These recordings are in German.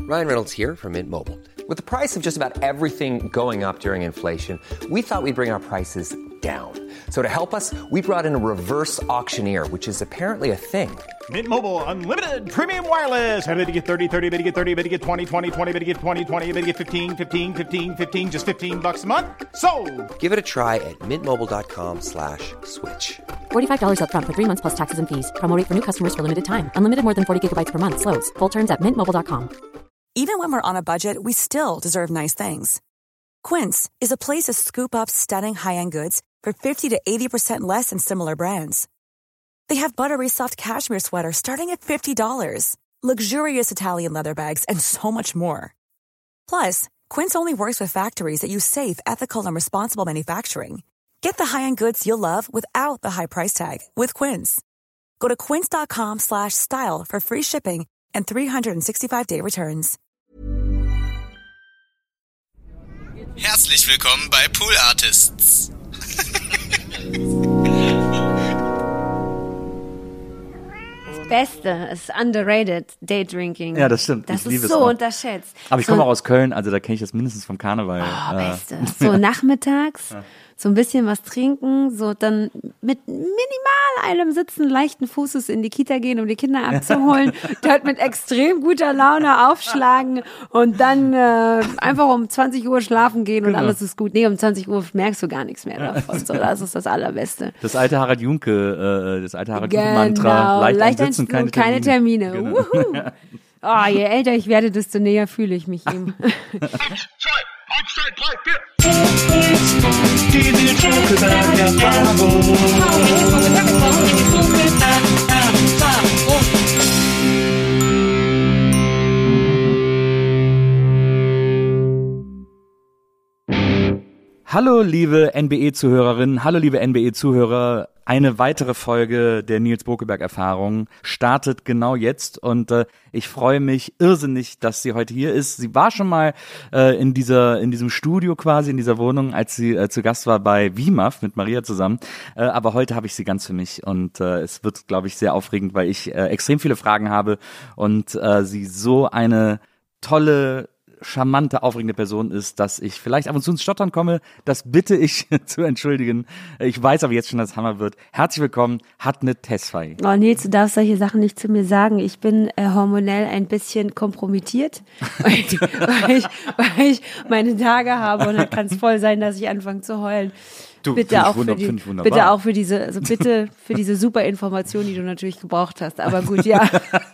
Ryan Reynolds here from Mint Mobile. With the price of just about everything going up during inflation, we thought we'd bring our prices down. So to help us, we brought in a reverse auctioneer, which is apparently a thing. Mint Mobile Unlimited Premium Wireless. How to get 30, 30, bit to get 30, bit to get 20, 20, 20, bit to get 20, 20, bit to get 15, 15, 15, 15, just $15 a month? Sold! Give it a try at mintmobile.com/switch. $45 up front for 3 months plus taxes and fees. Promo rate for new customers for limited time. Unlimited more than 40 gigabytes per month. Slows full terms at mintmobile.com. Even when we're on a budget, we still deserve nice things. Quince is a place to scoop up stunning high-end goods for 50 to 80% less than similar brands. They have buttery soft cashmere sweaters starting at $50, luxurious Italian leather bags, and so much more. Plus, Quince only works with factories that use safe, ethical, and responsible manufacturing. Get the high-end goods you'll love without the high price tag with Quince. Go to quince.com/style for free shipping and 365-day returns. Herzlich willkommen bei Pool Artists. Beste ist underrated Daydrinking. Ja, das stimmt. Das ich liebe ist es so auch. unterschätzt. Aber ich komme auch aus Köln, also da kenne ich das mindestens vom Karneval. Beste. So nachmittags, so ein bisschen was trinken, so dann mit minimal einem Sitzen leichten Fußes in die Kita gehen, um die Kinder abzuholen, dort mit extrem guter Laune aufschlagen und dann einfach um 20 Uhr schlafen gehen und alles ist gut. Nee, um 20 Uhr merkst du gar nichts mehr davon. So, das ist das Allerbeste. Das alte Harald Junke Mantra. Leicht einsitzen, keine Termine. Genau. Oh, je älter ich werde, desto näher fühle ich mich ihm. 1, 2, 3, 4. Die Hallo liebe NBE-Zuhörerinnen, hallo liebe NBE-Zuhörer. Eine weitere Folge der Nils Bokelberg-Erfahrung startet genau jetzt und ich freue mich irrsinnig, dass sie heute hier ist. Sie war schon mal in diesem Studio quasi, in dieser Wohnung, als sie zu Gast war bei WIMAF mit Maria zusammen. Aber heute habe ich sie ganz für mich und es wird, glaube ich, sehr aufregend, weil ich extrem viele Fragen habe und sie so eine tolle, charmante, aufregende Person ist, dass ich vielleicht ab und zu ins Stottern komme. Das bitte ich zu entschuldigen. Ich weiß aber jetzt schon, dass es Hammer wird. Herzlich willkommen, Hatne Tesfaye. Oh Nils, du darfst solche Sachen nicht zu mir sagen. Ich bin hormonell ein bisschen kompromittiert, weil ich meine Tage habe und dann kann es voll sein, dass ich anfange zu heulen. Du, bitte auch für diese super Information, die du natürlich gebraucht hast. Aber gut, ja.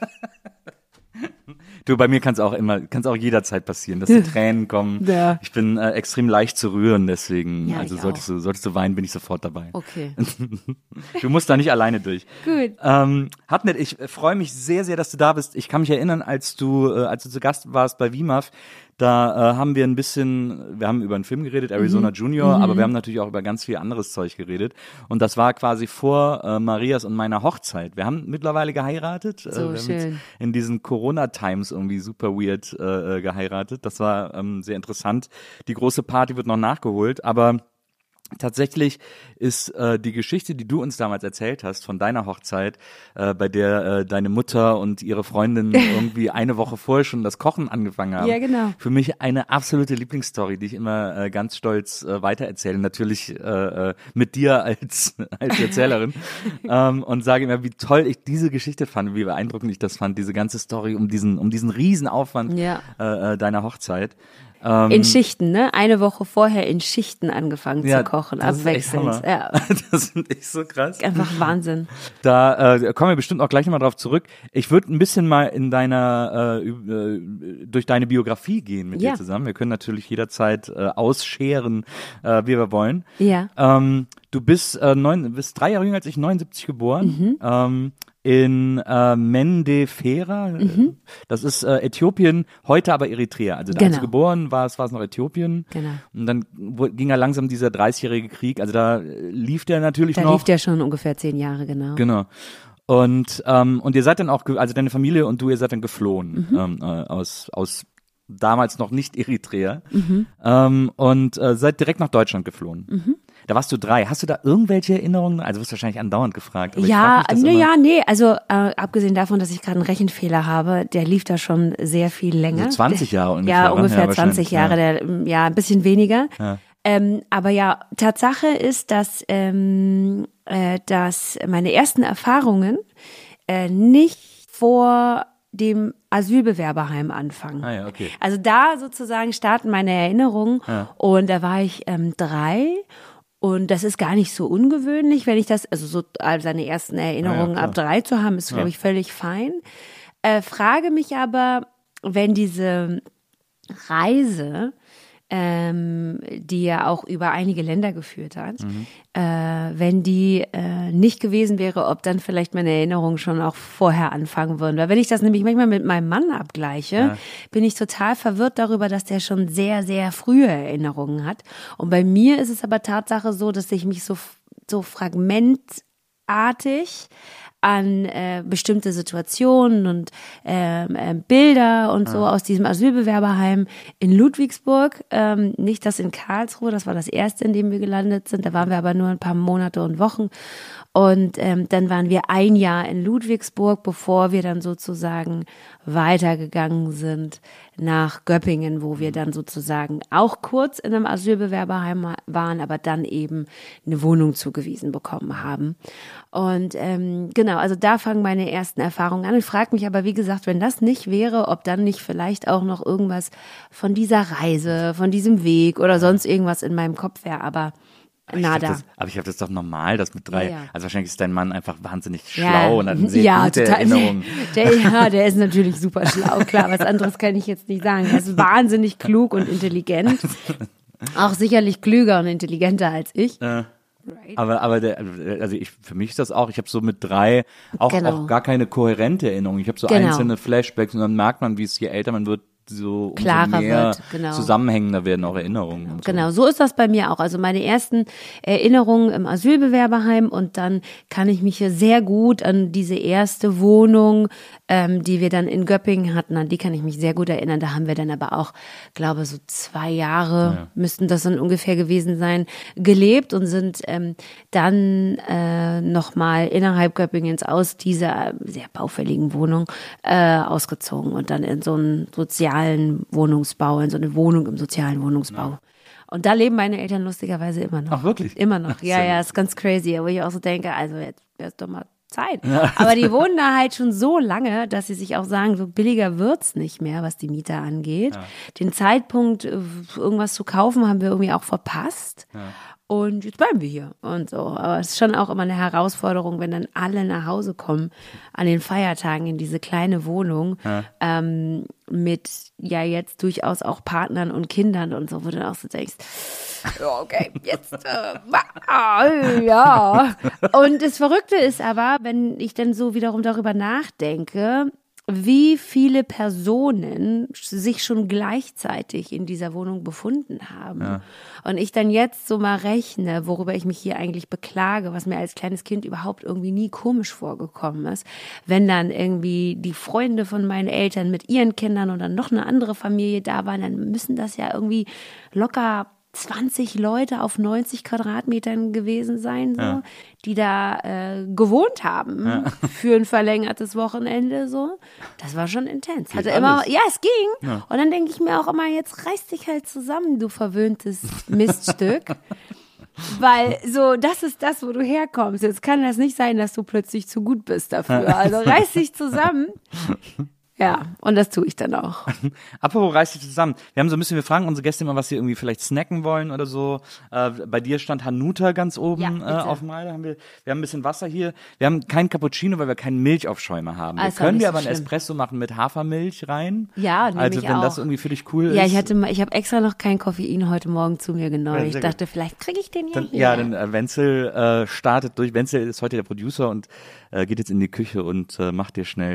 Du, bei mir kann es auch jederzeit passieren, dass die Tränen kommen. Ja. Ich bin extrem leicht zu rühren, deswegen, ja, also solltest du weinen, bin ich sofort dabei. Okay. Du musst da nicht alleine durch. Gut. Hatnet, ich freue mich sehr, sehr, dass du da bist. Ich kann mich erinnern, als du zu Gast warst bei WIMAF, da haben wir haben über einen Film geredet, Arizona Junior, aber wir haben natürlich auch über ganz viel anderes Zeug geredet. Und das war quasi vor Marias und meiner Hochzeit. Wir haben mittlerweile geheiratet. So schön. In diesen Corona-Times irgendwie super weird geheiratet. Das war sehr interessant. Die große Party wird noch nachgeholt, aber tatsächlich ist die Geschichte, die du uns damals erzählt hast von deiner Hochzeit, bei der deine Mutter und ihre Freundin irgendwie eine Woche vorher schon das Kochen angefangen haben. Ja, genau. Für mich eine absolute Lieblingsstory, die ich immer ganz stolz weitererzähle. Natürlich mit dir als Erzählerin und sage immer, wie toll ich diese Geschichte fand, wie beeindruckend ich das fand, diese ganze Story um diesen Riesenaufwand deiner Hochzeit. In Schichten, ne? Eine Woche vorher in Schichten angefangen zu kochen, abwechselnd. Ja. Das finde ich so krass. Einfach Wahnsinn. Da kommen wir bestimmt auch gleich nochmal drauf zurück. Ich würde ein bisschen mal in durch deine Biografie gehen mit dir zusammen. Wir können natürlich jederzeit ausscheren, wie wir wollen. Ja. Du bist 3 Jahre jünger als ich, 79 geboren. In Mendefera, das ist Äthiopien, heute aber Eritrea. Also als du geboren warst, war es noch Äthiopien. Genau. Und dann ging ja langsam dieser 30-jährige Krieg, also da lief der natürlich noch. Da lief der schon ungefähr 10 Jahre, genau. Genau. Und ihr seid dann auch, also deine Familie und du, ihr seid dann geflohen aus damals noch nicht Eritrea und seid direkt nach Deutschland geflohen. Da warst du 3. Hast du da irgendwelche Erinnerungen? Also wirst du wahrscheinlich andauernd gefragt. Aber also abgesehen davon, dass ich gerade einen Rechenfehler habe, der lief da schon sehr viel länger. So 20 Jahre ungefähr. Ja, ungefähr 20 Jahre, ein bisschen weniger. Ja. Aber ja, Tatsache ist, dass meine ersten Erfahrungen nicht vor dem Asylbewerberheim anfangen. Ah ja, okay. Also da sozusagen starten meine Erinnerungen und da war ich 3 und das ist gar nicht so ungewöhnlich, wenn ich das, also so seine ersten Erinnerungen ab 3 zu haben, ist glaube ich völlig fein. Frage mich aber, wenn diese Reise, die ja auch über einige Länder geführt hat, wenn die nicht gewesen wäre, ob dann vielleicht meine Erinnerungen schon auch vorher anfangen würden. Weil wenn ich das nämlich manchmal mit meinem Mann abgleiche, bin ich total verwirrt darüber, dass der schon sehr, sehr frühe Erinnerungen hat. Und bei mir ist es aber Tatsache so, dass ich mich so fragmentartig an bestimmte Situationen und Bilder und so aus diesem Asylbewerberheim in Ludwigsburg, nicht das in Karlsruhe, das war das erste, in dem wir gelandet sind, da waren wir aber nur ein paar Monate und Wochen und dann waren wir ein Jahr in Ludwigsburg, bevor wir dann sozusagen weitergegangen sind nach Göppingen, wo wir dann sozusagen auch kurz in einem Asylbewerberheim waren, aber dann eben eine Wohnung zugewiesen bekommen haben. Und genau, also da fangen meine ersten Erfahrungen an. Ich frage mich aber, wie gesagt, wenn das nicht wäre, ob dann nicht vielleicht auch noch irgendwas von dieser Reise, von diesem Weg oder sonst irgendwas in meinem Kopf wäre, aber nada. Aber ich habe das doch normal, das mit 3. Ja. Also wahrscheinlich ist dein Mann einfach wahnsinnig schlau und hat eine sehr gute total. Erinnerung. Der ist natürlich super schlau, klar. Was anderes kann ich jetzt nicht sagen. Er ist wahnsinnig klug und intelligent. Auch sicherlich klüger und intelligenter als ich. Right. Aber für mich ist das auch, ich habe so mit 3 auch gar keine kohärente Erinnerung. Ich habe so einzelne Flashbacks und dann merkt man, wie es je älter man wird, so klarer umso mehr wird, genau. zusammenhängender werden auch Erinnerungen. Und so. Genau, so ist das bei mir auch. Also meine ersten Erinnerungen im Asylbewerberheim und dann kann ich mich hier sehr gut an diese erste Wohnung, die wir dann in Göppingen hatten, an die kann ich mich sehr gut erinnern. Da haben wir dann aber auch, glaube so 2 Jahre müssten das dann ungefähr gewesen sein, gelebt und sind dann nochmal innerhalb Göppingens aus dieser sehr baufälligen Wohnung ausgezogen und dann in so einen sozialen Wohnungsbau, in so eine Wohnung im sozialen Wohnungsbau. Ja. Und da leben meine Eltern lustigerweise immer noch. Ach, wirklich? Immer noch. Ja, ist ganz crazy. Wo ich auch so denke, also jetzt wäre es doch mal Zeit. Ja. Aber die wohnen da halt schon so lange, dass sie sich auch sagen, so billiger wird's nicht mehr, was die Mieter angeht. Ja. Den Zeitpunkt, irgendwas zu kaufen, haben wir irgendwie auch verpasst. Ja. Und jetzt bleiben wir hier und so. Aber es ist schon auch immer eine Herausforderung, wenn dann alle nach Hause kommen an den Feiertagen in diese kleine Wohnung mit ja jetzt durchaus auch Partnern und Kindern und so, wo du dann auch so denkst, okay, jetzt, ja. Und das Verrückte ist aber, wenn ich dann so wiederum darüber nachdenke, wie viele Personen sich schon gleichzeitig in dieser Wohnung befunden haben. Ja. Und ich dann jetzt so mal rechne, worüber ich mich hier eigentlich beklage, was mir als kleines Kind überhaupt irgendwie nie komisch vorgekommen ist, wenn dann irgendwie die Freunde von meinen Eltern mit ihren Kindern und dann noch eine andere Familie da waren, dann müssen das ja irgendwie locker 20 Leute auf 90 Quadratmetern gewesen sein, so, die da gewohnt haben für ein verlängertes Wochenende. So. Das war schon intens. Hatte immer, es ging. Ja. Und dann denke ich mir auch immer, jetzt reiß dich halt zusammen, du verwöhntes Miststück. Weil so, das ist das, wo du herkommst. Jetzt kann das nicht sein, dass du plötzlich zu gut bist dafür. Also reiß dich zusammen. Ja, und das tue ich dann auch. Apropos reiß dich zusammen. Wir fragen unsere Gäste immer, was sie irgendwie vielleicht snacken wollen oder so. Bei dir stand Hanuta ganz oben auf dem Mal. Wir haben ein bisschen Wasser hier. Wir haben keinen Cappuccino, weil wir keinen Milchaufschäumer haben. Wir können dir aber einen Espresso machen mit Hafermilch rein. Ja, nehme also ich wenn auch. Das irgendwie für dich cool ist. Ja, ich habe extra noch kein Koffein heute Morgen zu mir genommen. Ich dachte, vielleicht kriege ich den hier. Ja, dann Wenzel startet durch. Wenzel ist heute der Producer und geht jetzt in die Küche und macht dir schnell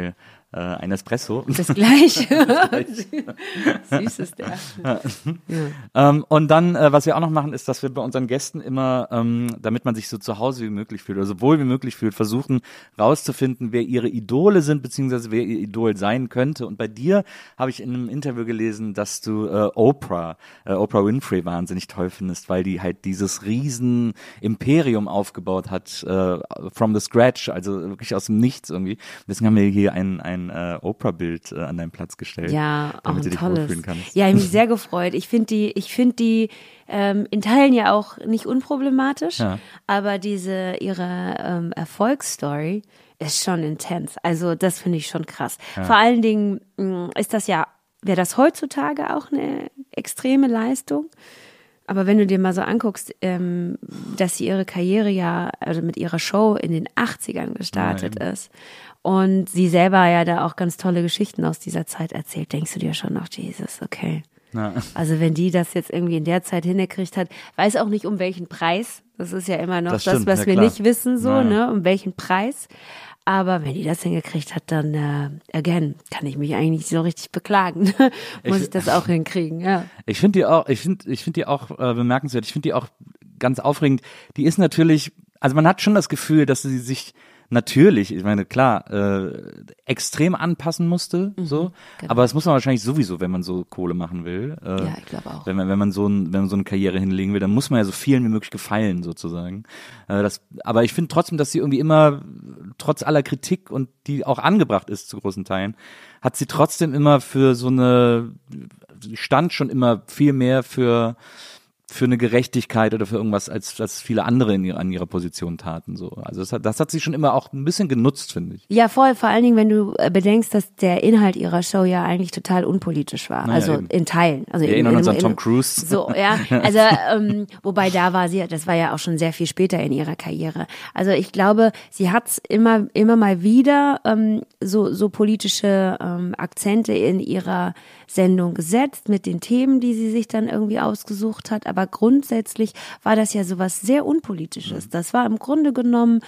ein Espresso. Das Gleiche. Süß ist der. Und dann, was wir auch noch machen, ist, dass wir bei unseren Gästen immer, damit man sich so zu Hause wie möglich fühlt oder so wohl wie möglich fühlt, versuchen rauszufinden, wer ihre Idole sind, beziehungsweise wer ihr Idol sein könnte. Und bei dir habe ich in einem Interview gelesen, dass du Oprah Winfrey wahnsinnig toll findest, weil die halt dieses riesen Imperium aufgebaut hat, from the scratch, also wirklich aus dem Nichts irgendwie. Deswegen haben wir hier ein Oprah-Bild an deinen Platz gestellt, Ja, auch damit ein du dich tolles. wohlfühlen kannst. Ja, ich habe mich sehr gefreut. Ich finde die in Teilen ja auch nicht unproblematisch, aber ihre Erfolgsstory ist schon intens. Also das finde ich schon krass. Vor allen Dingen wäre das heutzutage auch eine extreme Leistung. Aber wenn du dir mal so anguckst, dass sie ihre Karriere also mit ihrer Show in den 80ern gestartet ist und sie selber ja da auch ganz tolle Geschichten aus dieser Zeit erzählt, denkst du dir schon noch, Jesus, okay. Ja. Also wenn die das jetzt irgendwie in der Zeit hingekriegt hat, weiß auch nicht um welchen Preis. Das ist ja immer noch das stimmt, was ja, wir klar. nicht wissen, so, Ja. ne, um welchen Preis. Aber wenn die das hingekriegt hat, dann, again, kann ich mich eigentlich nicht so richtig beklagen. Muss ich das auch hinkriegen, ja. Ich finde die auch bemerkenswert. Ich finde die auch ganz aufregend. Die ist natürlich, also man hat schon das Gefühl, dass sie sich natürlich, ich meine, klar, extrem anpassen musste, so. genau. Aber das muss man wahrscheinlich sowieso, wenn man so Kohle machen will. Ja, ich glaube auch. Wenn man so eine Karriere hinlegen will, dann muss man ja so vielen wie möglich gefallen, sozusagen. Aber ich finde trotzdem, dass sie irgendwie immer, trotz aller Kritik und die auch angebracht ist zu großen Teilen, hat sie trotzdem immer stand schon immer viel mehr für eine Gerechtigkeit oder für irgendwas, als viele andere an ihrer Position taten. So. Also das hat sie schon immer auch ein bisschen genutzt, finde ich. Ja, voll. Vor allen Dingen, wenn du bedenkst, dass der Inhalt ihrer Show ja eigentlich total unpolitisch war. Naja, Also eben. in Teilen. Also Wir erinnern uns an Tom Cruise. So, ja. Also, wobei das war ja auch schon sehr viel später in ihrer Karriere. Also ich glaube, sie hat immer mal wieder so politische Akzente in ihrer Sendung gesetzt mit den Themen, die sie sich dann irgendwie ausgesucht hat. Aber grundsätzlich war das ja sowas sehr Unpolitisches. Das war im Grunde genommen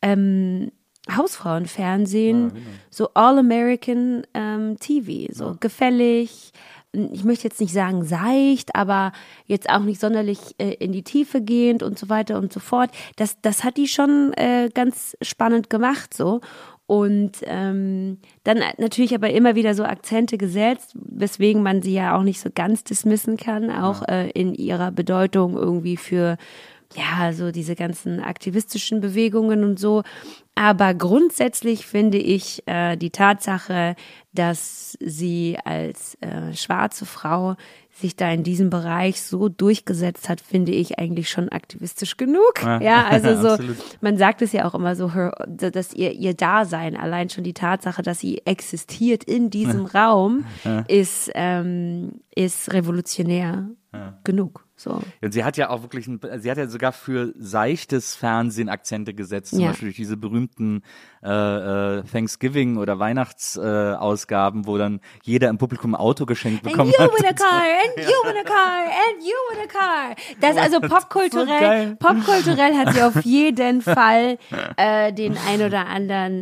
Hausfrauenfernsehen, so All-American TV, so gefällig. Ich möchte jetzt nicht sagen seicht, aber jetzt auch nicht sonderlich in die Tiefe gehend und so weiter und so fort. Das hat die schon ganz spannend gemacht so. Und dann natürlich aber immer wieder so Akzente gesetzt, weswegen man sie ja auch nicht so ganz dismissen kann, auch in ihrer Bedeutung irgendwie für so diese ganzen aktivistischen Bewegungen und so. Aber grundsätzlich finde ich die Tatsache, dass sie als schwarze Frau sich da in diesem Bereich so durchgesetzt hat, finde ich eigentlich schon aktivistisch genug. Ja, also so, man sagt es ja auch immer so, dass ihr Dasein, allein schon die Tatsache, dass sie existiert in diesem Raum, ist revolutionär genug. So. Und sie hat ja auch wirklich, sie hat ja sogar für seichtes Fernsehen Akzente gesetzt, zum Beispiel durch diese berühmten Thanksgiving- oder Weihnachtsausgaben, wo dann jeder im Publikum ein Auto geschenkt bekommen hat. And you in a car, and you in a car, and you in a car. Das also popkulturell hat sie auf jeden Fall den ein oder anderen,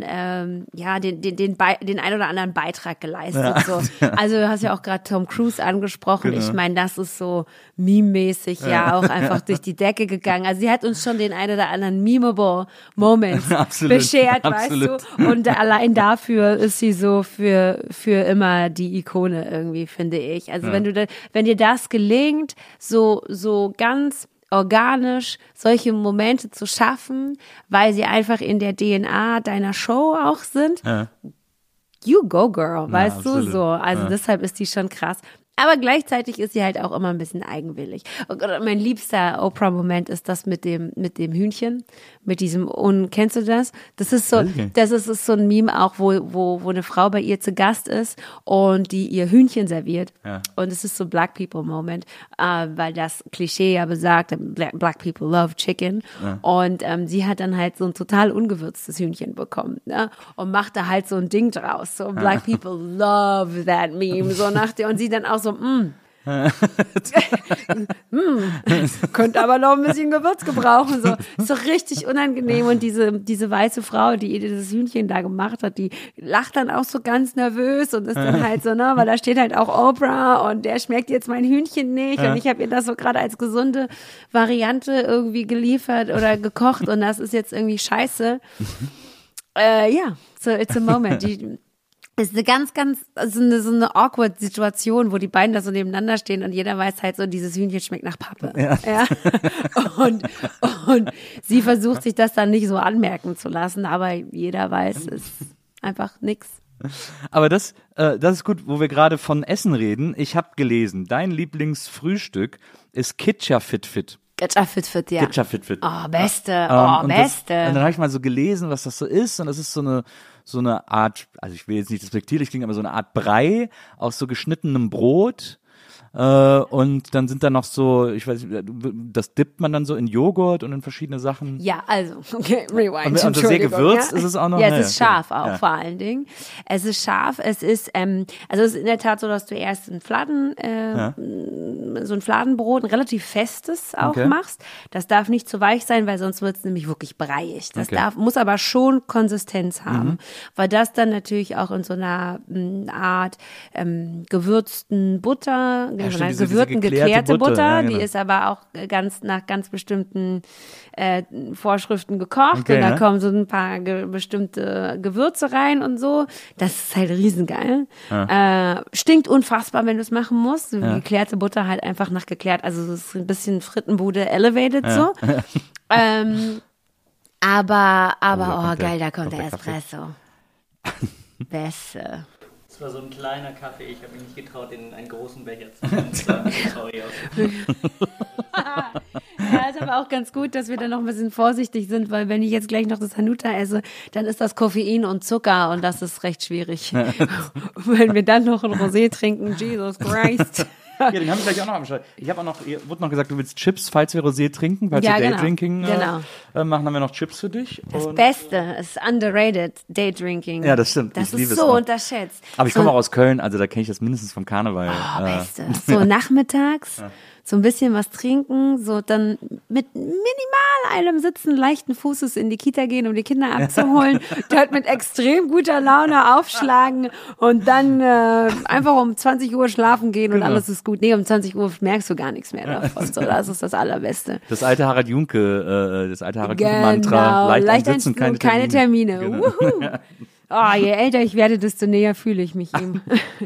den ein oder anderen Beitrag geleistet. So. Also du hast ja auch gerade Tom Cruise angesprochen. Genau. Ich meine, das ist so meme-mäßig auch einfach durch die Decke gegangen. Also sie hat uns schon den ein oder anderen memeable Moment beschert, weißt du? Und allein dafür ist sie so für immer die Ikone irgendwie, finde ich. Also wenn dir das gelingt, so ganz organisch solche Momente zu schaffen, weil sie einfach in der DNA deiner Show auch sind, you go girl, weißt du so. Also deshalb ist die schon krass. Aber gleichzeitig ist sie halt auch immer ein bisschen eigenwillig. Und mein liebster Oprah-Moment ist das mit dem Hühnchen, mit diesem kennst du das? Das ist so ein Meme auch, wo eine Frau bei ihr zu Gast ist und die ihr Hühnchen serviert. Ja. Und es ist so Black People Moment, weil das Klischee ja besagt, Black People love chicken. Ja. Und sie hat dann halt so ein total ungewürztes Hühnchen bekommen, ne? Und macht da halt so ein Ding draus. So Black People love that meme. So nach der, und sie dann auch so, Könnte aber noch ein bisschen Gewürz gebrauchen. So. Ist doch richtig unangenehm. Und diese weiße Frau, die dieses Hühnchen da gemacht hat, die lacht dann auch so ganz nervös und ist dann halt so, ne, weil da steht halt auch Oprah und der schmeckt jetzt mein Hühnchen nicht. Und ich habe ihr das so gerade als gesunde Variante irgendwie geliefert oder gekocht und das ist jetzt irgendwie scheiße. So it's a moment. Es ist eine ganz, also so eine awkward Situation, wo die beiden da so nebeneinander stehen und jeder weiß halt so, dieses Hühnchen schmeckt nach Pappe. Ja. Und sie versucht sich das dann nicht so anmerken zu lassen, aber jeder weiß, es ist einfach nix. Aber das ist gut, wo wir gerade von Essen reden. Ich habe gelesen, dein Lieblingsfrühstück ist Kitcha Fit Fit. Kitcha Fit Fit, ja. Kitcha Fit Fit. Oh, beste. Und Beste. Und dann habe ich mal so gelesen, was das so ist. Und das ist so eine Art, also ich will jetzt nicht despektierlich klingen, aber so eine Art Brei aus so geschnittenem Brot. Und dann sind da noch so, ich weiß nicht, das dippt man dann so in Joghurt und in verschiedene Sachen. Ja, also, okay, rewind. Und sehr gewürzt ist es auch noch? Ja, es ist scharf auch vor allen Dingen. Es ist scharf, es ist es ist in der Tat so, dass du erst so ein Fladenbrot, ein relativ festes auch machst. Das darf nicht zu weich sein, weil sonst wird es nämlich wirklich breiig. Das muss aber schon Konsistenz haben, weil das dann natürlich auch in so einer Art gewürzten Butter, geklärte Butter, die ist aber auch nach ganz bestimmten Vorschriften gekocht und da kommen so ein paar bestimmte Gewürze rein und so. Das ist halt riesengeil. Stinkt unfassbar, wenn du es machen musst. Geklärte Butter halt einfach nach geklärt, also es ist ein bisschen Frittenbude elevated so. Aber geil, da kommt der Espresso. Beste. Das war so ein kleiner Kaffee, ich habe mich nicht getraut, in einen großen Becher zu nehmen. Sorry. Ja, ist aber auch ganz gut, dass wir da noch ein bisschen vorsichtig sind, weil wenn ich jetzt gleich noch das Hanuta esse, dann ist das Koffein und Zucker und das ist recht schwierig. Wenn wir dann noch ein Rosé trinken, Jesus Christ. Ja, den haben wir gleich auch noch am Start. Ich habe auch noch, wurde noch gesagt, du willst Chips, falls wir Rosé trinken, falls wir Daydrinking machen, haben wir noch Chips für dich. Das Beste ist underrated, Daydrinking. Ja, das stimmt. Das ist so unterschätzt. Aber ich komme auch aus Köln, also da kenne ich das mindestens vom Karneval. Beste. So nachmittags. So ein bisschen was trinken, so dann mit minimal einem Sitzen leichten Fußes in die Kita gehen, um die Kinder abzuholen, dort mit extrem guter Laune aufschlagen und dann einfach um 20 Uhr schlafen gehen und alles ist gut. Nee, um 20 Uhr merkst du gar nichts mehr davon. So, das ist das Allerbeste. Das alte Harald Junke Mantra. Leicht sitzen, keine Termine. Genau. Oh, je älter ich werde, desto näher fühle ich mich ihm.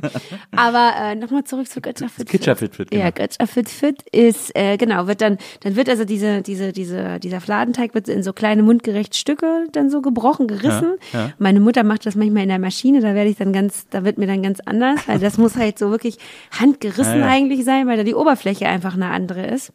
Aber nochmal zurück zu Kitcha Fit Fit. Kitcha Fit Fit, genau. Ja, Kitcha Fit Fit ist, wird dann wird also dieser Fladenteig wird in so kleine mundgerechte Stücke dann so gebrochen, gerissen. Ja. Meine Mutter macht das manchmal in der Maschine, da wird mir dann ganz anders, weil das muss halt so wirklich handgerissen eigentlich sein, weil da die Oberfläche einfach eine andere ist.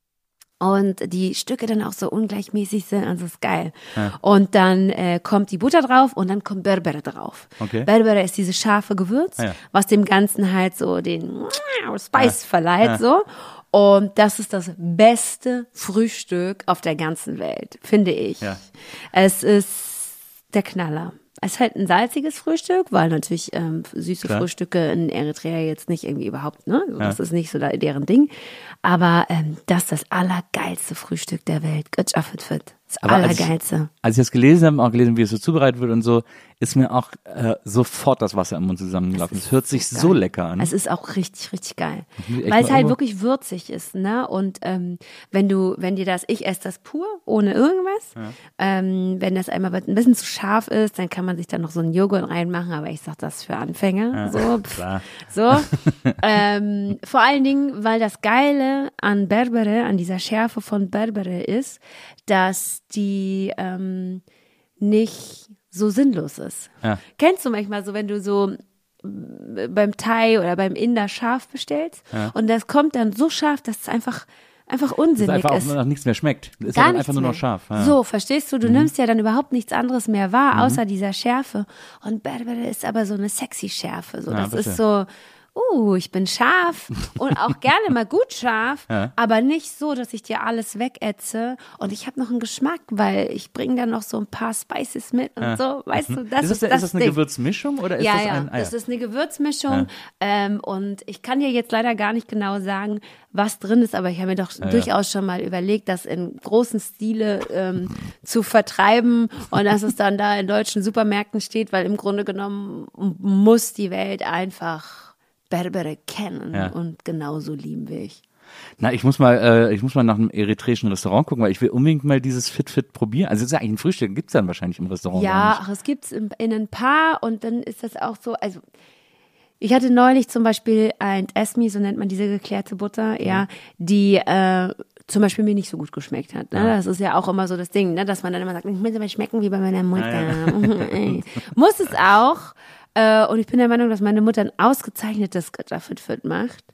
Und die Stücke dann auch so ungleichmäßig sind, also ist geil. Ja. Und dann kommt die Butter drauf und dann kommt Berbere drauf. Okay. Berbere ist dieses scharfe Gewürz, was dem Ganzen halt so den Spice verleiht, so. Und das ist das beste Frühstück auf der ganzen Welt, finde ich. Ja. Es ist der Knaller. Es ist halt ein salziges Frühstück, weil natürlich süße Frühstücke in Eritrea jetzt nicht irgendwie überhaupt, ne? Das ist nicht so deren Ding. Aber das ist das allergeilste Frühstück der Welt. Kitcha Fit Fit. Das Allergeilste. Als ich das gelesen habe, auch gelesen, wie es so zubereitet wird und so, ist mir auch sofort das Wasser im Mund zusammengelaufen. Es hört sich so lecker an. Es ist auch richtig, richtig geil. Weil es halt wirklich würzig ist, ne? Und ich esse das pur, ohne irgendwas. Ja. Wenn das einmal ein bisschen zu scharf ist, dann kann man sich da noch so einen Joghurt reinmachen, aber ich sag das für Anfänger. Ja, so. Vor allen Dingen, weil das Geile an Berbere, an dieser Schärfe von Berbere ist, dass die nicht so sinnlos ist. Ja. Kennst du manchmal so, wenn du so beim Thai oder beim Inder scharf bestellst und das kommt dann so scharf, dass es einfach unsinnig ist. Auch nach nichts mehr schmeckt. Es ist Gar einfach nur noch scharf. Ja. So, verstehst du? Du nimmst ja dann überhaupt nichts anderes mehr wahr, außer dieser Schärfe. Und Berbere ist aber so eine sexy Schärfe. So, das ist so ich bin scharf und auch gerne mal gut scharf, aber nicht so, dass ich dir alles wegätze und ich habe noch einen Geschmack, weil ich bringe dann noch so ein paar Spices mit und so, weißt du, das ist das eine Ding. Gewürzmischung oder ist Ja, das ja, ein das ist eine Gewürzmischung und ich kann dir jetzt leider gar nicht genau sagen, was drin ist, aber ich habe mir doch durchaus schon mal überlegt, das in großen Stile zu vertreiben und dass es dann da in deutschen Supermärkten steht, weil im Grunde genommen muss die Welt einfach Berbere kennen und genauso lieben wir ich. Na, ich muss mal nach einem eritreischen Restaurant gucken, weil ich will unbedingt mal dieses Fit probieren. Also es ist ja eigentlich ein Frühstück, gibt's dann wahrscheinlich im Restaurant. Ja, ach, es gibt's in ein paar und dann ist das auch so, also ich hatte neulich zum Beispiel ein Esmi, so nennt man diese geklärte Butter, die zum Beispiel mir nicht so gut geschmeckt hat. Ne? Das ist ja auch immer so das Ding, ne? Dass man dann immer sagt, ich will aber schmecken wie bei meiner Mutter. Muss es auch. Und ich bin der Meinung, dass meine Mutter ein ausgezeichnetes Götterfit macht.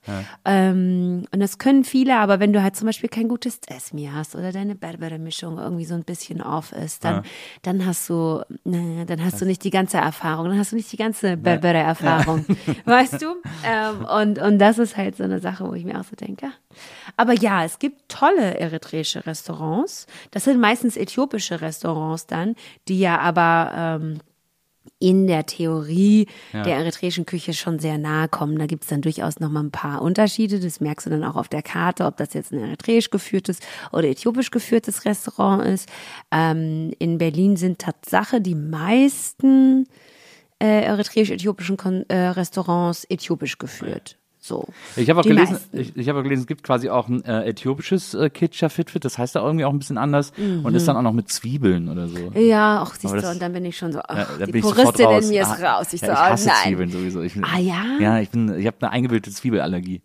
Und das können viele, aber wenn du halt zum Beispiel kein gutes Esmi hast oder deine Berbere-Mischung irgendwie so ein bisschen off ist, dann hast du nicht die ganze Erfahrung, dann hast du nicht die ganze Berbere-Erfahrung, weißt du? Und das ist halt so eine Sache, wo ich mir auch so denke. Aber ja, es gibt tolle eritreische Restaurants. Das sind meistens äthiopische Restaurants dann, die ja aber in der Theorie der eritreischen Küche schon sehr nahe kommen. Da gibt es dann durchaus noch mal ein paar Unterschiede. Das merkst du dann auch auf der Karte, ob das jetzt ein eritreisch geführtes oder äthiopisch geführtes Restaurant ist. In Berlin sind Tatsache die meisten eritreisch-äthiopischen Restaurants äthiopisch geführt. So. Ich habe auch gelesen, es gibt quasi auch ein äthiopisches Kitcha Fit, das heißt da irgendwie auch ein bisschen anders und ist dann auch noch mit Zwiebeln oder so. Ja, auch siehst du, und dann bin ich schon so, die Puristin in mir ist raus. Ich hasse nein. Zwiebeln sowieso. Ja? Ja, ich habe eine eingebildete Zwiebelallergie.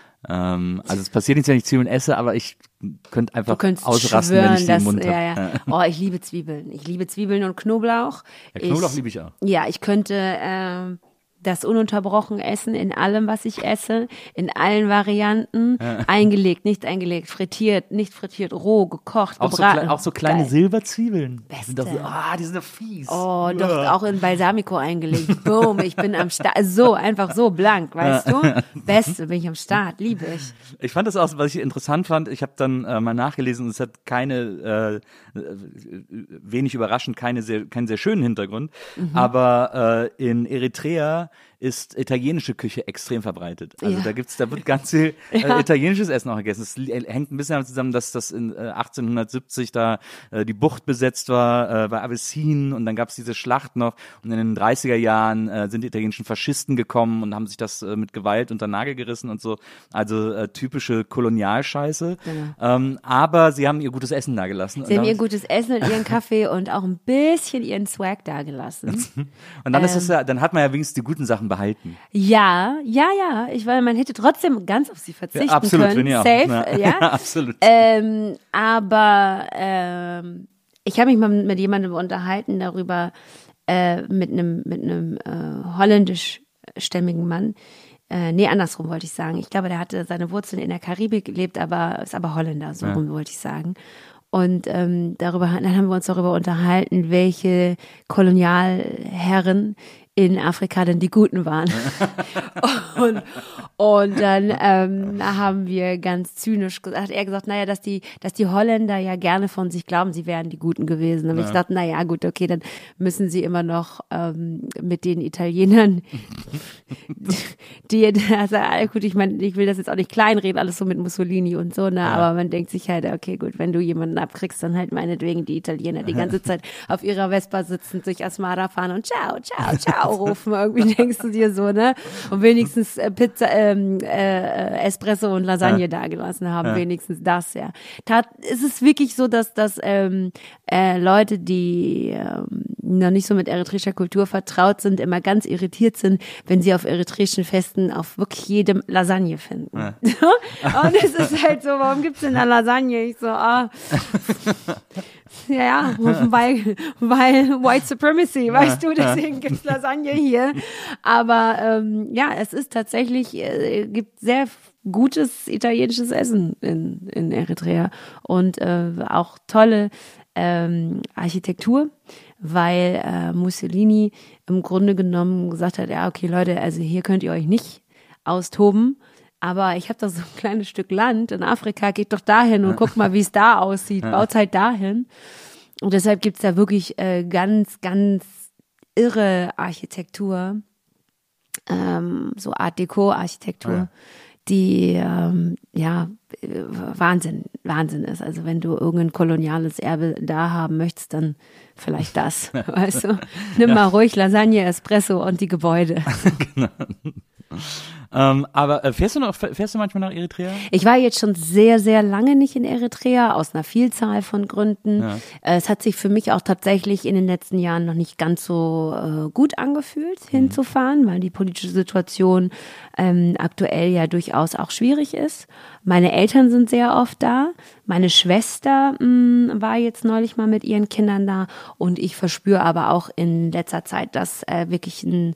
Also es passiert nicht, wenn ich Zwiebeln esse, aber ich könnte einfach ausrasten, wenn ich sie im Mund habe. Oh, ich liebe Zwiebeln. Ich liebe Zwiebeln und Knoblauch. Ja, Knoblauch liebe ich auch. Ja, ich könnte das ununterbrochen essen in allem, was ich esse, in allen Varianten, eingelegt, nicht eingelegt, frittiert, nicht frittiert, roh, gekocht, gebraten. Auch so kleine Silberzwiebeln. Beste. Die sind doch fies. Oh, doch auch in Balsamico eingelegt. Boom, ich bin am Start. So, einfach so blank, weißt du? Beste, bin ich am Start, liebe ich. Ich fand das auch, was ich interessant fand, ich habe dann mal nachgelesen und es hat wenig überraschend, keinen sehr schönen Hintergrund, aber in Eritrea ist italienische Küche extrem verbreitet. Also da wird ganz viel italienisches Essen auch gegessen. Es hängt ein bisschen damit zusammen, dass das in 1870 da die Bucht besetzt war bei Abessin und dann gab es diese Schlacht noch und in den 30er Jahren sind die italienischen Faschisten gekommen und haben sich das mit Gewalt unter den Nagel gerissen und so. Also typische Kolonialscheiße. Genau. Aber sie haben ihr gutes Essen da gelassen. Sie haben ihr gutes Essen und ihren Kaffee und auch ein bisschen ihren Swag da gelassen. Und dann dann hat man ja wenigstens die guten Sachen behalten. Ja. Man hätte trotzdem ganz auf sie verzichten absolut, können. Bin ich auch. Safe, ja. Absolut. Aber ich habe mich mal mit jemandem unterhalten darüber, mit einem holländischstämmigen Mann. Andersrum wollte ich sagen. Ich glaube, der hatte seine Wurzeln in der Karibik, ist aber Holländer, so rum wollte ich sagen. Und dann haben wir uns darüber unterhalten, welche Kolonialherren in Afrika denn die Guten waren. und dann haben wir ganz zynisch gesagt, er gesagt, naja, dass die Holländer ja gerne von sich glauben, sie wären die Guten gewesen. Und ich dachte, naja, gut, okay, dann müssen sie immer noch mit den Italienern, gut, ich meine, ich will das jetzt auch nicht kleinreden, alles so mit Mussolini und so, ne, aber man denkt sich halt, okay, gut, wenn du jemanden abkriegst, dann halt meinetwegen die Italiener die ganze Zeit auf ihrer Vespa sitzen, durch Asmara fahren und ciao, ciao, ciao rufen. Irgendwie denkst du dir so, ne? Und wenigstens Pizza, Espresso und Lasagne dagelassen haben, wenigstens das, ja. Es ist wirklich so, dass Leute, die noch nicht so mit eritreischer Kultur vertraut sind, immer ganz irritiert sind, wenn sie auf eritreischen Festen auf wirklich jedem Lasagne finden. Ja. Und es ist halt so, warum gibt's denn da Lasagne? Ich so, ja, weil White Supremacy, weißt du, deswegen gibt's Lasagne hier. Aber es ist tatsächlich, gibt sehr gutes italienisches Essen in Eritrea und auch tolle Architektur, weil Mussolini im Grunde genommen gesagt hat, ja, okay, Leute, also hier könnt ihr euch nicht austoben. Aber ich habe da so ein kleines Stück Land in Afrika, geht doch dahin und guck mal, wie es da aussieht. Baut halt dahin. Und deshalb gibt's da wirklich ganz, ganz irre Architektur, so Art Deco-Architektur, die Wahnsinn ist. Also wenn du irgendein koloniales Erbe da haben möchtest, dann vielleicht das, weißt du. Nimm mal ruhig Lasagne, Espresso und die Gebäude. Genau. Aber fährst du manchmal nach Eritrea? Ich war jetzt schon sehr, sehr lange nicht in Eritrea, aus einer Vielzahl von Gründen. Ja. Es hat sich für mich auch tatsächlich in den letzten Jahren noch nicht ganz so gut angefühlt, hinzufahren, weil die politische Situation aktuell ja durchaus auch schwierig ist. Meine Eltern sind sehr oft da. Meine Schwester war jetzt neulich mal mit ihren Kindern da. Und ich verspüre aber auch in letzter Zeit, dass wirklich ein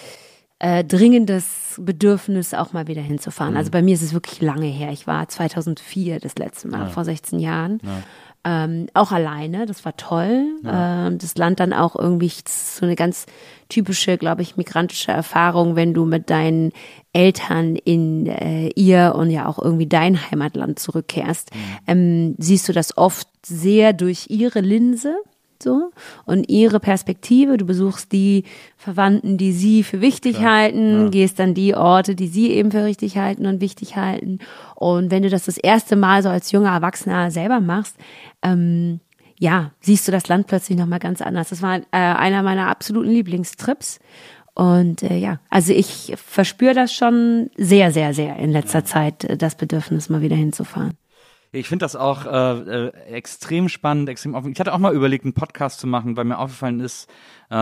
dringendes Bedürfnis, auch mal wieder hinzufahren. Also bei mir ist es wirklich lange her. Ich war 2004 das letzte Mal, vor 16 Jahren. Ja. Auch alleine, das war toll. Ja. Das Land dann auch irgendwie so eine ganz typische, glaube ich, migrantische Erfahrung, wenn du mit deinen Eltern in ihr und ja auch irgendwie dein Heimatland zurückkehrst. Siehst du das oft sehr durch ihre Linse. So, und ihre Perspektive, du besuchst die Verwandten, die sie für wichtig halten, gehst dann die Orte, die sie eben für richtig halten und wichtig halten. Und wenn du das erste Mal so als junger Erwachsener selber machst, siehst du das Land plötzlich nochmal ganz anders. Das war einer meiner absoluten Lieblingstrips. Und also ich verspüre das schon sehr, sehr, sehr in letzter Zeit, das Bedürfnis, mal wieder hinzufahren. Ich finde das auch extrem spannend, extrem offen. Ich hatte auch mal überlegt, einen Podcast zu machen, weil mir aufgefallen ist,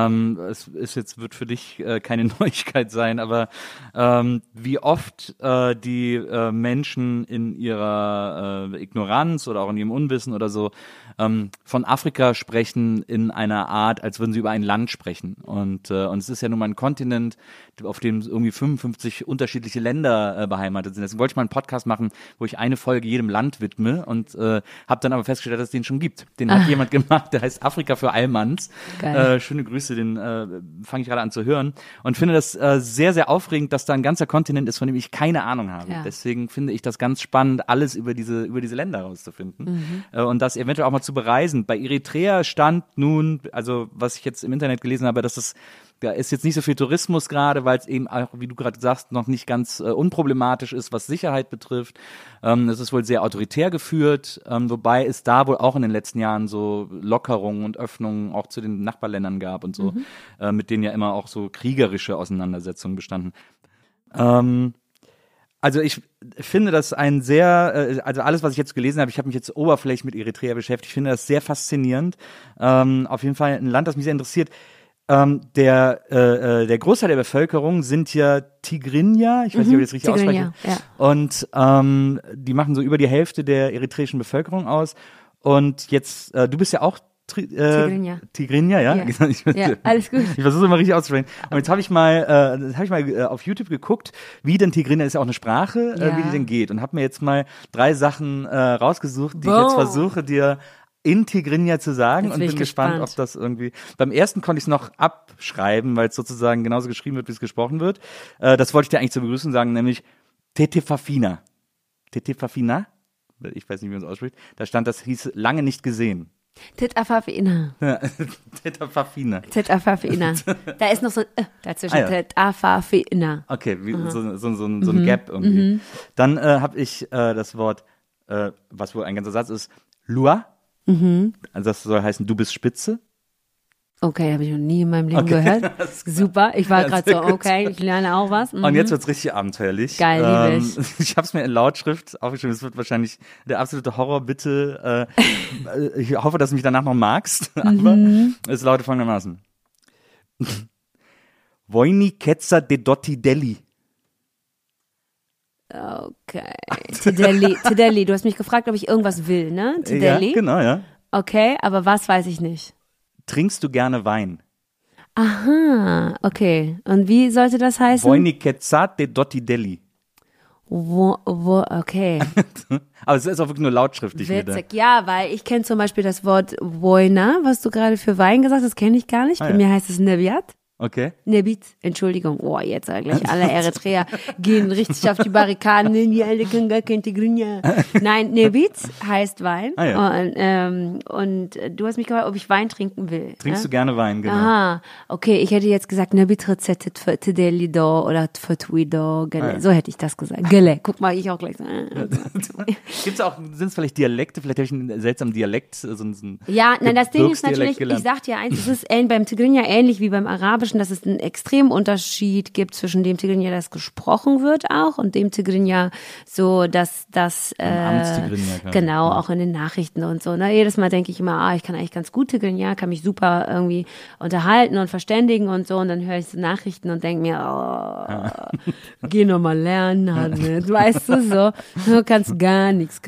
wird für dich keine Neuigkeit sein, aber wie oft die Menschen in ihrer Ignoranz oder auch in ihrem Unwissen oder so von Afrika sprechen in einer Art, als würden sie über ein Land sprechen. Und es ist ja nun mal ein Kontinent, auf dem irgendwie 55 unterschiedliche Länder beheimatet sind. Deswegen wollte ich mal einen Podcast machen, wo ich eine Folge jedem Land widme und habe dann aber festgestellt, dass es den schon gibt. Den hat jemand gemacht, der heißt Afrika für Allmanns. Schöne Grüße, den fange ich gerade an zu hören und finde das sehr, sehr aufregend, dass da ein ganzer Kontinent ist, von dem ich keine Ahnung habe. Ja. Deswegen finde ich das ganz spannend, alles über diese Länder rauszufinden und das eventuell auch mal zu bereisen. Bei Eritrea stand nun, also was ich jetzt im Internet gelesen habe, dass da ist jetzt nicht so viel Tourismus gerade, weil es eben auch, wie du gerade sagst, noch nicht ganz unproblematisch ist, was Sicherheit betrifft. Es ist wohl sehr autoritär geführt, wobei es da wohl auch in den letzten Jahren so Lockerungen und Öffnungen auch zu den Nachbarländern gab und so, mit denen ja immer auch so kriegerische Auseinandersetzungen bestanden. Also ich finde das ein sehr, also alles, was ich jetzt gelesen habe, ich habe mich jetzt oberflächlich mit Eritrea beschäftigt, ich finde das sehr faszinierend. Auf jeden Fall ein Land, das mich sehr interessiert. Der Großteil der Bevölkerung sind ja Tigrinya, ich weiß nicht, ob ich das richtig ausspreche. Ja. Und die machen so über die Hälfte der eritreischen Bevölkerung aus. Und jetzt, du bist ja auch Tigrinya, ja? Ja, alles gut. Ich versuche immer richtig auszusprechen. Und jetzt habe ich mal auf YouTube geguckt, wie denn Tigrinya ist ja auch eine Sprache, wie die denn geht. Und habe mir jetzt mal 3 Sachen rausgesucht, die ich jetzt versuche, dir in Tigrinya zu sagen, und bin gespannt, ob das irgendwie. Beim ersten konnte ich es noch abschreiben, weil es sozusagen genauso geschrieben wird, wie es gesprochen wird. Das wollte ich dir eigentlich zur Begrüßung sagen, nämlich Tetefafina. Tetefafina? Ich weiß nicht, wie man es ausspricht. Da stand, das hieß lange nicht gesehen. Tetafafina. Tetafafina. Tetafafina. Da ist noch so dazwischen. Tetafafina. Okay, so ein Gap irgendwie. Dann habe ich das Wort, was wohl ein ganzer Satz ist, Lua. Also das soll heißen, du bist Spitze. Okay, habe ich noch nie in meinem Leben gehört. Super, ich war gerade so, okay, ich lerne auch was. Und jetzt wird's richtig abenteuerlich. Geil, liebe ich. Ich habe es mir in Lautschrift aufgeschrieben, es wird wahrscheinlich der absolute Horror, bitte. Ich hoffe, dass du mich danach noch magst, aber es lautet folgendermaßen. Voini Ketza de Dotti Delhi. Okay, Tidelli, du hast mich gefragt, ob ich irgendwas will, ne? Tidelli? Ja, genau, ja. Okay, aber was weiß ich nicht. Trinkst du gerne Wein? Aha, okay. Und wie sollte das heißen? Voini Ketza de Dotti Delhi. Okay. Aber es ist auch wirklich nur lautschriftlich. Witzig, ja, weil ich kenne zum Beispiel das Wort Voina, was du gerade für Wein gesagt hast, kenne ich gar nicht. Bei mir heißt es Neviat. Okay. Nebit, Entschuldigung, jetzt gleich alle Eritreer gehen richtig auf die Barrikaden, die alle können gar kein Tigrinya. Nein, Nebit heißt Wein. Ah, ja. Und du hast mich gefragt, ob ich Wein trinken will. Trinkst du gerne Wein, genau. Aha, okay, ich hätte jetzt gesagt, Nebit Rezeptet für Tidelido oder für Tuido, so hätte ich das gesagt. Gele, guck mal, ich auch gleich. Gibt's auch, sind es vielleicht Dialekte, vielleicht habe ich einen seltsamen Dialekt, Ja, nein, das Ding ist Gebirgsdialekt natürlich, gelernt. ich sag dir eins, es ist beim Tigrinya ähnlich wie beim Arabischen, dass es einen extremen Unterschied gibt zwischen dem Tigrinya, das gesprochen wird auch, und dem Tigrinya so, dass das Amtstigrinya, genau, auch in den Nachrichten und so. Ne? Jedes Mal denke ich immer, ich kann eigentlich ganz gut Tigrinya, kann mich super irgendwie unterhalten und verständigen und so, und dann höre ich so Nachrichten und denke mir, geh noch mal lernen, Hanne. Weißt du, so, du kannst gar nichts.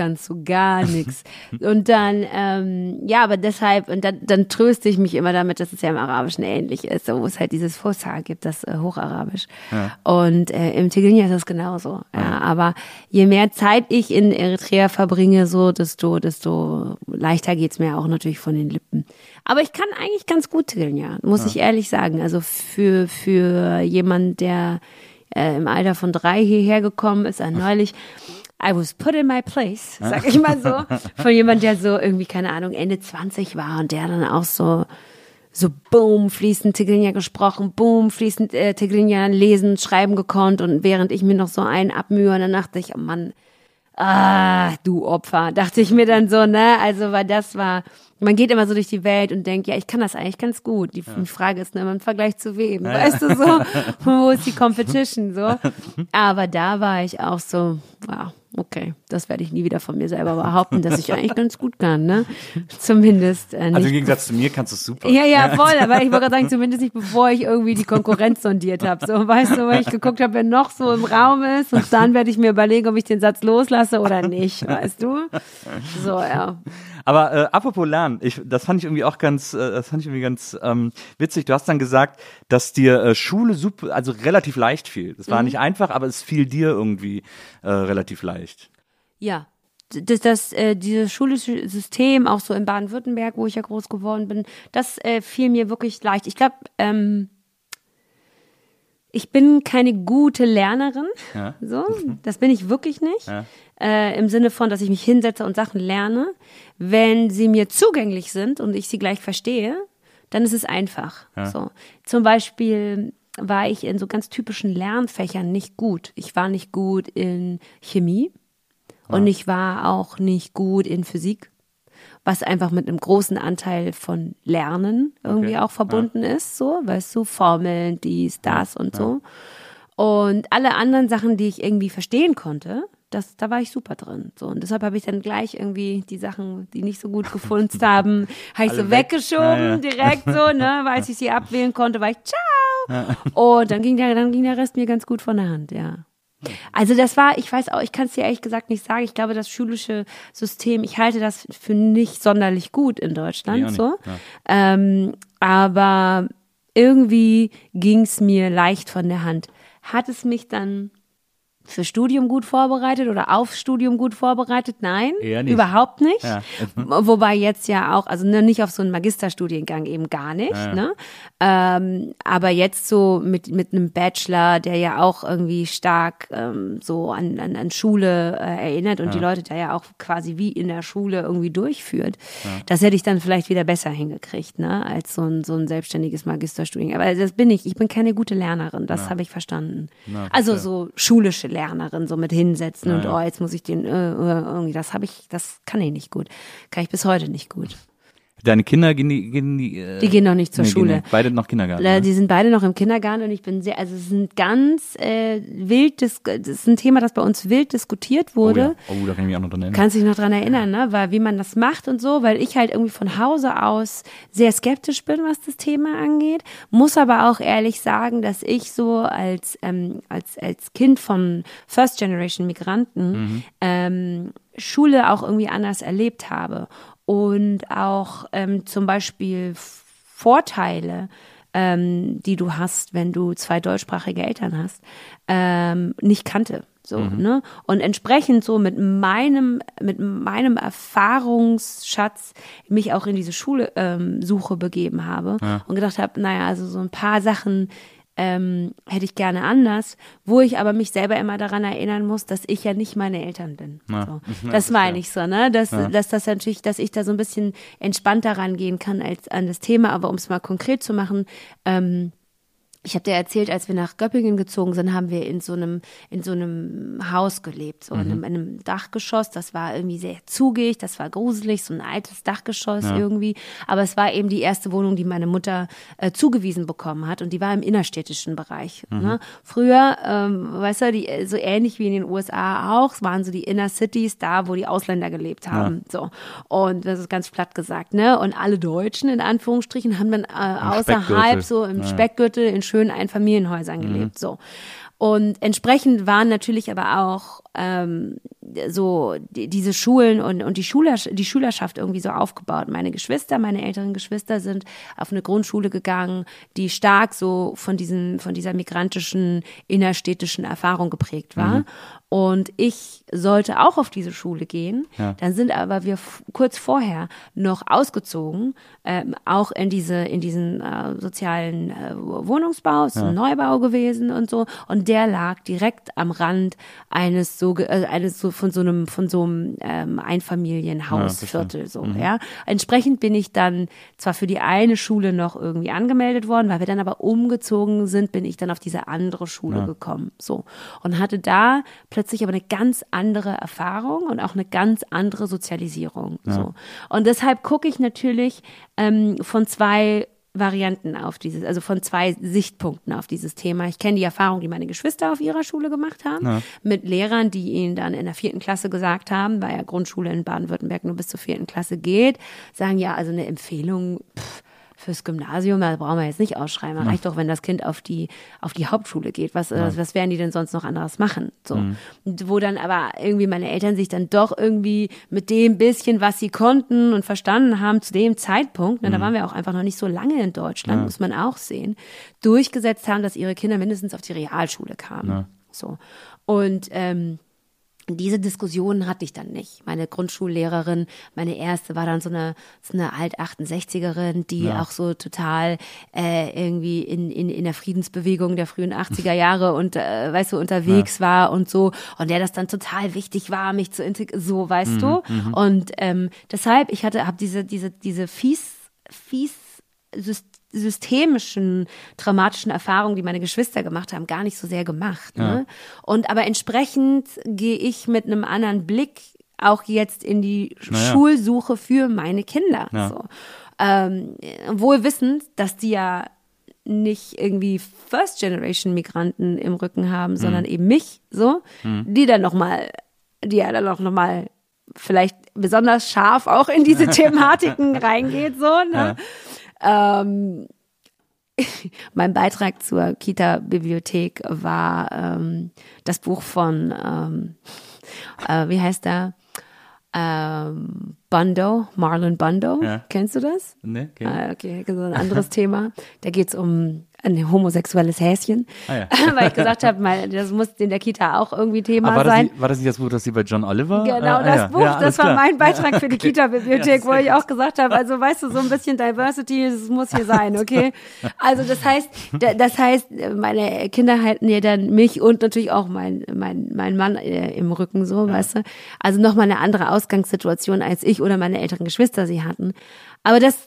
Und dann, aber deshalb, und dann tröste ich mich immer damit, dass es ja im Arabischen ähnlich ist, so, wo es halt dieses Fusha gibt, das Hocharabisch. Ja. Und im Tigrinya ist das genauso. Ja. Aber je mehr Zeit ich in Eritrea verbringe, so, desto leichter geht's mir auch natürlich von den Lippen. Aber ich kann eigentlich ganz gut Tigrinya, muss ich ehrlich sagen. Also für jemanden, der im Alter von 3 hierher gekommen ist, neulich, I was put in my place, sag ich mal so, von jemand, der so irgendwie, keine Ahnung, Ende 20 war und der dann auch so boom, fließend Tigrinya gesprochen, boom, fließend Tigrinya lesen, schreiben gekonnt, und während ich mir noch so einen abmühe, und dann dachte ich, oh Mann, du Opfer, dachte ich mir dann so, ne, also, weil das war, man geht immer so durch die Welt und denkt, ja, ich kann das eigentlich ganz gut. Die Frage ist nur immer im Vergleich zu wem, weißt du, so, wo ist die Competition, so. Aber da war ich auch so, wow, okay, das werde ich nie wieder von mir selber behaupten, dass ich eigentlich ganz gut kann, ne? Zumindest nicht. Also im Gegensatz zu mir kannst du es super. Ja, voll, aber ich wollte gerade sagen, zumindest nicht, bevor ich irgendwie die Konkurrenz sondiert habe. So, weißt du, weil ich geguckt habe, wer noch so im Raum ist, und dann werde ich mir überlegen, ob ich den Satz loslasse oder nicht, weißt du? So, ja. Aber apropos Lernen, das fand ich irgendwie ganz witzig. Du hast dann gesagt, dass dir Schule super, also relativ leicht fiel. Das war nicht einfach, aber es fiel dir irgendwie relativ leicht. Ja, dieses schulische System, auch so in Baden-Württemberg, wo ich ja groß geworden bin, das fiel mir wirklich leicht. Ich glaube, ich bin keine gute Lernerin, so, das bin ich wirklich nicht, im Sinne von, dass ich mich hinsetze und Sachen lerne. Wenn sie mir zugänglich sind und ich sie gleich verstehe, dann ist es einfach. So. Zum Beispiel war ich in so ganz typischen Lernfächern nicht gut. Ich war nicht gut in Chemie und ich war auch nicht gut in Physik, was einfach mit einem großen Anteil von Lernen irgendwie auch verbunden ist, so, weißt du, Formeln, dies, das und so. Und alle anderen Sachen, die ich irgendwie verstehen konnte, da war ich super drin. So, und deshalb habe ich dann gleich irgendwie die Sachen, die nicht so gut gefunzt haben, habe ich so weggeschoben, direkt so, ne, weil ich sie abwählen konnte, war ich, ciao. Und dann ging der Rest mir ganz gut von der Hand, ja. Also das war, ich weiß auch, ich kann es dir ehrlich gesagt nicht sagen, ich glaube, das schulische System, ich halte das für nicht sonderlich gut in Deutschland, so. Ja. Aber irgendwie ging es mir leicht von der Hand. Hat es mich dann für Studium gut vorbereitet oder aufs Studium gut vorbereitet? Nein, überhaupt nicht. Ja. Wobei jetzt ja auch, also nicht auf so einen Magisterstudiengang eben gar nicht. Ne? Aber jetzt so mit einem Bachelor, der ja auch irgendwie stark so an Schule erinnert und die Leute da ja auch quasi wie in der Schule irgendwie durchführt. Das hätte ich dann vielleicht wieder besser hingekriegt, ne? Als so ein selbstständiges Magisterstudiengang. Aber das bin ich bin keine gute Lernerin, das habe ich verstanden. Also so schulische Lernerin, so mit hinsetzen und jetzt muss ich den irgendwie, das kann ich nicht gut. Kann ich bis heute nicht gut. Deine Kinder gehen die gehen noch nicht zur Schule. Beide noch Kindergarten. Die sind beide noch im Kindergarten und ich bin also es ist ein ganz das ist ein Thema, das bei uns wild diskutiert wurde. Oh, da kann ich mich auch noch dran erinnern. Kannst dich noch dran erinnern, ne? Weil wie man das macht und so, weil ich halt irgendwie von Hause aus sehr skeptisch bin, was das Thema angeht. Muss aber auch ehrlich sagen, dass ich so als Kind von First Generation Migranten Schule auch irgendwie anders erlebt habe. Und auch zum Beispiel Vorteile, die du hast, wenn du 2 deutschsprachige Eltern hast, nicht kannte. So, ne? Und entsprechend so mit meinem Erfahrungsschatz mich auch in diese Schule-Suche begeben habe und gedacht habe, naja, also so ein paar Sachen hätte ich gerne anders, wo ich aber mich selber immer daran erinnern muss, dass ich ja nicht meine Eltern bin. So. Das meine ich so, ne? Dass das natürlich, dass ich da so ein bisschen entspannter rangehen kann als an das Thema, aber um es mal konkret zu machen, ich habe dir erzählt, als wir nach Göppingen gezogen sind, haben wir in so einem Haus gelebt, so in einem Dachgeschoss. Das war irgendwie sehr zugig, das war gruselig, so ein altes Dachgeschoss irgendwie. Aber es war eben die erste Wohnung, die meine Mutter zugewiesen bekommen hat, und die war im innerstädtischen Bereich. Ne? Früher, weißt du, so ähnlich wie in den USA auch, waren so die Inner Cities da, wo die Ausländer gelebt haben. So. Und das ist ganz platt gesagt, ne? Und alle Deutschen in Anführungsstrichen haben dann außerhalb so im Speckgürtel in schönen Einfamilienhäusern gelebt, so. Und entsprechend waren natürlich aber auch so diese Schulen und die Schülerschaft irgendwie so aufgebaut. Meine älteren Geschwister sind auf eine Grundschule gegangen, die stark so von dieser migrantischen, innerstädtischen Erfahrung geprägt war. Und ich sollte auch auf diese Schule gehen. Ja. Dann sind aber wir kurz vorher noch ausgezogen, auch in diesen sozialen Wohnungsbau, ist ein Neubau gewesen und so. Und der lag direkt am Rand eines von so einem Einfamilienhausviertel, ja. Entsprechend bin ich dann zwar für die eine Schule noch irgendwie angemeldet worden, weil wir dann aber umgezogen sind, bin ich dann auf diese andere Schule gekommen, so. Und hatte da plötzlich aber eine ganz andere Erfahrung und auch eine ganz andere Sozialisierung, so. Und deshalb gucke ich natürlich von zwei Varianten also von zwei Sichtpunkten auf dieses Thema. Ich kenne die Erfahrung, die meine Geschwister auf ihrer Schule gemacht haben, mit Lehrern, die ihnen dann in der 4. Klasse gesagt haben, weil ja Grundschule in Baden-Württemberg nur bis zur 4. Klasse geht, sagen ja, also eine Empfehlung fürs Gymnasium, da brauchen wir jetzt nicht ausschreiben. Reicht doch, wenn das Kind auf die Hauptschule geht. Was werden die denn sonst noch anderes machen? So. Und wo dann aber irgendwie meine Eltern sich dann doch irgendwie mit dem bisschen, was sie konnten und verstanden haben zu dem Zeitpunkt, da waren wir auch einfach noch nicht so lange in Deutschland, muss man auch sehen, durchgesetzt haben, dass ihre Kinder mindestens auf die Realschule kamen. So. Und diese Diskussionen hatte ich dann nicht. Meine Grundschullehrerin, meine erste, war dann so eine Alt-68erin, die auch so total irgendwie in der Friedensbewegung der frühen 80er Jahre und weißt du, unterwegs war und so, und der das dann total wichtig war, mich zu integrieren, so, weißt du. Und deshalb, ich habe diese fies systemischen, traumatischen Erfahrungen, die meine Geschwister gemacht haben, gar nicht so sehr gemacht. Ne? Und aber entsprechend gehe ich mit einem anderen Blick auch jetzt in die Schulsuche für meine Kinder. So. Wohl wissend, dass die ja nicht irgendwie First-Generation-Migranten im Rücken haben, sondern eben mich, so, die dann noch mal vielleicht besonders scharf auch in diese Thematiken reingeht, so, ne? Mein Beitrag zur Kita-Bibliothek war das Buch von, wie heißt der? Marlon Bundo. Kennst du das? Nee, okay, so ein anderes Thema. Da geht's um ein homosexuelles Häschen. Weil ich gesagt habe, das muss in der Kita auch irgendwie Thema sein. War das nicht das Buch, das Sie bei John Oliver? Genau, das Buch, das war mein Beitrag für die Kita-Bibliothek, wo ich auch gesagt habe, also weißt du, so ein bisschen Diversity, das muss hier sein, okay? Also das heißt, meine Kinder halten ja dann mich und natürlich auch mein Mann im Rücken, so, weißt du? Also nochmal eine andere Ausgangssituation, als ich oder meine älteren Geschwister sie hatten. Aber das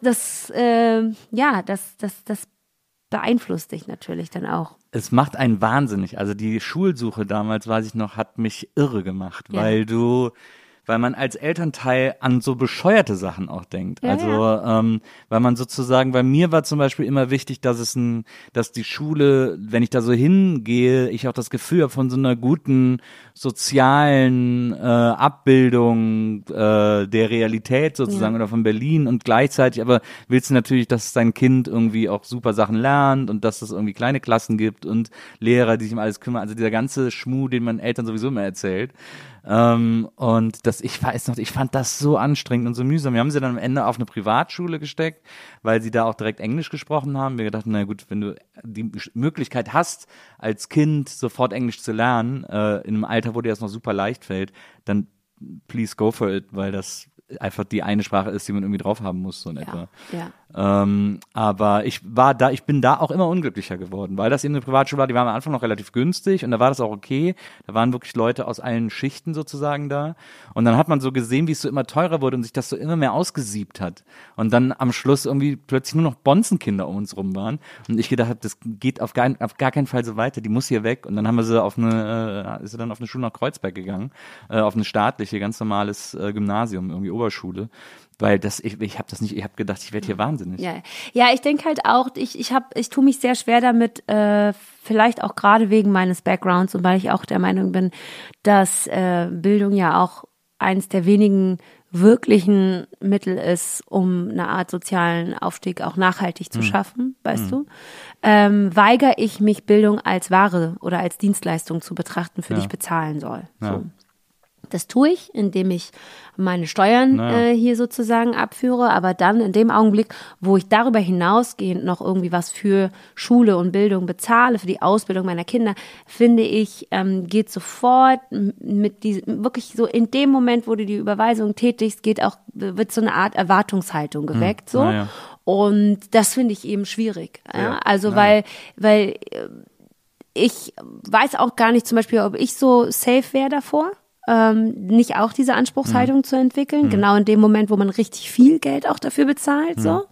beeinflusst dich natürlich dann auch. Es macht einen wahnsinnig. Also die Schulsuche damals, weiß ich noch, hat mich irre gemacht, weil man als Elternteil an so bescheuerte Sachen auch denkt. Weil man sozusagen, bei mir war zum Beispiel immer wichtig, dass die Schule, wenn ich da so hingehe, ich auch das Gefühl habe von so einer guten sozialen Abbildung der Realität sozusagen oder von Berlin, und gleichzeitig aber willst du natürlich, dass dein Kind irgendwie auch super Sachen lernt und dass es irgendwie kleine Klassen gibt und Lehrer, die sich um alles kümmern. Also dieser ganze Schmuh, den man Eltern sowieso immer erzählt. Und ich weiß noch, ich fand das so anstrengend und so mühsam. Wir haben sie dann am Ende auf eine Privatschule gesteckt, weil sie da auch direkt Englisch gesprochen haben. Wir gedacht, na gut, wenn du die Möglichkeit hast, als Kind sofort Englisch zu lernen, in einem Alter, wo dir das noch super leicht fällt, dann please go for it, weil das einfach die eine Sprache ist, die man irgendwie drauf haben muss, so in etwa. Ja. Aber ich bin da auch immer unglücklicher geworden, weil das eben eine Privatschule war, die war am Anfang noch relativ günstig und da war das auch okay. Da waren wirklich Leute aus allen Schichten sozusagen da. Und dann hat man so gesehen, wie es so immer teurer wurde und sich das so immer mehr ausgesiebt hat. Und dann am Schluss irgendwie plötzlich nur noch Bonzenkinder um uns rum waren. Und ich gedacht habe, das geht auf gar keinen Fall so weiter, die muss hier weg. Und dann haben wir sie ist sie dann auf eine Schule nach Kreuzberg gegangen, auf eine staatliche, ganz normales Gymnasium, irgendwie Oberschule. Weil ich habe gedacht, ich werde hier wahnsinnig. Ja, ich denke halt auch, ich tue mich sehr schwer damit, vielleicht auch gerade wegen meines Backgrounds und weil ich auch der Meinung bin, dass Bildung ja auch eines der wenigen wirklichen Mittel ist, um eine Art sozialen Aufstieg auch nachhaltig zu schaffen, weißt du, weigere ich mich, Bildung als Ware oder als Dienstleistung zu betrachten, für die ich bezahlen soll. Ja. So. Das tue ich, indem ich meine Steuern hier sozusagen abführe, aber dann in dem Augenblick, wo ich darüber hinausgehend noch irgendwie was für Schule und Bildung bezahle, für die Ausbildung meiner Kinder, finde ich, geht sofort mit diesem, wirklich so in dem Moment, wo du die Überweisung tätigst, wird so eine Art Erwartungshaltung geweckt, so. Ja. Und das finde ich eben schwierig. Ja? Also, weil ich weiß auch gar nicht zum Beispiel, ob ich so safe wäre davor. Nicht auch diese Anspruchshaltung zu entwickeln, genau in dem Moment, wo man richtig viel Geld auch dafür bezahlt, so.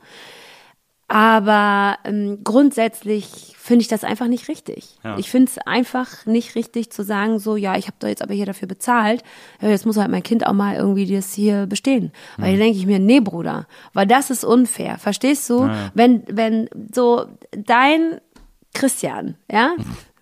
Aber grundsätzlich finde ich das einfach nicht richtig. Ja. Ich finde es einfach nicht richtig zu sagen, so, ja, ich habe doch jetzt aber hier dafür bezahlt, ja, jetzt muss halt mein Kind auch mal irgendwie das hier bestehen. Weil hier denke ich mir, nee, Bruder, weil das ist unfair, verstehst du? Ja. Wenn so dein Christian, ja,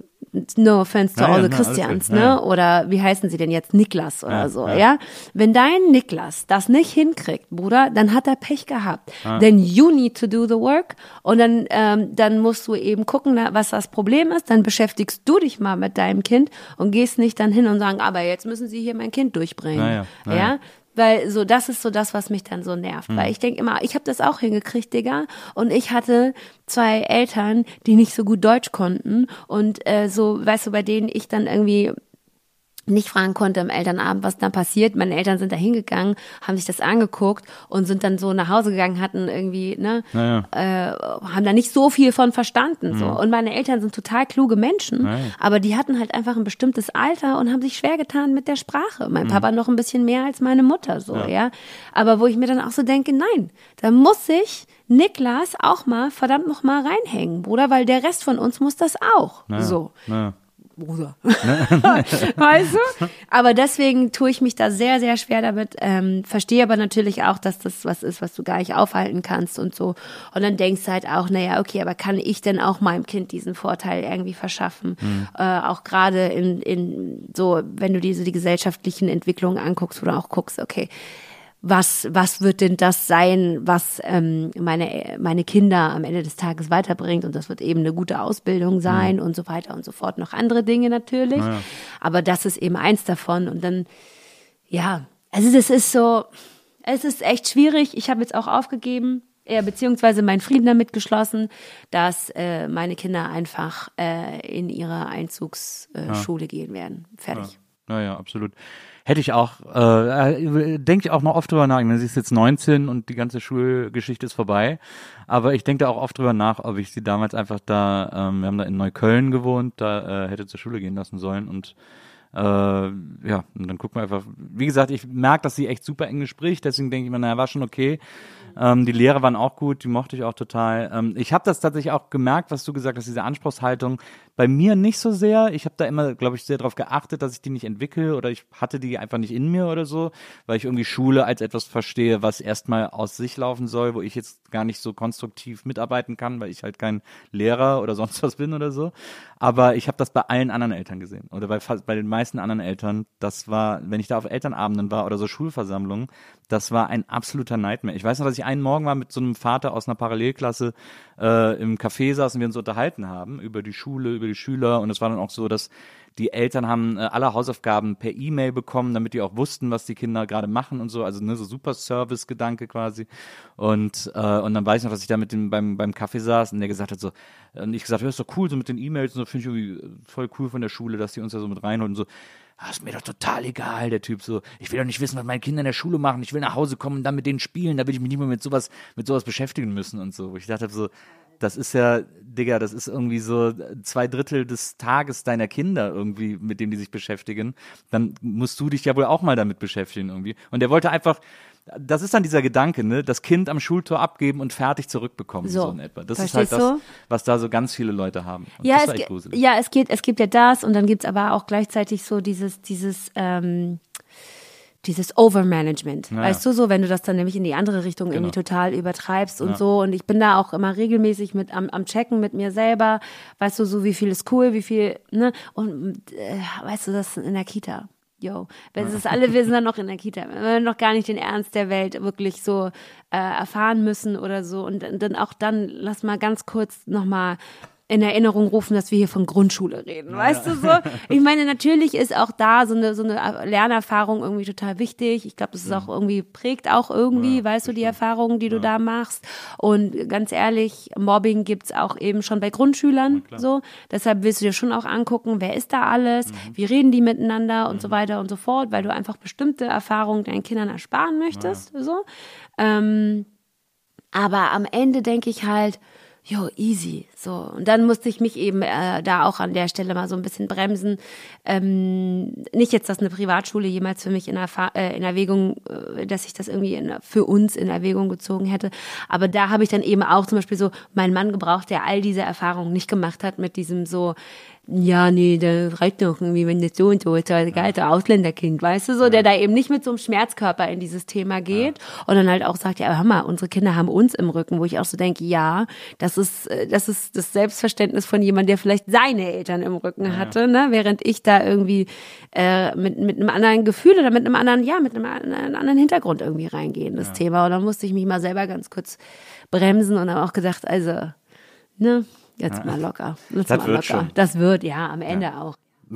no offense to all the Christians, ne? Oder wie heißen sie denn jetzt? Niklas oder so, ja? Wenn dein Niklas das nicht hinkriegt, Bruder, dann hat er Pech gehabt. Then you need to do the work und dann musst du eben gucken, was das Problem ist. Dann beschäftigst du dich mal mit deinem Kind und gehst nicht dann hin und sagen, aber jetzt müssen sie hier mein Kind durchbringen. Ja? Weil so, das ist so das, was mich dann so nervt. Weil ich denke immer, ich habe das auch hingekriegt, Digga. Und ich hatte 2 Eltern, die nicht so gut Deutsch konnten. Und so, weißt du, bei denen ich dann irgendwie nicht fragen konnte am Elternabend, was da passiert. Meine Eltern sind da hingegangen, haben sich das angeguckt und sind dann so nach Hause gegangen, hatten irgendwie, haben da nicht so viel von verstanden. So. Und meine Eltern sind total kluge Menschen, aber die hatten halt einfach ein bestimmtes Alter und haben sich schwer getan mit der Sprache. Mein Papa noch ein bisschen mehr als meine Mutter, so, ja. Aber wo ich mir dann auch so denke, nein, da muss sich Niklas auch mal verdammt noch mal reinhängen, Bruder, weil der Rest von uns muss das auch. So. Bruder. Weißt du? Aber deswegen tue ich mich da sehr, sehr schwer damit, verstehe aber natürlich auch, dass das was ist, was du gar nicht aufhalten kannst und so. Und dann denkst du halt auch, naja, okay, aber kann ich denn auch meinem Kind diesen Vorteil irgendwie verschaffen? Auch gerade in so, wenn du dir so die gesellschaftlichen Entwicklungen anguckst, wo du auch guckst, okay, was wird denn das sein, was meine Kinder am Ende des Tages weiterbringt, und das wird eben eine gute Ausbildung sein und so weiter und so fort. Noch andere Dinge natürlich, aber das ist eben eins davon. Und dann, ja, also es ist echt schwierig. Ich habe jetzt auch aufgegeben, beziehungsweise meinen Frieden damit geschlossen, dass meine Kinder einfach in ihre Einzugsschule gehen werden. Fertig. Ja, absolut. Hätte ich auch, denke ich auch noch oft drüber nach. Ich meine, sie ist jetzt 19 und die ganze Schulgeschichte ist vorbei. Aber ich denke da auch oft drüber nach, ob ich sie damals einfach da, wir haben da in Neukölln gewohnt, da hätte zur Schule gehen lassen sollen. Und und dann gucken wir einfach. Wie gesagt, ich merke, dass sie echt super Englisch spricht, deswegen denke ich mir, naja, war schon okay. Die Lehrer waren auch gut, die mochte ich auch total. Ich habe das tatsächlich auch gemerkt, was du gesagt hast, diese Anspruchshaltung. Bei mir nicht so sehr. Ich habe da immer, glaube ich, sehr darauf geachtet, dass ich die nicht entwickle oder ich hatte die einfach nicht in mir oder so, weil ich irgendwie Schule als etwas verstehe, was erstmal aus sich laufen soll, wo ich jetzt gar nicht so konstruktiv mitarbeiten kann, weil ich halt kein Lehrer oder sonst was bin oder so. Aber ich habe das bei allen anderen Eltern gesehen oder bei den meisten anderen Eltern. Das war, wenn ich da auf Elternabenden war oder so Schulversammlungen, das war ein absoluter Nightmare. Ich weiß noch, dass ich einen Morgen mal mit so einem Vater aus einer Parallelklasse im Café saß und wir uns unterhalten haben über die Schule, über die Schüler, und es war dann auch so, dass die Eltern haben alle Hausaufgaben per E-Mail bekommen, damit die auch wussten, was die Kinder gerade machen und so, also ne, so super Service-Gedanke quasi. Und dann weiß ich noch, dass ich da mit dem beim Kaffee saß und der gesagt hat so, und ich gesagt, ja, ist doch cool, so mit den E-Mails und so, finde ich irgendwie voll cool von der Schule, dass die uns da so mit reinholen und so. Ist mir doch total egal, der Typ so. Ich will doch nicht wissen, was meine Kinder in der Schule machen. Ich will nach Hause kommen und dann mit denen spielen. Da will ich mich nicht mehr mit sowas beschäftigen müssen und so. Wo ich dachte so, das ist ja, Digga, das ist irgendwie so 2/3 des Tages deiner Kinder irgendwie, mit dem die sich beschäftigen. Dann musst du dich ja wohl auch mal damit beschäftigen irgendwie. Und der wollte einfach, das ist dann dieser Gedanke, ne, das Kind am Schultor abgeben und fertig zurückbekommen, so in etwa. Das ist halt das, was da so ganz viele Leute haben. Und ja, das ist echt gruselig. Ja, es gibt ja das und dann gibt's aber auch gleichzeitig so dieses Overmanagement, weißt du, so, wenn du das dann nämlich in die andere Richtung irgendwie total übertreibst und so, und ich bin da auch immer regelmäßig mit am Checken mit mir selber, weißt du, so wie viel ist cool, wie viel, ne, und weißt du, das in der Kita. Yo, wir sind dann noch in der Kita, wenn wir noch gar nicht den Ernst der Welt wirklich so erfahren müssen oder so, und dann lass mal ganz kurz nochmal in Erinnerung rufen, dass wir hier von Grundschule reden, weißt du so? Ich meine, natürlich ist auch da so eine Lernerfahrung irgendwie total wichtig. Ich glaube, das ist auch irgendwie, prägt auch irgendwie, weißt du, die Erfahrungen, die du da machst. Und ganz ehrlich, Mobbing gibt's auch eben schon bei Grundschülern, so. Deshalb willst du dir schon auch angucken, wer ist da alles, wie reden die miteinander und so weiter und so fort, weil du einfach bestimmte Erfahrungen deinen Kindern ersparen möchtest, so. Aber am Ende denke ich halt, jo, easy, so. Und dann musste ich mich eben da auch an der Stelle mal so ein bisschen bremsen. Nicht jetzt, dass eine Privatschule jemals für mich in Erwägung, dass ich das irgendwie für uns in Erwägung gezogen hätte. Aber da habe ich dann eben auch zum Beispiel so meinen Mann gebraucht, der all diese Erfahrungen nicht gemacht hat mit diesem so, ja, nee, das reicht doch irgendwie, wenn das so und so ist, ein geiler Ausländerkind, weißt du, so, der da eben nicht mit so einem Schmerzkörper in dieses Thema geht und dann halt auch sagt, ja, hör mal, unsere Kinder haben uns im Rücken, wo ich auch so denke, ja, das ist das Selbstverständnis von jemandem, der vielleicht seine Eltern im Rücken hatte, ne, während ich da irgendwie mit einem anderen Gefühl oder mit einem anderen Hintergrund irgendwie reingehe in das Thema, und dann musste ich mich mal selber ganz kurz bremsen und habe auch gedacht, also, ne, jetzt mal locker. Das wird schon. Das wird, ja, am Ende auch.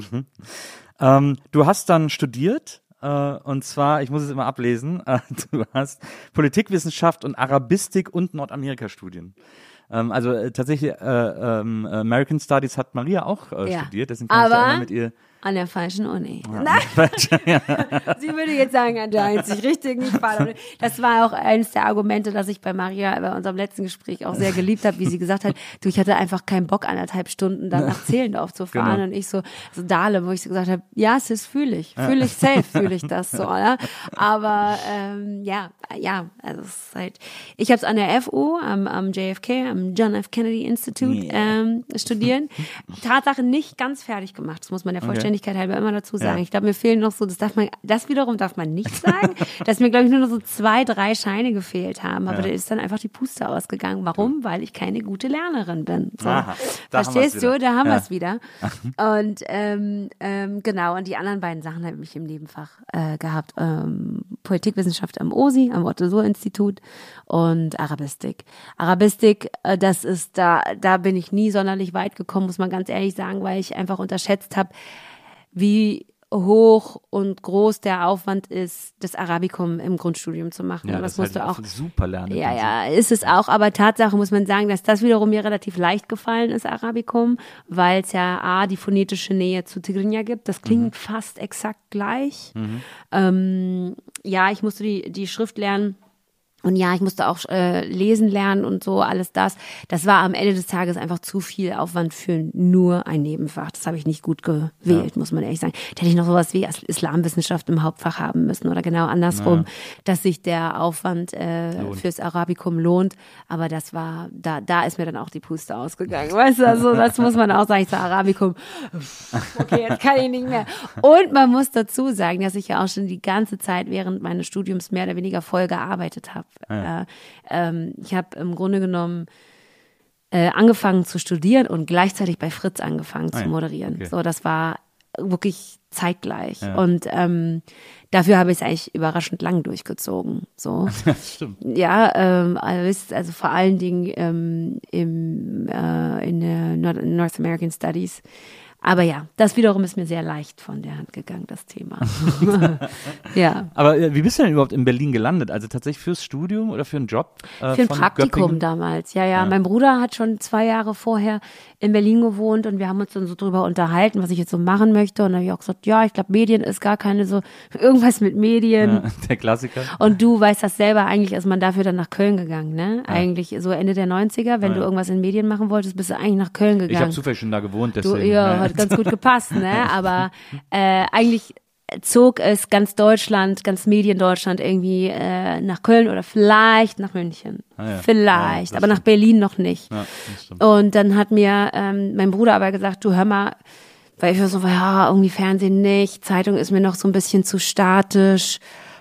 Du hast dann studiert, und zwar, ich muss es immer ablesen, du hast Politikwissenschaft und Arabistik und Nordamerika-Studien. Also tatsächlich American Studies hat Maria auch studiert, deswegen kann ich da immer mit ihr... An der falschen Uni. Ja, Sie würde jetzt sagen, an der einzig richtigen Fall. Das war auch eines der Argumente, dass ich bei Maria bei unserem letzten Gespräch auch sehr geliebt habe, wie sie gesagt hat, du, ich hatte einfach keinen Bock, 1,5 Stunden dann nach Zehlendorf zu fahren. Genau. Und ich so Dahlem, wo ich so gesagt habe, ja, es fühle ich safe, fühle ich das so, oder? Aber also es ist halt, ich habe es an der FU, am JFK, am John F. Kennedy Institute studiert. Tatsache nicht ganz fertig gemacht, das muss man ja Vollständigkeit halber immer dazu sagen. Ich glaube, mir fehlen noch so, das wiederum darf man nicht sagen, dass mir, glaube ich, nur noch so 2, 3 Scheine gefehlt haben. Aber da ist dann einfach die Puste ausgegangen. Warum? Weil ich keine gute Lernerin bin. So. Aha, verstehst du? Da haben wir es wieder. Und genau, und die anderen beiden Sachen habe ich im Nebenfach gehabt. Politikwissenschaft am OSI, am Otto-Suhr-Institut, und Arabistik. Arabistik, das ist, da bin ich nie sonderlich weit gekommen, muss man ganz ehrlich sagen, weil ich einfach unterschätzt habe, wie hoch und groß der Aufwand ist, das Arabikum im Grundstudium zu machen. Ja, das musst halt du auch super lernen. Ja, ist es auch, aber Tatsache muss man sagen, dass das wiederum mir relativ leicht gefallen ist, Arabikum, weil es ja die phonetische Nähe zu Tigrinya gibt. Das klingt fast exakt gleich. Ich musste die Schrift lernen. Und ja, ich musste auch lesen lernen und so, alles das. Das war am Ende des Tages einfach zu viel Aufwand für nur ein Nebenfach. Das habe ich nicht gut gewählt, muss man ehrlich sagen. Da hätte ich noch sowas wie Islamwissenschaft im Hauptfach haben müssen oder genau andersrum, dass sich der Aufwand fürs Arabikum lohnt. Aber das war, da ist mir dann auch die Puste ausgegangen. Weißt du, also das muss man auch sagen. Ich sage Arabikum, okay, jetzt kann ich nicht mehr. Und man muss dazu sagen, dass ich ja auch schon die ganze Zeit während meines Studiums mehr oder weniger voll gearbeitet habe. Ich habe im Grunde genommen angefangen zu studieren und gleichzeitig bei Fritz angefangen zu moderieren. Okay. So, das war wirklich zeitgleich. Ja. Und dafür habe ich es eigentlich überraschend lang durchgezogen. So. Das stimmt. Ja, also vor allen Dingen in der North American Studies. Aber ja, das wiederum ist mir sehr leicht von der Hand gegangen, das Thema. Ja. Aber wie bist du denn überhaupt in Berlin gelandet? Also tatsächlich fürs Studium oder für einen Job? Für ein von Praktikum Göppingen? damals, ja. Mein Bruder hat schon 2 Jahre vorher in Berlin gewohnt und wir haben uns dann so drüber unterhalten, was ich jetzt so machen möchte. Und dann habe ich auch gesagt, ja, ich glaube, Medien ist gar keine so, irgendwas mit Medien. Ja, der Klassiker. Und du weißt das selber, eigentlich ist man dafür dann nach Köln gegangen, ne? Ja. Eigentlich so Ende der 90er, wenn du irgendwas in Medien machen wolltest, bist du eigentlich nach Köln gegangen. Ich habe zufällig schon da gewohnt, deswegen. Ja, hat ganz gut gepasst, ne? Aber eigentlich zog es ganz Deutschland, ganz Mediendeutschland irgendwie nach Köln oder vielleicht nach München. Vielleicht, aber nach Berlin noch nicht. Ja, das stimmt. Und dann hat mir mein Bruder aber gesagt, du hör mal, weil ich war so, ja, irgendwie Fernsehen nicht, Zeitung ist mir noch so ein bisschen zu statisch.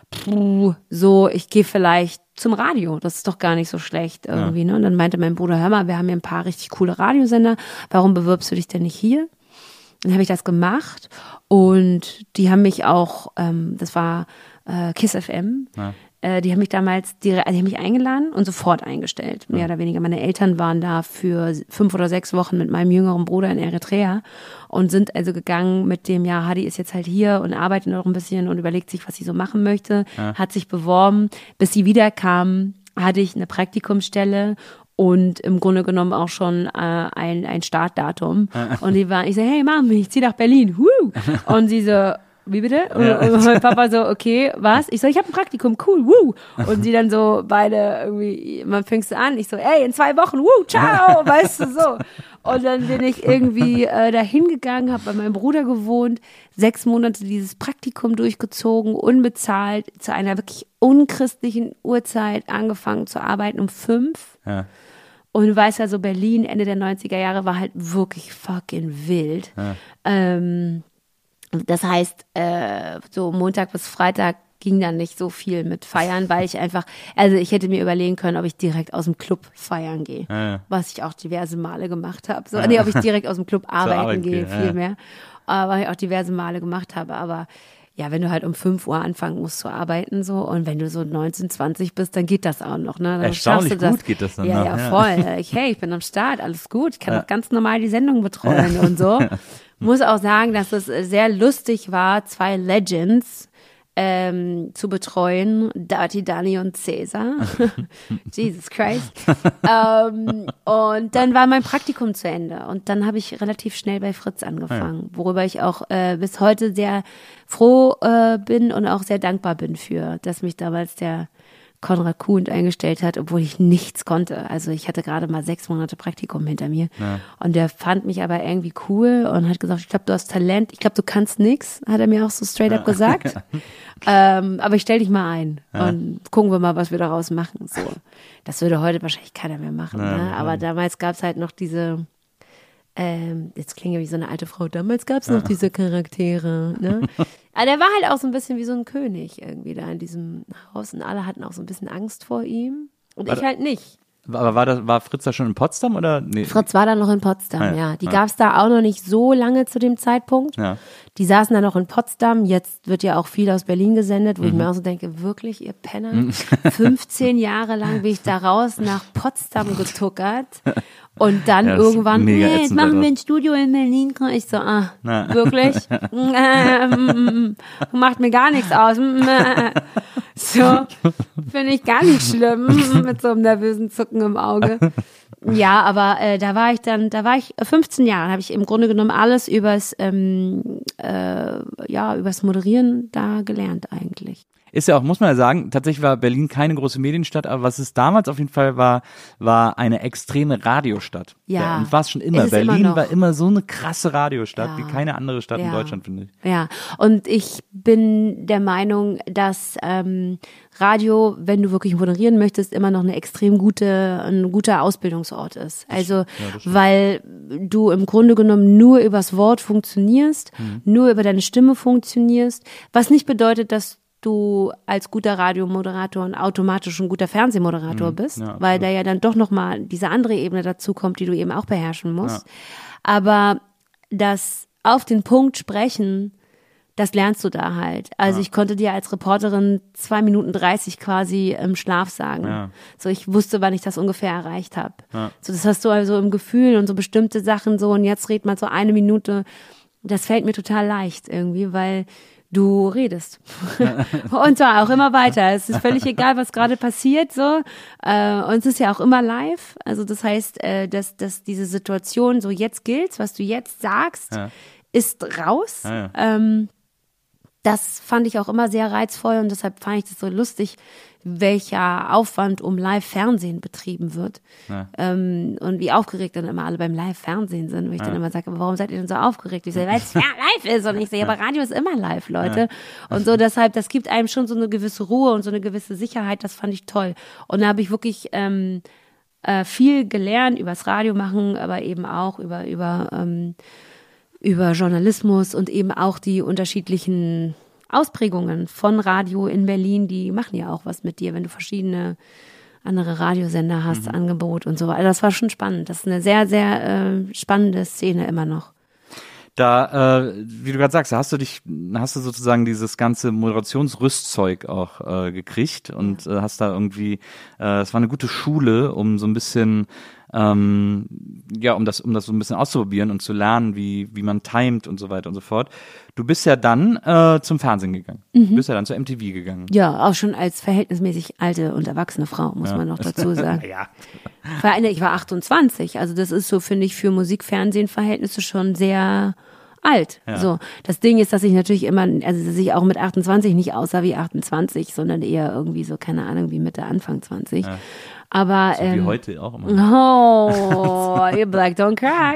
So, ich gehe vielleicht zum Radio, das ist doch gar nicht so schlecht irgendwie, ne? Und dann meinte mein Bruder, hör mal, wir haben hier ein paar richtig coole Radiosender, warum bewirbst du dich denn nicht hier? Dann habe ich das gemacht und die haben mich auch, das war KISS FM, die haben mich damals die haben mich eingeladen und sofort eingestellt, mehr oder weniger. Meine Eltern waren da für 5 oder 6 Wochen mit meinem jüngeren Bruder in Eritrea und sind also gegangen mit dem, ja, Hadi ist jetzt halt hier und arbeitet noch ein bisschen und überlegt sich, was sie so machen möchte, hat sich beworben. Bis sie wiederkamen, hatte ich eine Praktikumsstelle und im Grunde genommen auch schon ein Startdatum. Und ich so, hey Mom, ich ziehe nach Berlin. Woo! Und sie so, wie bitte? Und mein Papa so, okay, was? Ich so, ich habe ein Praktikum, cool, woo! Und sie dann so beide irgendwie, man fängst du an, ich so, ey, in 2 Wochen, woo, ciao, weißt du, so. Und dann bin ich irgendwie dahin gegangen, habe bei meinem Bruder gewohnt, 6 Monate dieses Praktikum durchgezogen, unbezahlt, zu einer wirklich unchristlichen Uhrzeit angefangen zu arbeiten um 5. Ja. Und du weißt ja, so Berlin, Ende der 90er Jahre war halt wirklich fucking wild. Ja. Das heißt, so Montag bis Freitag ging dann nicht so viel mit Feiern, weil ich einfach, also ich hätte mir überlegen können, ob ich direkt aus dem Club feiern gehe, was ich auch diverse Male gemacht habe. So, ob ich direkt aus dem Club arbeiten gehe, vielmehr, was ich auch diverse Male gemacht habe, aber ja, wenn du halt um 5 Uhr anfangen musst zu arbeiten so und wenn du so 19, 20 bist, dann geht das auch noch. Ne? Dann erstaunlich gut geht das dann. Ja, voll. Hey, ich bin am Start, alles gut. Ich kann auch ganz normal die Sendung betreuen und so. Muss auch sagen, dass es sehr lustig war, 2 Legends zu betreuen, Dirty Danny und Cäsar. Jesus Christ. Und dann war mein Praktikum zu Ende und dann habe ich relativ schnell bei Fritz angefangen, worüber ich auch bis heute sehr froh bin und auch sehr dankbar bin für, dass mich damals der Konrad Kuhn eingestellt hat, obwohl ich nichts konnte. Also ich hatte gerade mal 6 Monate Praktikum hinter mir. Ja. Und der fand mich aber irgendwie cool und hat gesagt, ich glaube, du hast Talent. Ich glaube, du kannst nix, hat er mir auch so straight up gesagt. Aber ich stell dich mal ein und gucken wir mal, was wir daraus machen. So, das würde heute wahrscheinlich keiner mehr machen. Ne? Aber damals gab es halt noch diese, jetzt klinge ich wie so eine alte Frau, damals gab es noch diese Charaktere, ne? Aber der war halt auch so ein bisschen wie so ein König irgendwie da in diesem Haus und alle hatten auch so ein bisschen Angst vor ihm und ich halt nicht. Aber war Fritz da schon in Potsdam oder? Nee. Fritz war da noch in Potsdam, ja. Die gab es da auch noch nicht so lange zu dem Zeitpunkt. Ja. Die saßen da noch in Potsdam. Jetzt wird ja auch viel aus Berlin gesendet, wo ich mir auch so denke, wirklich, ihr Penner? 15 Jahre lang bin ich da raus nach Potsdam getuckert. Und dann irgendwann, jetzt machen wir ein Studio in Berlin. Ich so, wirklich? Macht mir gar nichts aus. So, finde ich gar nicht schlimm, mit so einem nervösen Zucken im Auge. Ja, aber da war ich 15 Jahre, habe ich im Grunde genommen alles übers Moderieren da gelernt eigentlich. Ist ja auch, muss man ja sagen, tatsächlich war Berlin keine große Medienstadt, aber was es damals auf jeden Fall war eine extreme Radiostadt. Ja. Und war es schon immer. Berlin war immer so eine krasse Radiostadt wie keine andere Stadt in Deutschland, finde ich. Ja, und ich bin der Meinung, dass Radio, wenn du wirklich moderieren möchtest, immer noch ein guter Ausbildungsort ist. Also, weil du im Grunde genommen nur übers Wort funktionierst, nur über deine Stimme funktionierst, was nicht bedeutet, dass du als guter Radiomoderator und automatisch ein guter Fernsehmoderator bist, weil da ja dann doch nochmal diese andere Ebene dazu kommt, die du eben auch beherrschen musst. Ja. Aber das auf den Punkt sprechen das lernst du da halt. Also ich konnte dir als Reporterin 2 Minuten 30 quasi im Schlaf sagen. Ja. So, ich wusste, wann ich das ungefähr erreicht habe. Ja. So, das hast du also im Gefühl und so bestimmte Sachen so und jetzt redet man so 1 Minute. Das fällt mir total leicht irgendwie, weil du redest. Und zwar auch immer weiter. Es ist völlig egal, was gerade passiert, so. Und es ist ja auch immer live. Also das heißt, dass diese Situation so jetzt gilt, was du jetzt sagst, ist raus. Das fand ich auch immer sehr reizvoll und deshalb fand ich das so lustig, welcher Aufwand um Live-Fernsehen betrieben wird. Und wie aufgeregt dann immer alle beim Live-Fernsehen sind. Und ich dann immer sage, warum seid ihr denn so aufgeregt? Ich sage, weil es live ist. Und ich sage, aber Radio ist immer live, Leute. Und so deshalb, das gibt einem schon so eine gewisse Ruhe und so eine gewisse Sicherheit. Das fand ich toll. Und da habe ich wirklich viel gelernt übers Radio machen, aber eben auch über Journalismus und eben auch die unterschiedlichen Ausprägungen von Radio in Berlin, die machen ja auch was mit dir, wenn du verschiedene andere Radiosender hast, Angebot und so. Also das war schon spannend. Das ist eine sehr, sehr spannende Szene immer noch. Da, wie du gerade sagst, hast du sozusagen dieses ganze Moderationsrüstzeug auch gekriegt und hast da irgendwie, es war eine gute Schule, um so ein bisschen um das so ein bisschen auszuprobieren und zu lernen, wie man timet und so weiter und so fort. Du bist ja dann zum Fernsehen gegangen. Du bist ja dann zur MTV gegangen. Ja, auch schon als verhältnismäßig alte und erwachsene Frau, muss man noch dazu sagen. Ja. Ich war 28, also das ist so, finde ich, für Musik-Fernsehen-Verhältnisse schon sehr alt. Ja. So, das Ding ist, dass ich natürlich immer, also dass ich auch mit 28 nicht aussah wie 28, sondern eher irgendwie so, keine Ahnung, wie Mitte, Anfang 20. Ja. Aber so wie heute auch immer. Oh, Black don't crack.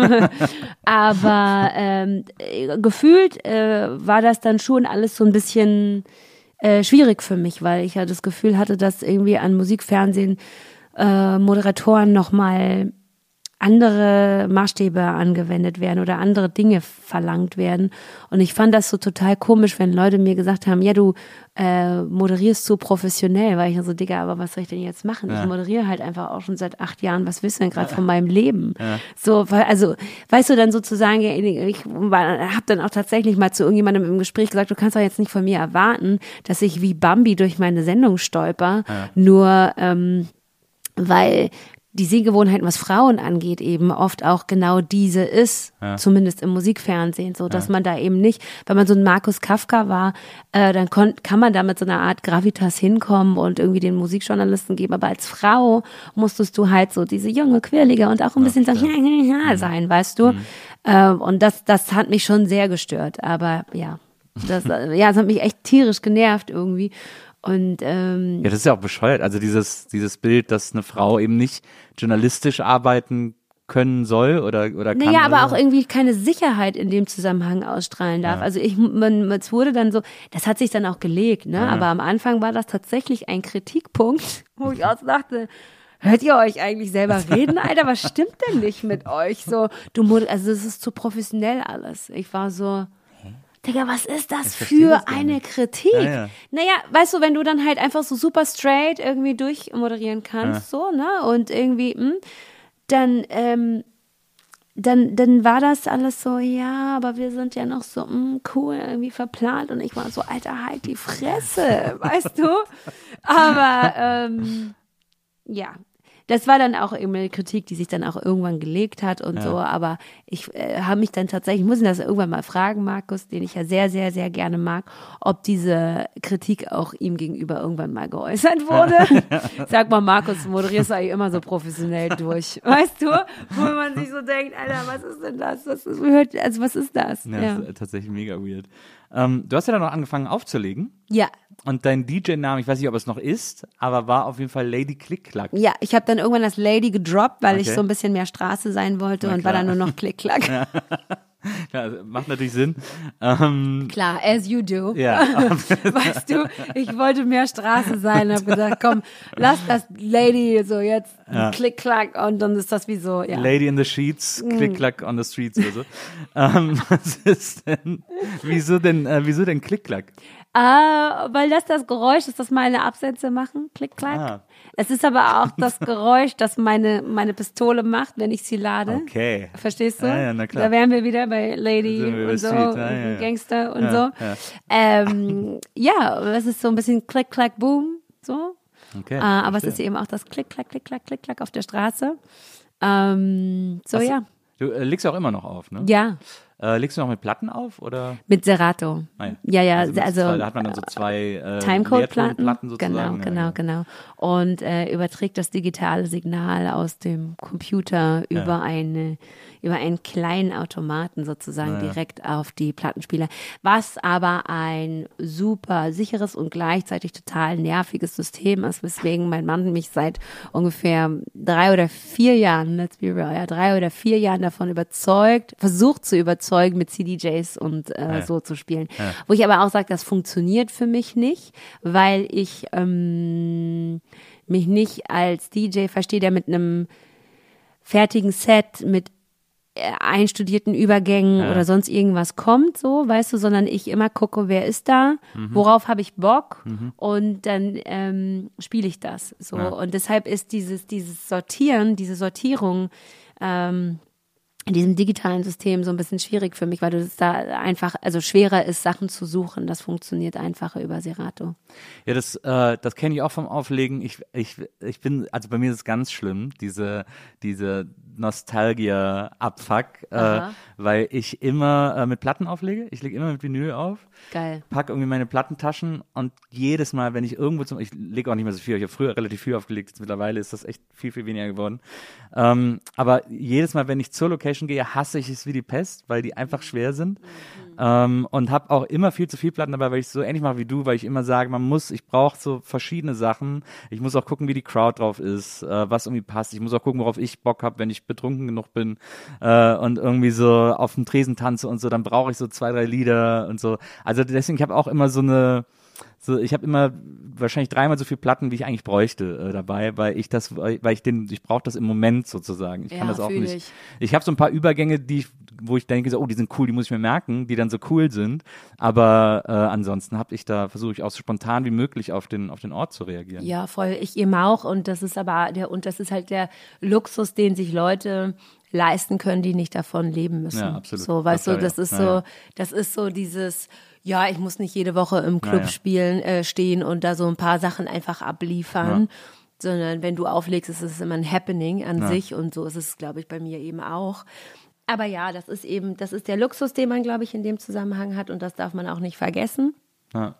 Aber gefühlt war das dann schon alles so ein bisschen schwierig für mich, weil ich ja das Gefühl hatte, dass irgendwie an Musikfernsehen Moderatoren nochmal andere Maßstäbe angewendet werden oder andere Dinge verlangt werden. Und ich fand das so total komisch, wenn Leute mir gesagt haben, ja, du moderierst so professionell, weil ich so, Digga, aber was soll ich denn jetzt machen? Ja. Ich moderiere halt einfach auch schon seit 8 Jahren. Was willst du denn gerade von meinem Leben? Ja. So, also, weißt du, dann sozusagen, ich habe dann auch tatsächlich mal zu irgendjemandem im Gespräch gesagt, du kannst doch jetzt nicht von mir erwarten, dass ich wie Bambi durch meine Sendung stolper, nur weil die Sehgewohnheiten, was Frauen angeht, eben oft auch genau diese ist, zumindest im Musikfernsehen, so dass man da eben nicht, wenn man so ein Markus Kafka war, dann kann man da mit so einer Art Gravitas hinkommen und irgendwie den Musikjournalisten geben, aber als Frau musstest du halt so diese junge, quirlige und auch ein bisschen so sein, weißt du? Und das hat mich schon sehr gestört, aber das hat mich echt tierisch genervt irgendwie. Und ja, das ist ja auch bescheuert. Also dieses Bild, dass eine Frau eben nicht journalistisch arbeiten können soll oder kann. Naja, aber auch irgendwie keine Sicherheit in dem Zusammenhang ausstrahlen darf. Also es wurde dann so, das hat sich dann auch gelegt, ne? Aber am Anfang war das tatsächlich ein Kritikpunkt, wo ich auch dachte, hört ihr euch eigentlich selber reden, Alter? Was stimmt denn nicht mit euch? So, also es ist zu professionell alles. Ich war so, Digga, was ist das für eine Kritik? Ja. Naja, weißt du, wenn du dann halt einfach so super straight irgendwie durchmoderieren kannst, so, ne? Und irgendwie, dann war das alles so, ja, aber wir sind ja noch so, cool, irgendwie verplant. Und ich war so, Alter, halt die Fresse, weißt du? Aber, ja. Das war dann auch eben eine Kritik, die sich dann auch irgendwann gelegt hat und so, aber ich habe mich dann tatsächlich, ich muss ihn das irgendwann mal fragen, Markus, den ich ja sehr, sehr, sehr gerne mag, ob diese Kritik auch ihm gegenüber irgendwann mal geäußert wurde. Sag mal, Markus, du moderierst eigentlich immer so professionell durch, weißt du? Wo man sich so denkt, Alter, was ist denn das? Was ist das? Ja, das ist tatsächlich mega weird. Du hast ja dann noch angefangen aufzulegen. Ja. Und dein DJ-Name, ich weiß nicht, ob es noch ist, aber war auf jeden Fall Lady Klick-Klack. Ja, ich habe dann irgendwann das Lady gedroppt, weil ich so ein bisschen mehr Straße sein wollte und war dann nur noch Klick-Klack. Ja. Klar, macht natürlich Sinn. Klar, as you do. Ja. Weißt du, ich wollte mehr Straße sein und habe gesagt, komm, lass das Lady so jetzt Klick-Klack und dann ist das wie so, ja. Lady in the Sheets, Klick-Klack on the Streets oder so. Was ist denn, wieso denn Klick-Klack? Weil das Geräusch ist, das meine Absätze machen. Klick, klack. Ah. Es ist aber auch das Geräusch, das meine Pistole macht, wenn ich sie lade. Okay. Verstehst du? Ja, na klar. Da wären wir wieder bei Lady Sind wir und so, Street, und Gangster und Ja, so. Ja, das ist so ein bisschen Klick, klack, boom, so. Okay. Aber es ist eben auch das Klick, klack, klick, klack, klick, klack auf der Straße. Ja. Du legst auch immer noch auf, ne? Ja, Legst du noch mit Platten auf oder? mit Serato. Nein. Ja, mit also zwei, da hat man dann so zwei Timecode-Platten. Leertonplatten sozusagen. Genau. Und überträgt das digitale Signal aus dem Computer über einen kleinen Automaten sozusagen direkt auf die Plattenspieler. Was aber ein super sicheres und gleichzeitig total nerviges System ist, weswegen mein Mann mich seit ungefähr 3 oder 4 Jahren, let's be real, 3 oder 4 Jahren davon versucht zu überzeugen, mit CDJs und so zu spielen. Ja. Wo ich aber auch sage, das funktioniert für mich nicht, weil ich mich nicht als DJ verstehe, der mit einem fertigen Set, mit einstudierten Übergängen oder sonst irgendwas kommt, so, weißt du, sondern ich immer gucke, wer ist da, worauf habe ich Bock und dann spiele ich das, so. Ja. Und deshalb ist dieses Sortieren, diese Sortierung in diesem digitalen System so ein bisschen schwierig für mich, weil es da einfach, also schwerer ist, Sachen zu suchen. Das funktioniert einfacher über Serato. Ja, das kenne ich auch vom Auflegen. Ich bin, also bei mir ist es ganz schlimm, diese Nostalgia-Abfuck, weil ich immer mit Platten auflege. Ich lege immer mit Vinyl auf. Geil. Pack irgendwie meine Plattentaschen und jedes Mal, wenn ich irgendwo ich lege auch nicht mehr so viel. Ich habe früher relativ viel aufgelegt. Jetzt mittlerweile ist das echt viel, viel weniger geworden. Aber jedes Mal, wenn ich zur Location gehe, hasse ich es wie die Pest, weil die einfach schwer sind. Und habe auch immer viel zu viel Platten dabei, weil ich so ähnlich mache wie du, weil ich immer sage, ich brauche so verschiedene Sachen. Ich muss auch gucken, wie die Crowd drauf ist, was irgendwie passt. Ich muss auch gucken, worauf ich Bock habe, wenn ich betrunken genug bin und irgendwie so auf dem Tresen tanze und so, dann brauche ich so 2, 3 Lieder und so. Also deswegen, ich habe auch immer ich habe immer wahrscheinlich 3-mal so viel Platten, wie ich eigentlich bräuchte dabei, weil ich brauche das im Moment sozusagen. Ich kann das auch nicht. Ich habe so ein paar Übergänge, wo ich denke, so, die sind cool, die muss ich mir merken, die dann so cool sind. Aber ansonsten versuche ich auch so spontan wie möglich auf den Ort zu reagieren. Ja, voll. Ich eben auch. Und das ist das ist halt der Luxus, den sich Leute leisten können, die nicht davon leben müssen. Ja, absolut. So, weißt du, das ist so dieses, ja, ich muss nicht jede Woche im Club stehen und da so ein paar Sachen einfach abliefern, sondern wenn du auflegst, ist es immer ein Happening an sich und so ist es, glaube ich, bei mir eben auch. Aber ja, das ist der Luxus, den man, glaube ich, in dem Zusammenhang hat und das darf man auch nicht vergessen. Ja.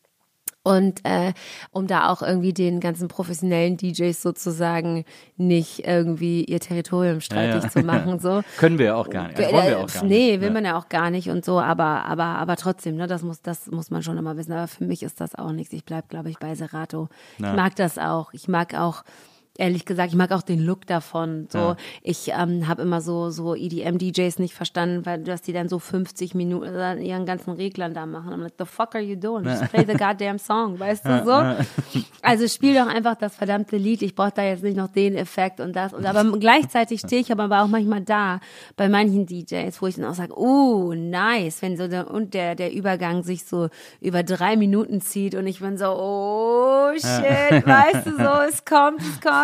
Und um da auch irgendwie den ganzen professionellen DJs sozusagen nicht irgendwie ihr Territorium streitig zu machen. So. Können wir ja auch gar nicht. Wollen wir auch gar nicht. Nee, will man ja auch gar nicht und so, aber trotzdem, ne, das muss man schon immer wissen. Aber für mich ist das auch nichts. Ich bleib, glaube ich, bei Serato. Ich mag das auch. Ich mag auch, ehrlich gesagt, ich mag auch den Look davon. So, ich habe immer so EDM-DJs nicht verstanden, weil dass die dann so 50 Minuten ihren ganzen Reglern da machen. I'm like, the fuck are you doing? Just play the goddamn song, weißt du so? Also spiel doch einfach das verdammte Lied. Ich brauche da jetzt nicht noch den Effekt und das. Aber gleichzeitig stehe ich aber auch manchmal da bei manchen DJs, wo ich dann auch sage, nice, wenn so der Übergang sich so über 3 Minuten zieht und ich bin so, oh shit, weißt du so, es kommt.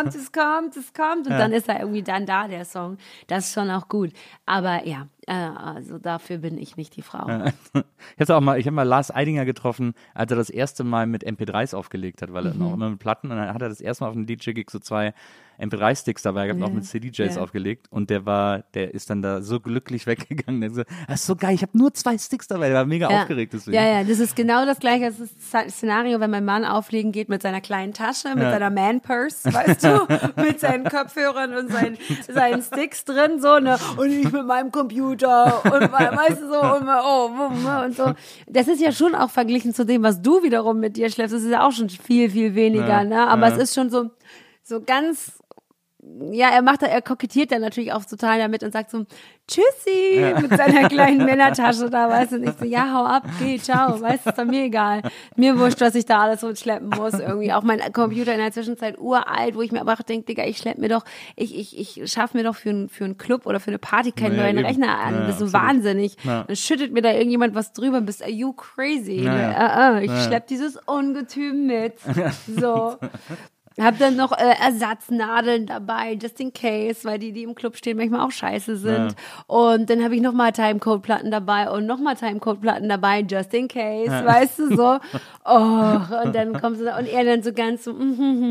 Und dann ist er irgendwie dann da, der Song. Das ist schon auch gut. Aber ja, also dafür bin ich nicht die Frau. Ich habe mal Lars Eidinger getroffen, als er das erste Mal mit MP3s aufgelegt hat, weil er noch immer mit Platten, und dann hat er das erste Mal auf einem DJ-Gig so 2 MP3-Sticks dabei gehabt, auch mit CDJs aufgelegt, und der ist dann da so glücklich weggegangen. Der so, das ist so geil, ich habe nur 2 Sticks dabei, der war mega aufgeregt deswegen. Ja, das ist genau das gleiche Szenario, wenn mein Mann auflegen geht mit seiner kleinen Tasche, mit seiner Man-Purse, weißt du, mit seinen Kopfhörern und seinen Sticks drin, so, ne, und ich mit meinem Computer und weißt du so, und so. Das ist ja schon auch verglichen zu dem, was du wiederum mit dir schläfst, das ist ja auch schon viel, viel weniger, ne, aber es ist schon so ganz er kokettiert dann natürlich auch total damit und sagt so, tschüssi, mit seiner kleinen Männertasche da, weißt du, und ich so, ja, hau ab, geh, ciao, weißt du, ist doch mir egal. Mir wurscht, was ich da alles so schleppen muss, irgendwie. Auch mein Computer in der Zwischenzeit uralt, wo ich mir aber auch denke, Digga, ich schaffe mir doch für einen Club oder für eine Party keinen neuen Rechner an, das ist so wahnsinnig. Ja. Dann schüttet mir da irgendjemand was drüber, bist you crazy? Ich schlepp dieses Ungetüm mit, so. Hab dann noch Ersatznadeln dabei, just in case, weil die im Club stehen, manchmal auch scheiße sind. Ja. Und dann habe ich nochmal Timecode-Platten dabei und nochmal Timecode-Platten dabei, just in case, weißt du, so. Oh, und dann kommst du da und er dann so ganz so,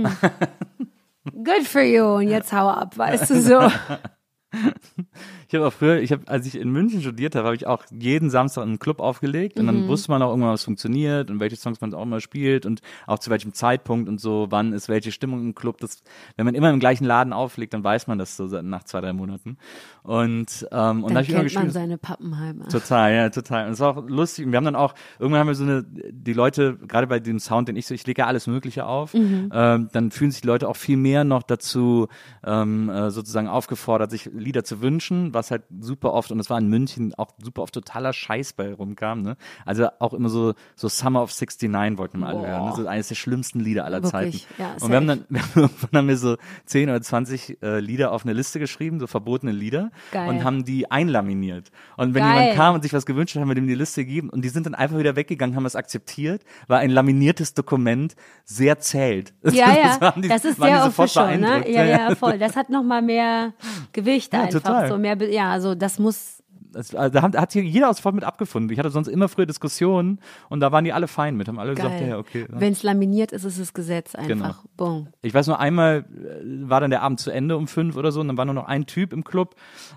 good for you, und jetzt hau ab, weißt du, so. Ich habe auch früher, als ich in München studiert habe ich auch jeden Samstag in einen Club aufgelegt und dann wusste man auch irgendwann, was funktioniert und welche Songs man auch mal spielt und auch zu welchem Zeitpunkt und so, wann ist welche Stimmung im Club. Wenn man immer im gleichen Laden auflegt, dann weiß man das so nach 2-3 Monaten. Und dann kennt ich immer man seine Pappenheimer. Total, ja, total. Und es war auch lustig. Und wir haben dann auch, irgendwann haben wir die Leute, gerade bei dem Sound, ich lege ja alles Mögliche auf, dann fühlen sich die Leute auch viel mehr noch dazu sozusagen aufgefordert, sich Lieder zu wünschen, was halt super oft, und es war in München auch super oft totaler Scheiß bei rumkam, ne? Also auch immer so Summer of 69 wollten wir alle hören, ne? So eines der schlimmsten Lieder aller Wirklich? Zeiten. Ja, und irgendwann haben wir so 10 oder 20 Lieder auf eine Liste geschrieben, so verbotene Lieder. Geil. Und haben die einlaminiert. Und wenn jemand kam und sich was gewünscht hat, haben wir dem die Liste gegeben und die sind dann einfach wieder weggegangen, haben es akzeptiert, weil ein laminiertes Dokument sehr zählt. Ja, das ist sehr official, ne? Ja, voll. Das hat nochmal mehr Gewicht einfach. Total. So mehr, also das muss. Da hat hier jeder sofort mit abgefunden. Ich hatte sonst immer früher Diskussionen und da waren die alle fein mit, haben alle gesagt, ja, okay. Ja. Wenn es laminiert ist, ist es Gesetz einfach. Genau. Boom. Ich weiß nur, einmal war dann der Abend zu Ende um 5 oder so und dann war nur noch ein Typ im Club,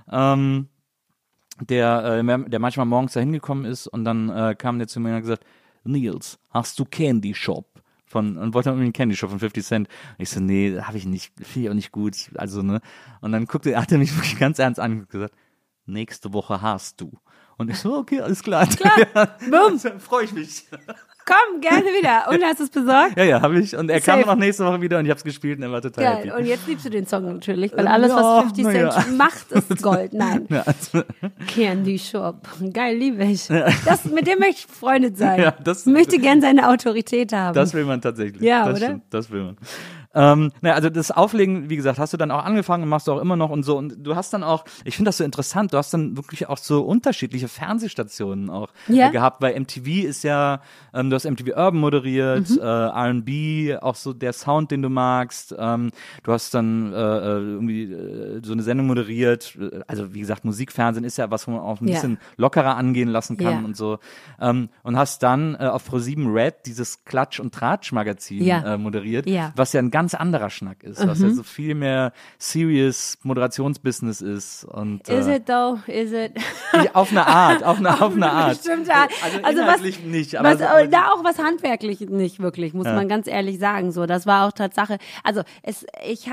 der manchmal morgens da hingekommen ist und dann kam der zu mir und hat gesagt, Nils, hast du Candy Shop? Und wollte irgendwie einen Candy Shop von 50 Cent. Und ich so, nee, habe ich nicht, finde ich auch nicht gut. Also, ne. Und dann hat er mich wirklich ganz ernst an und gesagt, nächste Woche hast du. Und ich so, okay, alles klar. Ja, boom. Freue ich mich. Komm, gerne wieder. Und hast du es besorgt? Ja, habe ich. Und er kam dann auch nächste Woche wieder und ich habe es gespielt und er war total happy. Und jetzt liebst du den Song natürlich, weil alles, was 50 Cent macht, ist Gold. Nein. Ja, also. Candy Shop. Geil, liebe ich. Mit dem möchte ich befreundet sein. Ja, möchte gern seine Autorität haben. Das will man tatsächlich. Ja, das oder? Stimmt, das will man. Also das Auflegen, wie gesagt, hast du dann auch angefangen und machst du auch immer noch und so. Und du hast dann auch, ich finde das so interessant, du hast dann wirklich auch so unterschiedliche Fernsehstationen auch gehabt, weil MTV ist ja, du hast MTV Urban moderiert, R&B, auch so der Sound, den du magst. Du hast dann irgendwie so eine Sendung moderiert. Also wie gesagt, Musikfernsehen ist ja was, wo man auch ein bisschen lockerer angehen lassen kann und so. Und hast dann auf Pro7 Red dieses Klatsch- und Tratsch-Magazin moderiert, was ja ein ganz anderer Schnack ist, was ja so viel mehr serious Moderationsbusiness ist. Und, is it though? Is it? Auf eine Art, auf eine Art. Bestimmte Art. Also inhaltlich nicht. Aber da auch was handwerklich nicht wirklich, muss man ganz ehrlich sagen. So, das war auch Tatsache. Also ich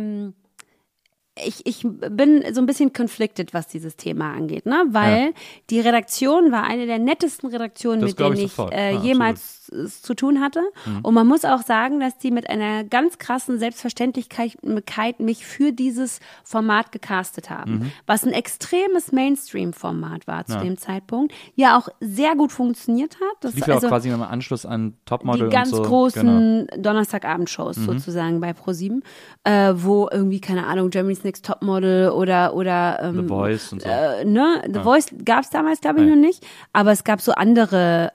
bin so ein bisschen conflicted, was dieses Thema angeht, ne? Weil die Redaktion war eine der nettesten Redaktionen, mit denen ich jemals zu tun hatte. Und man muss auch sagen, dass die mit einer ganz krassen Selbstverständlichkeit mich für dieses Format gecastet haben. Was ein extremes Mainstream-Format war zu dem Zeitpunkt. Ja, auch sehr gut funktioniert hat. Das lief ja auch quasi im Anschluss an Topmodel und so. Die ganz großen Donnerstagabendshows sozusagen bei Pro7, wo irgendwie, keine Ahnung, Germany's Next Topmodel oder The Voice und so. The Voice gab es damals, glaube ich, noch nicht, aber es gab so andere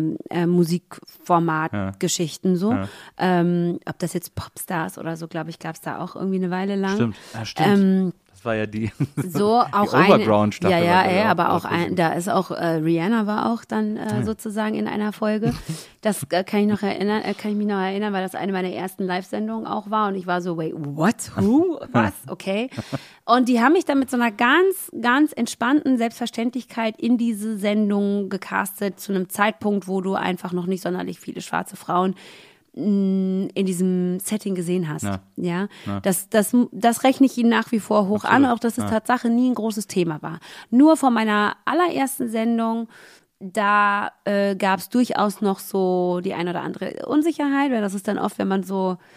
Musikformat-Geschichten so. Ob das jetzt Popstars oder so, glaube ich, gab es da auch irgendwie eine Weile lang. Stimmt, ja, stimmt. Das war ja die auch Overground-Staffel. Ja, aber auch da ist auch Rihanna war auch dann sozusagen in einer Folge. Das kann ich mich noch erinnern, weil das eine meiner ersten Live-Sendungen auch war und ich war so, wait, what? Who? Was? Okay. Und die haben mich dann mit so einer ganz, ganz entspannten Selbstverständlichkeit in diese Sendung gecastet zu einem Zeitpunkt, wo du einfach noch nicht sonderlich viele schwarze Frauen in diesem Setting gesehen hast. Ja. Das rechne ich ihnen nach wie vor hoch an, auch dass es Tatsache nie ein großes Thema war. Nur von meiner allerersten Sendung, da gab es durchaus noch so die ein oder andere Unsicherheit, weil das ist dann oft, wenn man so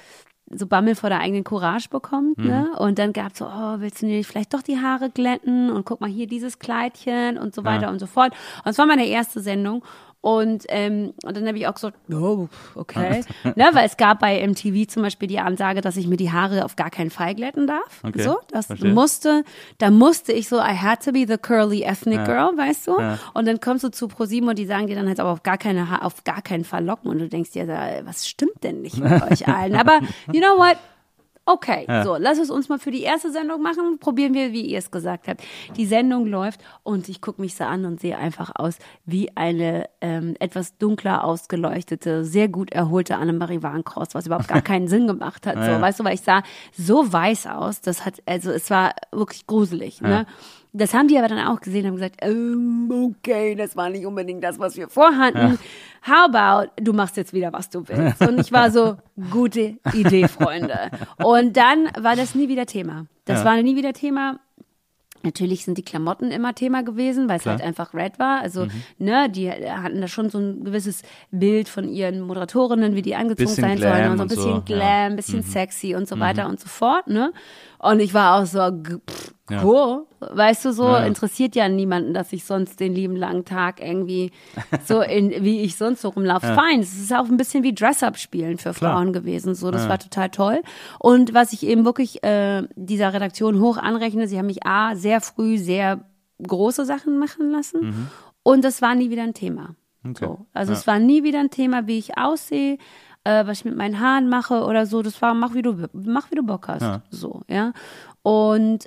so Bammel vor der eigenen Courage bekommt, ne? Und dann gab's so, willst du dir vielleicht doch die Haare glätten und guck mal hier dieses Kleidchen und so weiter und so fort. Und es war meine erste Sendung. Und dann habe ich auch gesagt, oh, okay. Ne, weil es gab bei MTV zum Beispiel die Ansage, dass ich mir die Haare auf gar keinen Fall glätten darf. Okay, so, das verstehe. da musste ich so, I had to be the curly ethnic girl, weißt du? Ja. Und dann kommst du zu ProSieben und die sagen dir dann halt aber auf gar keinen Fall Locken. Und du denkst dir, was stimmt denn nicht mit euch allen? Aber you know what? Okay, so, lass es uns mal für die erste Sendung machen. Probieren wir, wie ihr es gesagt habt. Die Sendung läuft und ich gucke mich so an und sehe einfach aus wie eine etwas dunkler ausgeleuchtete, sehr gut erholte Annemarie Warnkross, was überhaupt gar keinen Sinn gemacht hat. So, weißt du, weil ich sah so weiß aus, es war wirklich gruselig, ne? Das haben die aber dann auch gesehen und haben gesagt, okay, das war nicht unbedingt das, was wir vorhatten. How about, du machst jetzt wieder, was du willst. Und ich war so, gute Idee, Freunde. Und dann war das nie wieder Thema. Das war nie wieder Thema. Natürlich sind die Klamotten immer Thema gewesen, weil es halt einfach red war. Also, ne, die hatten da schon so ein gewisses Bild von ihren Moderatorinnen, wie die angezogen sein sollen. Und so ein bisschen Glam, ein bisschen sexy und so weiter und so fort, ne? Und ich war auch so, cool, weißt du, so interessiert ja niemanden, dass ich sonst den lieben langen Tag irgendwie so wie ich sonst so rumlaufe. Fein, es ist auch ein bisschen wie Dress-Up spielen für Frauen gewesen, so, das war total toll. Und was ich eben wirklich dieser Redaktion hoch anrechne, sie haben mich sehr früh sehr große Sachen machen lassen und das war nie wieder ein Thema. Okay. So. Also es war nie wieder ein Thema, wie ich aussehe, was ich mit meinen Haaren mache oder so, das war, mach wie du Bock hast, so, ja. Und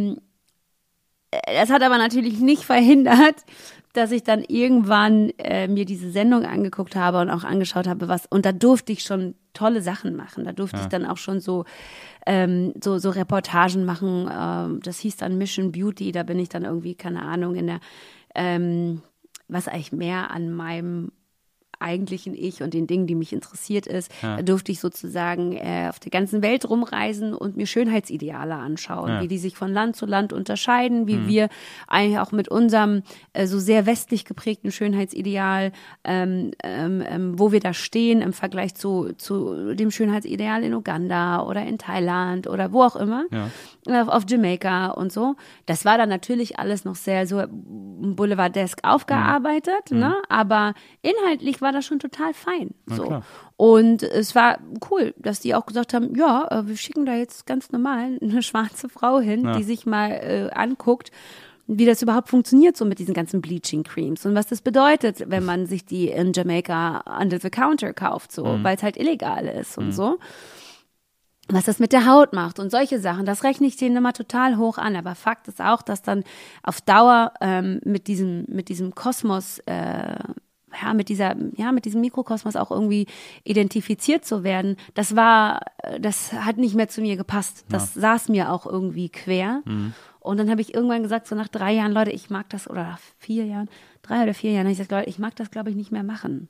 das hat aber natürlich nicht verhindert, dass ich dann irgendwann mir diese Sendung angeguckt habe und auch angeschaut habe, und da durfte ich schon tolle Sachen machen, da durfte ich dann auch schon so Reportagen machen, das hieß dann Mission Beauty, da bin ich dann irgendwie, keine Ahnung, in der, was eigentlich mehr an meinem eigentlichen Ich und den Dingen, die mich interessiert ist, da durfte ich sozusagen auf der ganzen Welt rumreisen und mir Schönheitsideale anschauen, wie die sich von Land zu Land unterscheiden, wie wir eigentlich auch mit unserem so sehr westlich geprägten Schönheitsideal, wo wir da stehen im Vergleich zu dem Schönheitsideal in Uganda oder in Thailand oder wo auch immer, auf Jamaika und so. Das war dann natürlich alles noch sehr so boulevardesk aufgearbeitet, ne? Aber inhaltlich war das schon total fein. So. Und es war cool, dass die auch gesagt haben, wir schicken da jetzt ganz normal eine schwarze Frau hin, die sich mal anguckt, wie das überhaupt funktioniert, so mit diesen ganzen Bleaching Creams und was das bedeutet, wenn man sich die in Jamaika under the counter kauft, so, weil es halt illegal ist und so. Was das mit der Haut macht und solche Sachen, das rechne ich denen immer total hoch an. Aber Fakt ist auch, dass dann auf Dauer mit diesem Kosmos, mit diesem Mikrokosmos auch irgendwie identifiziert zu werden, das hat nicht mehr zu mir gepasst. Das saß mir auch irgendwie quer. Und dann habe ich irgendwann gesagt, so nach 3 Jahren, Leute, ich mag das, oder nach 4 Jahren, 3 oder 4 Jahren, habe ich gesagt, Leute, ich mag das, glaube ich, nicht mehr machen.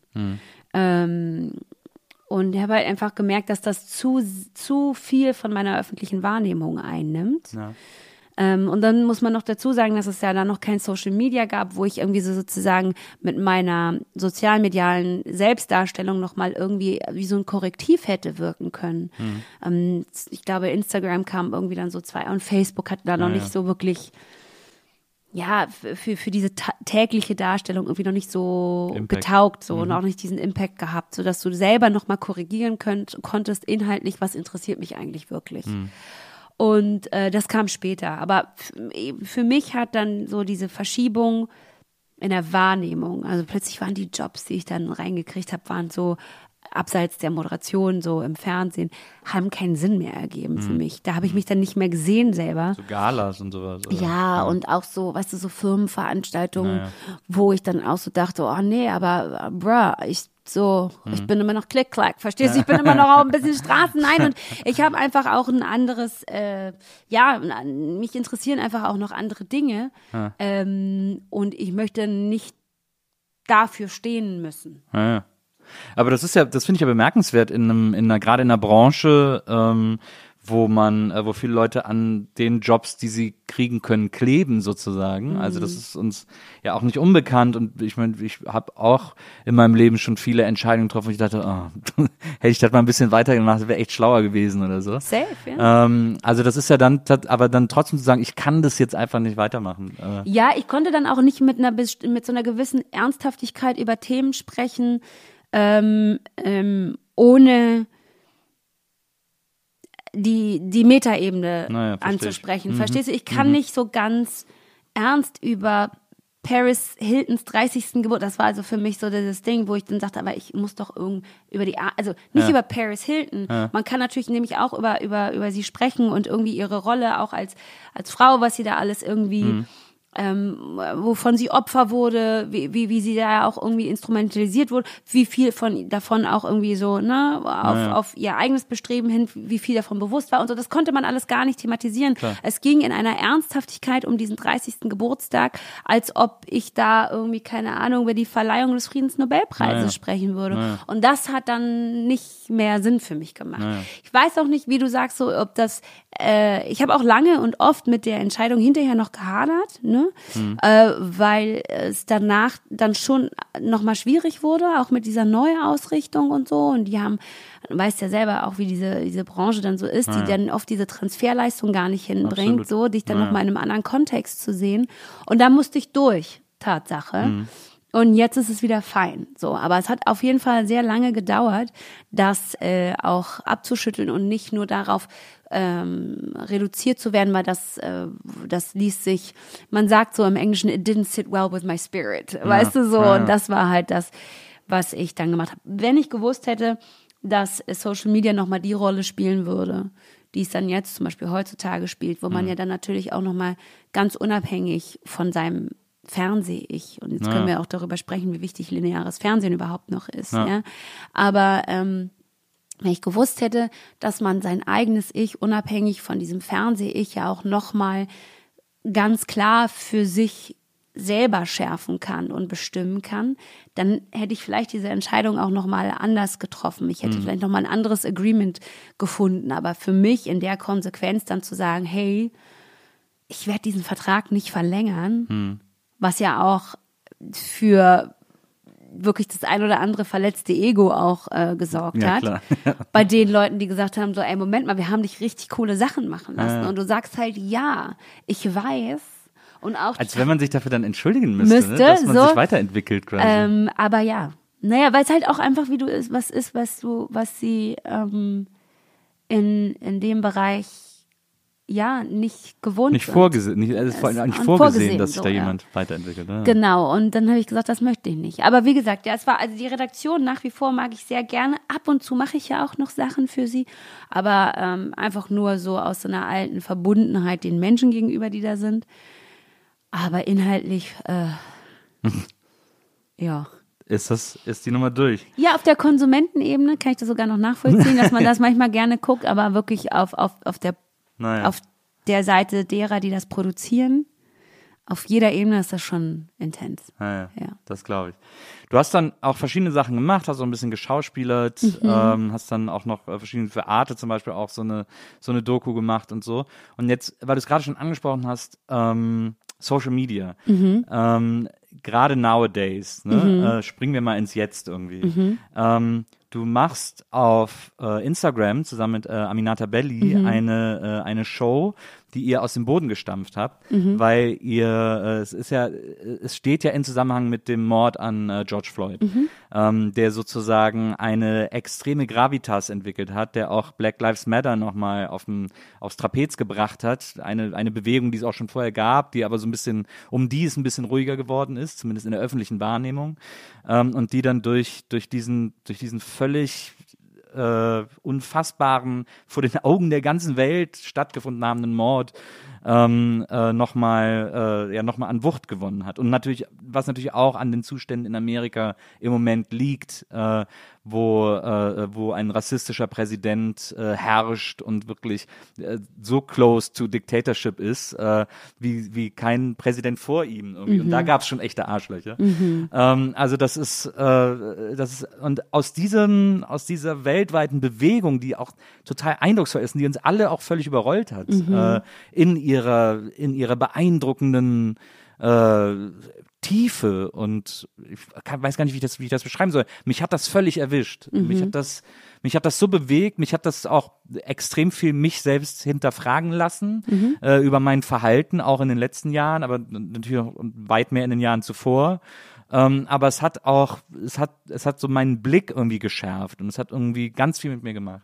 Und ich habe halt einfach gemerkt, dass das zu viel von meiner öffentlichen Wahrnehmung einnimmt. Und dann muss man noch dazu sagen, dass es ja da noch kein Social Media gab, wo ich irgendwie so sozusagen mit meiner sozialmedialen Selbstdarstellung nochmal irgendwie wie so ein Korrektiv hätte wirken können. Ich glaube, Instagram kam irgendwie dann so 2 und Facebook hatte da noch nicht so wirklich, für diese tägliche Darstellung irgendwie noch nicht so Impact getaugt, so und auch nicht diesen Impact gehabt, sodass du selber nochmal korrigieren konntest inhaltlich, was interessiert mich eigentlich wirklich. Und das kam später. Aber für mich hat dann so diese Verschiebung in der Wahrnehmung, also plötzlich waren die Jobs, die ich dann reingekriegt habe, waren so abseits der Moderation, so im Fernsehen, haben keinen Sinn mehr ergeben für mich. Da habe ich mich dann nicht mehr gesehen selber. So Galas und sowas. Oder? Ja, und auch so, weißt du, so Firmenveranstaltungen, wo ich dann auch so dachte, oh nee, aber ich bin immer noch Klick-Klack, verstehst du? Ich bin immer noch auch ein bisschen Straßennein und ich habe einfach auch ein anderes, mich interessieren einfach auch noch andere Dinge und ich möchte nicht dafür stehen müssen. Aber das finde ich ja bemerkenswert gerade in einer Branche, wo viele Leute an den Jobs, die sie kriegen können, kleben sozusagen. Also das ist uns ja auch nicht unbekannt und ich meine, ich habe auch in meinem Leben schon viele Entscheidungen getroffen, wo ich dachte, hätte ich das mal ein bisschen weiter gemacht, wäre echt schlauer gewesen oder so. Safe, ja. Also das ist ja dann, aber dann trotzdem zu sagen, ich kann das jetzt einfach nicht weitermachen. Ja, ich konnte dann auch nicht mit so einer gewissen Ernsthaftigkeit über Themen sprechen, ohne die Metaebene anzusprechen. Verstehst du? Ich kann nicht so ganz ernst über Paris Hiltons 30. Geburt, das war also für mich so dieses Ding, wo ich dann sagte, aber ich muss doch über Paris Hilton. Man kann natürlich nämlich auch über sie sprechen und irgendwie ihre Rolle auch als Frau, was sie da alles irgendwie wovon sie Opfer wurde, wie sie da auch irgendwie instrumentalisiert wurde, wie viel davon auch irgendwie so auf ihr eigenes Bestreben hin, wie viel davon bewusst war und so. Das konnte man alles gar nicht thematisieren. Klar. Es ging in einer Ernsthaftigkeit um diesen 30. Geburtstag, als ob ich da irgendwie, keine Ahnung, über die Verleihung des Friedensnobelpreises sprechen würde. Und das hat dann nicht mehr Sinn für mich gemacht. Ich weiß auch nicht, wie du sagst, so ob das ich habe auch lange und oft mit der Entscheidung hinterher noch gehadert, ne? Weil es danach dann schon nochmal schwierig wurde, auch mit dieser Neuausrichtung und so. Und die haben, du weißt ja selber auch, wie diese Branche dann so ist, die dann oft diese Transferleistung gar nicht hinbringt, so dich dann nochmal in einem anderen Kontext zu sehen. Und da musste ich durch, Tatsache. Und jetzt ist es wieder fein. So, aber es hat auf jeden Fall sehr lange gedauert, das auch abzuschütteln und nicht nur darauf reduziert zu werden, weil das ließ sich, man sagt so im Englischen, it didn't sit well with my spirit, weißt du so. Und das war halt das, was ich dann gemacht habe. Wenn ich gewusst hätte, dass Social Media nochmal die Rolle spielen würde, die es dann jetzt zum Beispiel heutzutage spielt, wo man ja dann natürlich auch nochmal ganz unabhängig von seinem Fernseh-Ich, und jetzt können wir auch darüber sprechen, wie wichtig lineares Fernsehen überhaupt noch ist, ja. Aber wenn ich gewusst hätte, dass man sein eigenes Ich unabhängig von diesem Fernseh-Ich ja auch nochmal ganz klar für sich selber schärfen kann und bestimmen kann, dann hätte ich vielleicht diese Entscheidung auch nochmal anders getroffen. Ich hätte vielleicht nochmal ein anderes Agreement gefunden. Aber für mich in der Konsequenz dann zu sagen, hey, ich werde diesen Vertrag nicht verlängern, was ja auch für wirklich das ein oder andere verletzte Ego auch gesorgt hat. Klar. Bei den Leuten, die gesagt haben, so, ey, Moment mal, wir haben dich richtig coole Sachen machen lassen. Und du sagst halt, ja, ich weiß. Und auch als wenn man sich dafür dann entschuldigen müsste, ne? Dass man sich weiterentwickelt quasi. Aber ja, naja, weil es halt auch einfach, wie du ist, was sie in dem Bereich ja nicht gewohnt nicht vorgesehen, nicht vorgesehen, dass sich da jemand weiterentwickelt. Ja. Genau, und dann habe ich gesagt, das möchte ich nicht. Aber wie gesagt, ja, es war, also die Redaktion nach wie vor mag ich sehr gerne. Ab und zu mache ich ja auch noch Sachen für sie, aber einfach nur so aus so einer alten Verbundenheit den Menschen gegenüber, die da sind. Aber inhaltlich, ja. Ist die Nummer durch? Ja, auf der Konsumentenebene kann ich das sogar noch nachvollziehen, dass man das manchmal gerne guckt, aber wirklich auf der Seite derer, die das produzieren, auf jeder Ebene ist das schon intens. Ja. Das glaube ich. Du hast dann auch verschiedene Sachen gemacht, hast so ein bisschen geschauspielert, hast dann auch noch verschiedene, für Arte zum Beispiel auch so eine Doku gemacht und so. Und jetzt, weil du es gerade schon angesprochen hast, Social Media. Gerade nowadays, ne? Springen wir mal ins Jetzt irgendwie. Du machst auf Instagram zusammen mit Aminata Belli eine Show, die ihr aus dem Boden gestampft habt, weil ihr, es steht ja in Zusammenhang mit dem Mord an George Floyd, der sozusagen eine extreme Gravitas entwickelt hat, der auch Black Lives Matter nochmal aufs Trapez gebracht hat, eine Bewegung, die es auch schon vorher gab, die aber so ein bisschen, um die es ein bisschen ruhiger geworden ist, zumindest in der öffentlichen Wahrnehmung, und die dann durch diesen völlig unfassbaren, vor den Augen der ganzen Welt stattgefunden habenden Mord nochmal an Wucht gewonnen hat. Und natürlich, was natürlich auch an den Zuständen in Amerika im Moment liegt, wo ein rassistischer Präsident herrscht und wirklich so close to dictatorship ist, wie kein Präsident vor ihm irgendwie. Und da gab es schon echte Arschlöcher. Also das ist und aus dieser weltweiten Bewegung, die auch total eindrucksvoll ist und die uns alle auch völlig überrollt hat, in ihrer beeindruckenden Tiefe, und ich weiß gar nicht, wie ich das beschreiben soll. Mich hat das völlig erwischt. Mich hat das so bewegt, mich hat das auch extrem viel mich selbst hinterfragen lassen, über mein Verhalten, auch in den letzten Jahren, aber natürlich auch weit mehr in den Jahren zuvor. Aber es hat so meinen Blick irgendwie geschärft und es hat irgendwie ganz viel mit mir gemacht.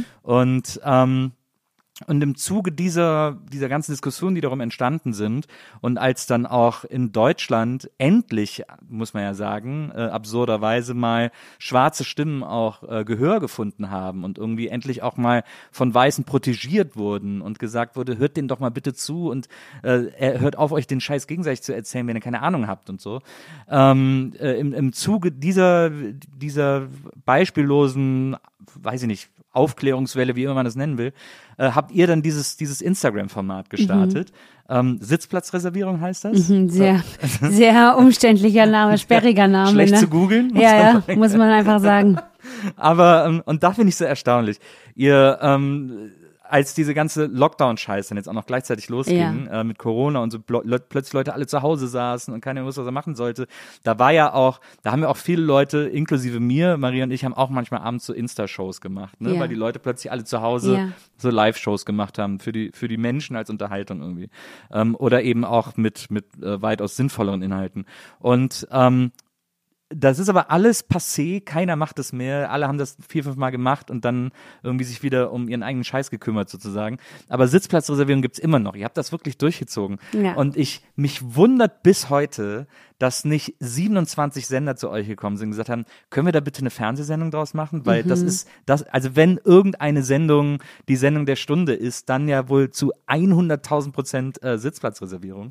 Und im Zuge dieser ganzen Diskussionen, die darum entstanden sind, und als dann auch in Deutschland endlich, muss man ja sagen, absurderweise mal schwarze Stimmen auch Gehör gefunden haben und irgendwie endlich auch mal von Weißen protegiert wurden und gesagt wurde, hört denen doch mal bitte zu und hört auf, euch den Scheiß gegenseitig zu erzählen, wenn ihr keine Ahnung habt und so. Im Zuge dieser beispiellosen, weiß ich nicht, Aufklärungswelle, wie immer man das nennen will, habt ihr dann dieses Instagram-Format gestartet. Sitzplatzreservierung heißt das? Sehr umständlicher Name, sperriger Name. Schlecht zu googeln? Muss man einfach sagen. Aber, und da finde ich so erstaunlich, ihr, als diese ganze Lockdown-Scheiße dann jetzt auch noch gleichzeitig losging, mit Corona und so plötzlich Leute alle zu Hause saßen und keiner wusste, was er machen sollte, da haben ja auch viele Leute, inklusive mir, Maria und ich, haben auch manchmal abends so Insta-Shows gemacht, ne? Weil die Leute plötzlich alle zu Hause so Live-Shows gemacht haben für die Menschen als Unterhaltung irgendwie. Oder eben auch mit weitaus sinnvolleren Inhalten. Und das ist aber alles passé, keiner macht es mehr, alle haben das 4-5 Mal gemacht und dann irgendwie sich wieder um ihren eigenen Scheiß gekümmert sozusagen. Aber Sitzplatzreservierung gibt's immer noch, ihr habt das wirklich durchgezogen. Ja. Und mich wundert bis heute, dass nicht 27 Sender zu euch gekommen sind und gesagt haben, können wir da bitte eine Fernsehsendung draus machen? Weil also wenn irgendeine Sendung die Sendung der Stunde ist, dann ja wohl zu 100.000% Sitzplatzreservierung.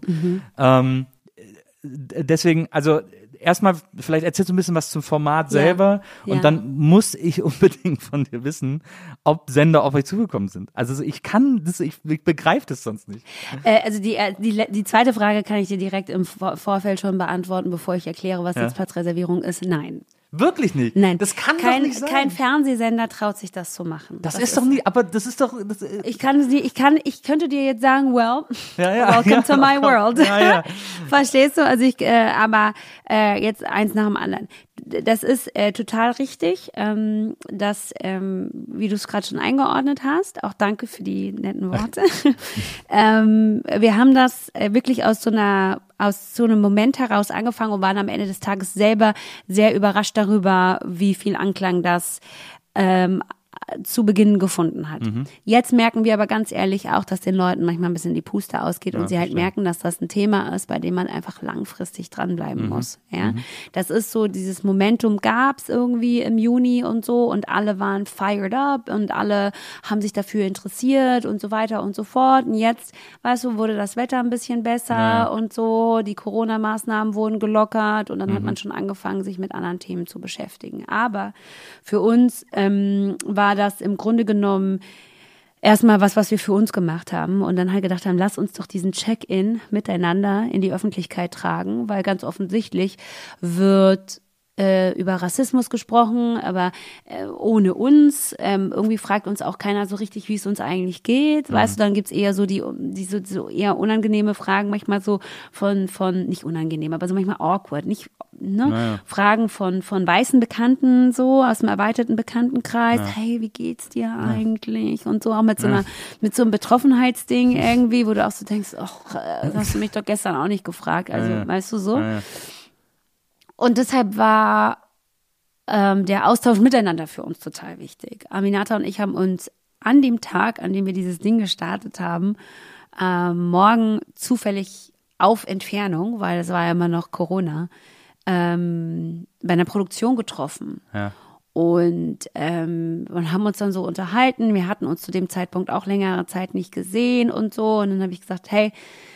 Deswegen, also erstmal, vielleicht erzählst du ein bisschen was zum Format selber und dann muss ich unbedingt von dir wissen, ob Sender auf euch zugekommen sind. Also ich begreife das sonst nicht. Also die zweite Frage kann ich dir direkt im Vorfeld schon beantworten, bevor ich erkläre, was Sitzplatzreservierung ist. Nein. Wirklich nicht? Nein. Das kann doch nicht sein. Kein Fernsehsender traut sich das zu machen. Das ist doch nie, aber das ist doch... Ich könnte dir jetzt sagen, welcome to my world. Verstehst du? Also aber jetzt eins nach dem anderen. Das ist total richtig, dass, wie du es gerade schon eingeordnet hast, auch danke für die netten Worte. Wir haben das wirklich aus so einem Moment heraus angefangen und waren am Ende des Tages selber sehr überrascht darüber, wie viel Anklang das zu Beginn gefunden hat. Jetzt merken wir aber ganz ehrlich auch, dass den Leuten manchmal ein bisschen die Puste ausgeht und sie halt merken, dass das ein Thema ist, bei dem man einfach langfristig dranbleiben muss. Ja? Das ist so, dieses Momentum gab's irgendwie im Juni und so und alle waren fired up und alle haben sich dafür interessiert und so weiter und so fort. Und jetzt, weißt du, wurde das Wetter ein bisschen besser und so, die Corona-Maßnahmen wurden gelockert und dann hat man schon angefangen, sich mit anderen Themen zu beschäftigen. Aber für uns war das im Grunde genommen erstmal was wir für uns gemacht haben und dann halt gedacht haben, lass uns doch diesen Check-in miteinander in die Öffentlichkeit tragen, weil ganz offensichtlich wird über Rassismus gesprochen, aber ohne uns. Irgendwie fragt uns auch keiner so richtig, wie es uns eigentlich geht. Weißt du, dann gibt's eher so die so eher unangenehme Fragen, manchmal so von nicht unangenehm, aber so manchmal awkward, nicht Fragen von weißen Bekannten, so aus dem erweiterten Bekanntenkreis. Hey, wie geht's dir eigentlich? Und so auch mit so einem Betroffenheitsding irgendwie, wo du auch so denkst, ach, das hast du mich doch gestern auch nicht gefragt. Also, weißt du so? Und deshalb war der Austausch miteinander für uns total wichtig. Aminata und ich haben uns an dem Tag, an dem wir dieses Ding gestartet haben, morgen zufällig auf Entfernung, weil es war ja immer noch Corona, bei einer Produktion getroffen. Ja. Und haben uns dann so unterhalten. Wir hatten uns zu dem Zeitpunkt auch längere Zeit nicht gesehen und so. Und dann habe ich gesagt, hey,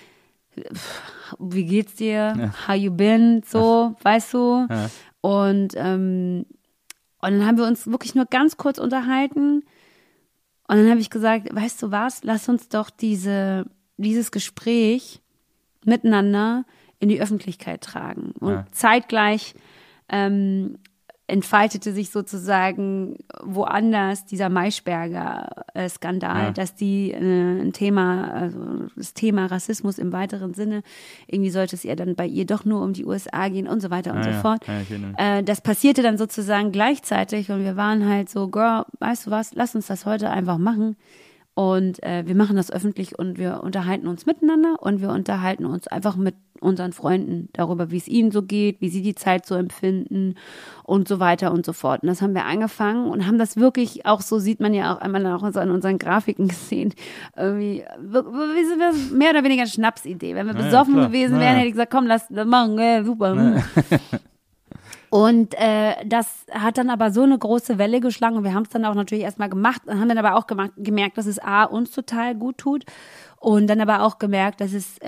wie geht's dir? Ja. How you been? So, weißt du? Ja. Und dann haben wir uns wirklich nur ganz kurz unterhalten. Und dann habe ich gesagt, weißt du was? Lass uns doch dieses Gespräch miteinander in die Öffentlichkeit tragen. Und zeitgleich entfaltete sich sozusagen woanders dieser Maischberger-Skandal, dass die ein Thema, also das Thema Rassismus im weiteren Sinne, irgendwie sollte es ja dann bei ihr doch nur um die USA gehen und so weiter und so fort. Das passierte dann sozusagen gleichzeitig und wir waren halt so, Girl, weißt du was, lass uns das heute einfach machen. Und wir machen das öffentlich und wir unterhalten uns miteinander und wir unterhalten uns einfach mit unseren Freunden darüber, wie es ihnen so geht, wie sie die Zeit so empfinden und so weiter und so fort. Und das haben wir angefangen und haben das wirklich auch, so sieht man ja auch einmal auch an unseren Grafiken gesehen, irgendwie mehr oder weniger eine Schnapsidee. Wenn wir besoffen gewesen wären, hätte ich gesagt, komm, lass das machen, super. Und das hat dann aber so eine große Welle geschlagen und wir haben es dann auch natürlich erstmal gemacht und haben dann aber auch gemerkt, dass es uns total gut tut und dann aber auch gemerkt, dass es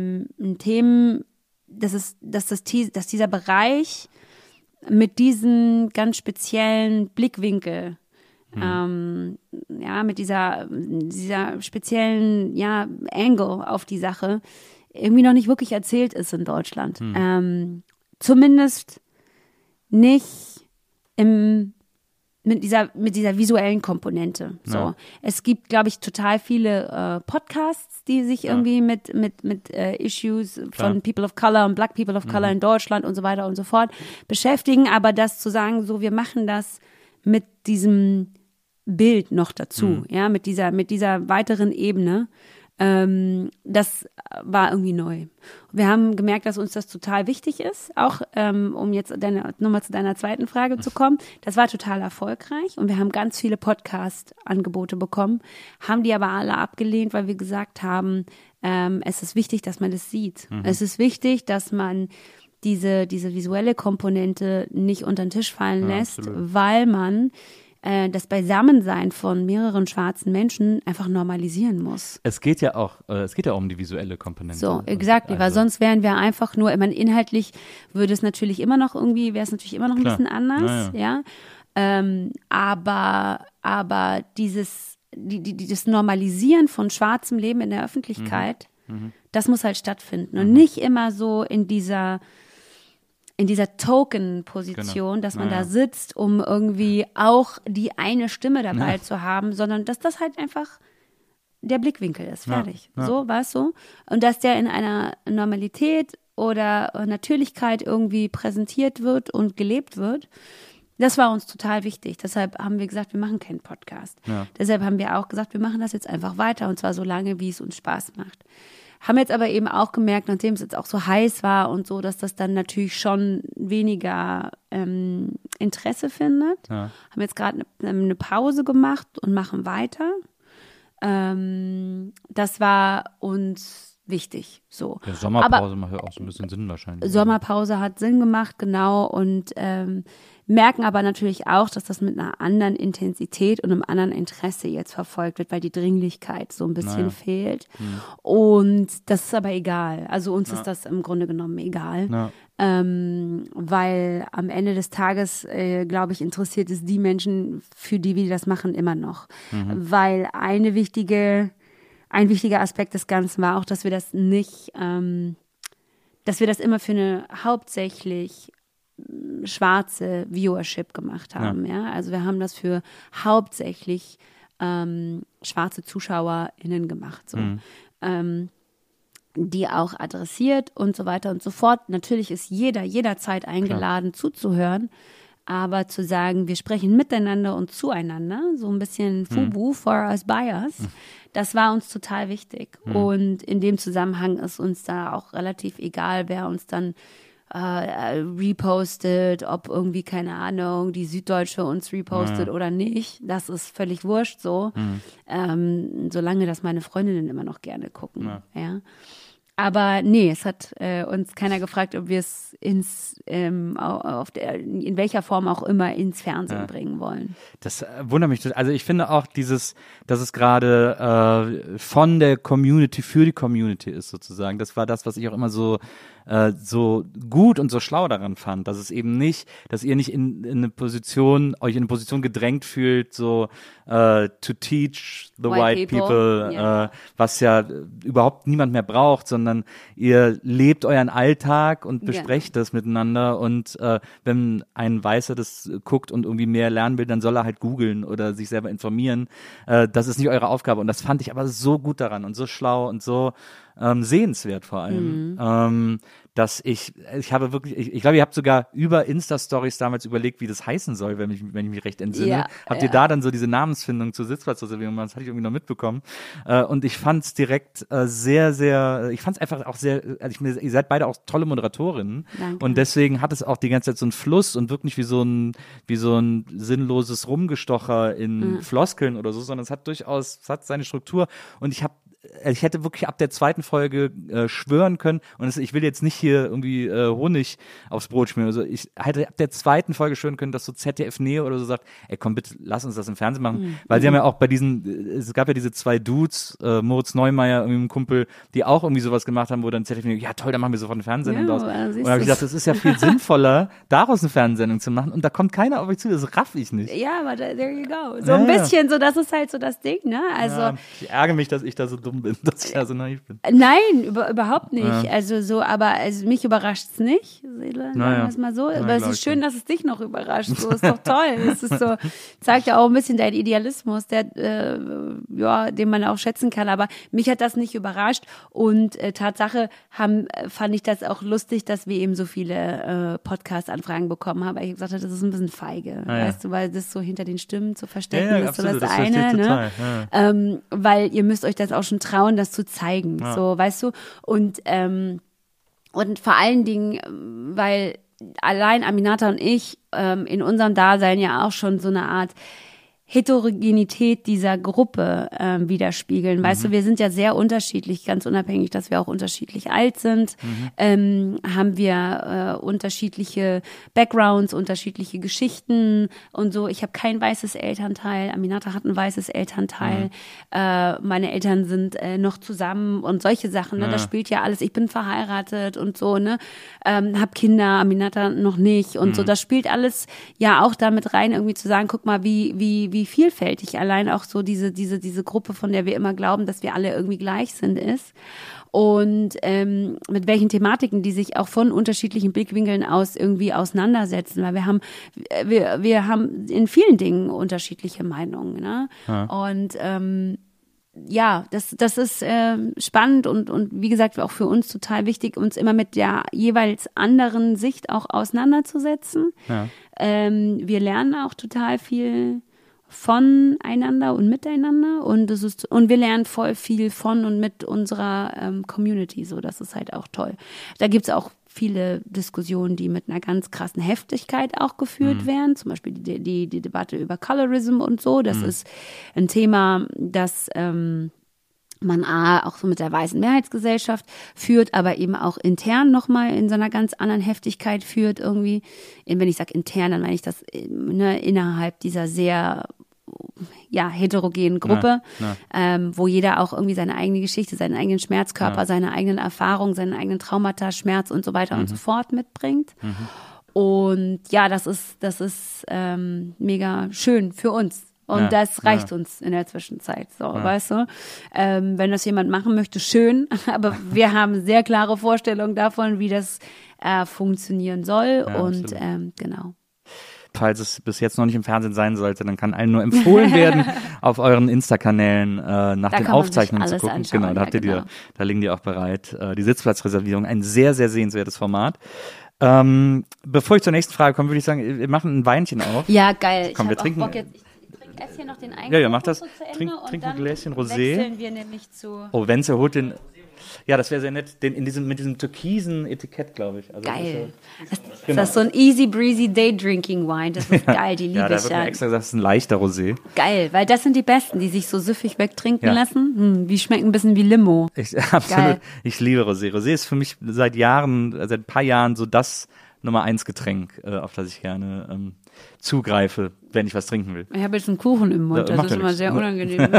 dass dieser Bereich mit diesem ganz speziellen Blickwinkel, mit dieser speziellen Angle auf die Sache irgendwie noch nicht wirklich erzählt ist in Deutschland. Zumindest nicht mit dieser visuellen Komponente. So. Ja. Es gibt, glaube ich, total viele Podcasts, die sich irgendwie mit Issues von People of Color und Black People of Color in Deutschland und so weiter und so fort beschäftigen. Aber das zu sagen, so, wir machen das mit diesem Bild noch dazu, mit dieser weiteren Ebene, das war irgendwie neu. Wir haben gemerkt, dass uns das total wichtig ist, auch um jetzt nochmal zu deiner zweiten Frage zu kommen. Das war total erfolgreich und wir haben ganz viele Podcast-Angebote bekommen, haben die aber alle abgelehnt, weil wir gesagt haben, es ist wichtig, dass man das sieht. Es ist wichtig, dass man diese visuelle Komponente nicht unter den Tisch fallen lässt, weil man das Beisammensein von mehreren schwarzen Menschen einfach normalisieren muss. Es geht ja auch um die visuelle Komponente. So, exakt, weil sonst wären wir einfach nur, inhaltlich wäre es natürlich immer noch ein bisschen anders, aber dieses Normalisieren von schwarzem Leben in der Öffentlichkeit, das muss halt stattfinden und nicht immer so in dieser Token-Position, dass man da sitzt, um irgendwie auch die eine Stimme dabei zu haben, sondern dass das halt einfach der Blickwinkel ist, fertig. So, weißt du? Und dass der in einer Normalität oder Natürlichkeit irgendwie präsentiert wird und gelebt wird, das war uns total wichtig. Deshalb haben wir gesagt, wir machen keinen Podcast. Ja. Deshalb haben wir auch gesagt, wir machen das jetzt einfach weiter und zwar so lange, wie es uns Spaß macht. Haben jetzt aber eben auch gemerkt, nachdem es jetzt auch so heiß war und so, dass das dann natürlich schon weniger Interesse findet. Ja. Haben jetzt gerade eine Pause gemacht und machen weiter. Das war uns wichtig. So. Ja, Sommerpause macht ja auch so ein bisschen Sinn wahrscheinlich. Sommerpause hat Sinn gemacht, genau. Und merken aber natürlich auch, dass das mit einer anderen Intensität und einem anderen Interesse jetzt verfolgt wird, weil die Dringlichkeit so ein bisschen fehlt. Und das ist aber egal. Also uns ist das im Grunde genommen egal. Weil am Ende des Tages, glaube ich, interessiert es die Menschen, für die wir das machen, immer noch. Weil ein wichtiger Aspekt des Ganzen war auch, dass wir das nicht, dass wir das immer für eine hauptsächlich schwarze Viewership gemacht haben. Ja? Also wir haben das für hauptsächlich schwarze ZuschauerInnen gemacht. So. Die auch adressiert und so weiter und so fort. Natürlich ist jederzeit eingeladen zuzuhören, aber zu sagen, wir sprechen miteinander und zueinander, so ein bisschen FUBU, for us, by us, das war uns total wichtig. Und in dem Zusammenhang ist uns da auch relativ egal, wer uns dann repostet, ob irgendwie, keine Ahnung, die Süddeutsche uns repostet oder nicht. Das ist völlig wurscht so, solange das meine Freundinnen immer noch gerne gucken. Ja. Aber nee, es hat uns keiner gefragt, ob wir es in welcher Form auch immer ins Fernsehen bringen wollen. Das wundert mich. Also ich finde auch dass es gerade von der Community für die Community ist sozusagen. Das war das, was ich auch immer so gut und so schlau daran fand, dass es eben nicht, dass ihr nicht euch in eine Position gedrängt fühlt, so to teach the white people, was ja überhaupt niemand mehr braucht, sondern ihr lebt euren Alltag und besprecht das miteinander und wenn ein Weißer das guckt und irgendwie mehr lernen will, dann soll er halt googeln oder sich selber informieren. Das ist nicht eure Aufgabe und das fand ich aber so gut daran und so schlau und so sehenswert vor allem, dass ich habe wirklich, ich glaube, ihr habt sogar über Insta-Stories damals überlegt, wie das heißen soll, wenn ich mich recht entsinne. Habt ihr da dann so diese Namensfindung zur Sitzplatzreservierung gemacht? Das hatte ich irgendwie noch mitbekommen. Und ich fand es direkt sehr, sehr, ich fand es einfach auch sehr, ihr seid beide auch tolle Moderatorinnen. Danke. Und deswegen hat es auch die ganze Zeit so einen Fluss und wirklich wie so ein sinnloses Rumgestocher in Floskeln oder so, sondern es hat seine Struktur und ich hätte wirklich ab der zweiten Folge schwören können und ich will jetzt nicht hier irgendwie Honig aufs Brot schmieren. Also ich hätte ab der zweiten Folge schwören können, dass so ZDF Neo oder so sagt, ey komm bitte, lass uns das im Fernsehen machen. Weil sie haben ja auch es gab ja diese zwei Dudes, Moritz Neumeier, irgendwie ein Kumpel, die auch irgendwie sowas gemacht haben, wo dann ZDF Neo, ja toll, dann machen wir sofort eine Fernsehsendung draus. Und dann habe ich gedacht, das ist ja viel sinnvoller, daraus eine Fernsehsendung zu machen und da kommt keiner auf euch zu, das raff ich nicht. Ja, aber there you go. So ein bisschen, so das ist halt so das Ding, ne? Also ich ärgere mich, dass ich da so dumm bin, dass ich da so naiv bin. Nein, überhaupt nicht. Also mich überrascht's nicht, sagen wir es mal so. Aber es ist schön, dass es dich noch überrascht. So ist doch toll. Es ist so, zeigt ja auch ein bisschen deinen Idealismus, den man auch schätzen kann. Aber mich hat das nicht überrascht. Und Tatsache fand ich das auch lustig, dass wir eben so viele Podcast-Anfragen bekommen haben. Weil ich gesagt habe, das ist ein bisschen feige, weißt du, weil das so hinter den Stimmen zu verstecken ist so das eine. Ne? Total, weil ihr müsst euch das auch schon trauen, das zu zeigen, so, weißt du, und vor allen Dingen, weil allein Aminata und ich in unserem Dasein ja auch schon so eine Art Heterogenität dieser Gruppe widerspiegeln. Weißt du, wir sind ja sehr unterschiedlich, ganz unabhängig, dass wir auch unterschiedlich alt sind, haben wir unterschiedliche Backgrounds, unterschiedliche Geschichten und so. Ich habe kein weißes Elternteil, Aminata hat ein weißes Elternteil, meine Eltern sind noch zusammen und solche Sachen, ne? Das spielt ja alles, ich bin verheiratet und so, ne, hab Kinder, Aminata noch nicht und so, das spielt alles ja auch damit rein, irgendwie zu sagen, guck mal, wie vielfältig allein auch so diese Gruppe, von der wir immer glauben, dass wir alle irgendwie gleich sind, ist. Und mit welchen Thematiken die sich auch von unterschiedlichen Blickwinkeln aus irgendwie auseinandersetzen, weil wir haben in vielen Dingen unterschiedliche Meinungen, ne? Ja. Und das ist spannend und wie gesagt auch für uns total wichtig, uns immer mit der jeweils anderen Sicht auch auseinanderzusetzen. Ja. Wir lernen auch total viel voneinander und miteinander und wir lernen voll viel von und mit unserer Community, so, das ist halt auch toll. Da gibt's auch viele Diskussionen, die mit einer ganz krassen Heftigkeit auch geführt werden, zum Beispiel die Debatte über Colorism und so, das ist ein Thema, das man auch so mit der weißen Mehrheitsgesellschaft führt, aber eben auch intern nochmal in so einer ganz anderen Heftigkeit führt irgendwie. Wenn ich sage intern, dann meine ich das innerhalb dieser sehr heterogenen Gruppe, wo jeder auch irgendwie seine eigene Geschichte, seinen eigenen Schmerzkörper, seine eigenen Erfahrungen, seinen eigenen Traumata, Schmerz und so weiter und so fort mitbringt. Und ja, das ist mega schön für uns. Und das reicht uns in der Zwischenzeit, so, weißt du. Wenn das jemand machen möchte, schön, aber wir haben sehr klare Vorstellungen davon, wie das funktionieren soll und genau. Falls es bis jetzt noch nicht im Fernsehen sein sollte, dann kann allen nur empfohlen werden, auf euren Insta-Kanälen nach den Aufzeichnungen zu gucken. Genau, da da liegen die auch bereit. Die Sitzplatzreservierung, ein sehr, sehr sehenswertes Format. Bevor ich zur nächsten Frage komme, würde ich sagen, wir machen ein Weinchen auf. Ja, geil. Komm, wir trinken. Ich esse hier noch den eigenen. Ja, mach das. Trink ein Gläschen Rosé. Wechseln wir nämlich zu. Oh, Wenzel holt den. Ja, das wäre sehr nett. Mit diesem türkisen Etikett, glaube ich. Also geil. Ist das so ein easy breezy day drinking wine? Das ist geil, die liebe ich. Ja, da wird mir extra gesagt, das ist ein leichter Rosé. Geil, weil das sind die besten, die sich so süffig wegtrinken lassen. Die schmecken ein bisschen wie Limo. Absolut. Geil. Ich liebe Rosé. Rosé ist für mich seit ein paar Jahren so das Nummer 1 Getränk, auf das ich gerne zugreife, wenn ich was trinken will. Ich habe jetzt einen Kuchen im Mund, das ist immer sehr unangenehm.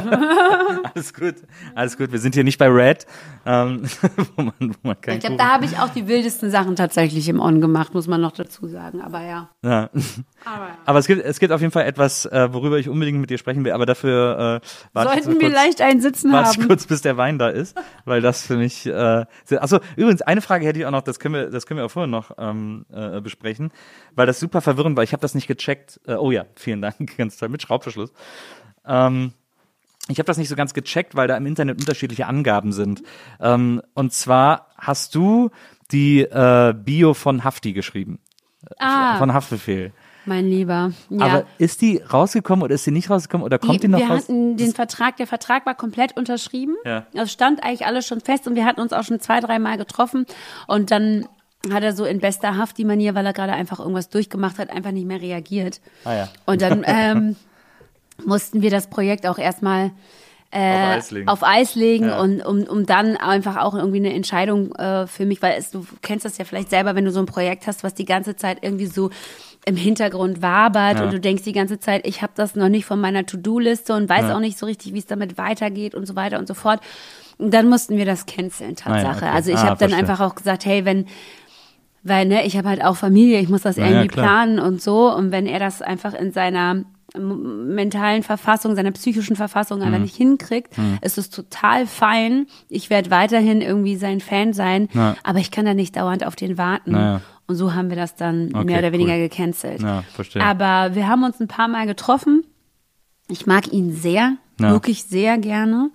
Alles gut. Wir sind hier nicht bei Red, wo man kein Ich glaube, da habe ich auch die wildesten Sachen tatsächlich im On gemacht, muss man noch dazu sagen, aber ja. Aber es gibt auf jeden Fall etwas, worüber ich unbedingt mit dir sprechen will, aber dafür sollten wir leicht einen Sitzen haben. Kurz, bis der Wein da ist, weil das für mich achso, übrigens, eine Frage hätte ich auch noch, das können wir auch vorher noch besprechen, weil das super verwirrend war. Ich habe das nicht gecheckt. Oh ja, vielen Dank, ganz toll, mit Schraubverschluss. Ich habe das nicht so ganz gecheckt, weil da im Internet unterschiedliche Angaben sind. Und zwar hast du die Bio von Hafti geschrieben. Von Haftbefehl. Mein Lieber. Ja. Aber ist die rausgekommen oder ist die nicht rausgekommen oder kommt die noch raus? Wir hatten den Vertrag, der Vertrag war komplett unterschrieben. Ja. Es stand eigentlich alles schon fest und wir hatten uns auch schon 2-3 Mal getroffen und dann hat er so in bester Hafti-Manier, weil er gerade einfach irgendwas durchgemacht hat, einfach nicht mehr reagiert. Ja. Und dann mussten wir das Projekt auch erstmal auf Eis legen ja. und um dann einfach auch irgendwie eine Entscheidung für mich, weil du kennst das ja vielleicht selber, wenn du so ein Projekt hast, was die ganze Zeit irgendwie so im Hintergrund wabert und du denkst die ganze Zeit, ich habe das noch nicht von meiner To-Do-Liste und weiß auch nicht so richtig, wie es damit weitergeht und so weiter und so fort. Und dann mussten wir das canceln, Tatsache. Okay. Also ich habe dann einfach auch gesagt, hey, weil ich habe halt auch Familie, ich muss das irgendwie planen und so. Und wenn er das einfach in seiner mentalen Verfassung, seiner psychischen Verfassung einfach nicht hinkriegt, ist es total fein. Ich werde weiterhin irgendwie sein Fan sein, aber ich kann da nicht dauernd auf den warten. Und so haben wir das dann mehr oder weniger gecancelt. Ja, verstehe. Aber wir haben uns ein paar Mal getroffen. Ich mag ihn sehr, wirklich sehr gerne.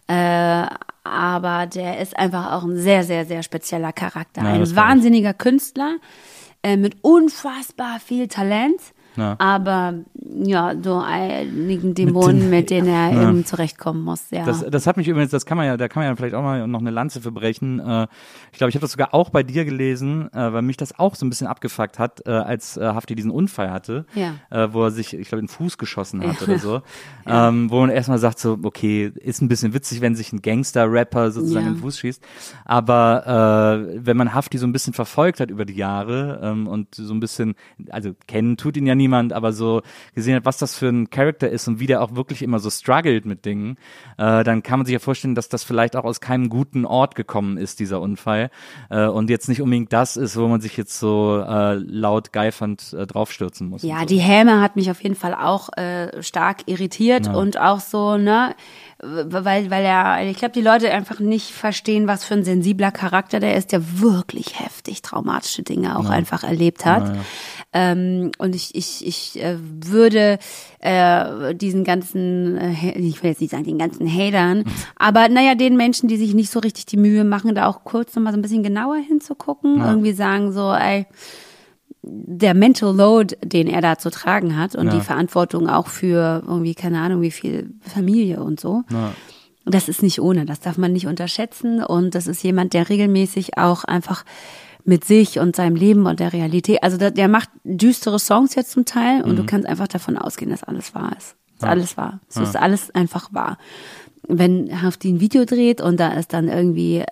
Aber der ist einfach auch ein sehr, sehr, sehr spezieller Charakter. Ein wahnsinniger Künstler mit unfassbar viel Talent. Aber so einigen Dämonen, mit denen er irgendwie zurechtkommen muss. Ja. Das hat mich übrigens, da kann man ja vielleicht auch mal noch eine Lanze für brechen. Ich glaube, ich habe das sogar auch bei dir gelesen, weil mich das auch so ein bisschen abgefuckt hat, als Hafti diesen Unfall hatte, wo er sich, ich glaube, in den Fuß geschossen hat oder so. Wo man erstmal sagt so, okay, ist ein bisschen witzig, wenn sich ein Gangster-Rapper sozusagen in den Fuß schießt. Aber wenn man Hafti so ein bisschen verfolgt hat über die Jahre und so ein bisschen, also kennen tut ihn ja niemand, aber so gesehen hat, was das für ein Charakter ist und wie der auch wirklich immer so struggelt mit Dingen, dann kann man sich ja vorstellen, dass das vielleicht auch aus keinem guten Ort gekommen ist, dieser Unfall. Und jetzt nicht unbedingt das ist, wo man sich jetzt so laut geifernd draufstürzen muss. Ja, die Häme hat mich auf jeden Fall auch stark irritiert und auch so, weil ich glaube, die Leute einfach nicht verstehen, was für ein sensibler Charakter der ist, der wirklich heftig traumatische Dinge auch einfach erlebt hat. Und ich würde diesen ganzen, ich will jetzt nicht sagen den ganzen Hatern, aber den Menschen, die sich nicht so richtig die Mühe machen, da auch kurz nochmal so ein bisschen genauer hinzugucken, irgendwie sagen so, der Mental Load, den er da zu tragen hat und die Verantwortung auch für irgendwie, keine Ahnung, wie viel Familie und so. Das ist nicht ohne, das darf man nicht unterschätzen und das ist jemand, der regelmäßig auch einfach mit sich und seinem Leben und der Realität, also der macht düstere Songs jetzt zum Teil und du kannst einfach davon ausgehen, dass alles wahr ist. Dass alles wahr. Es ist alles einfach wahr. Wenn Hafti ein Video dreht und da ist dann irgendwie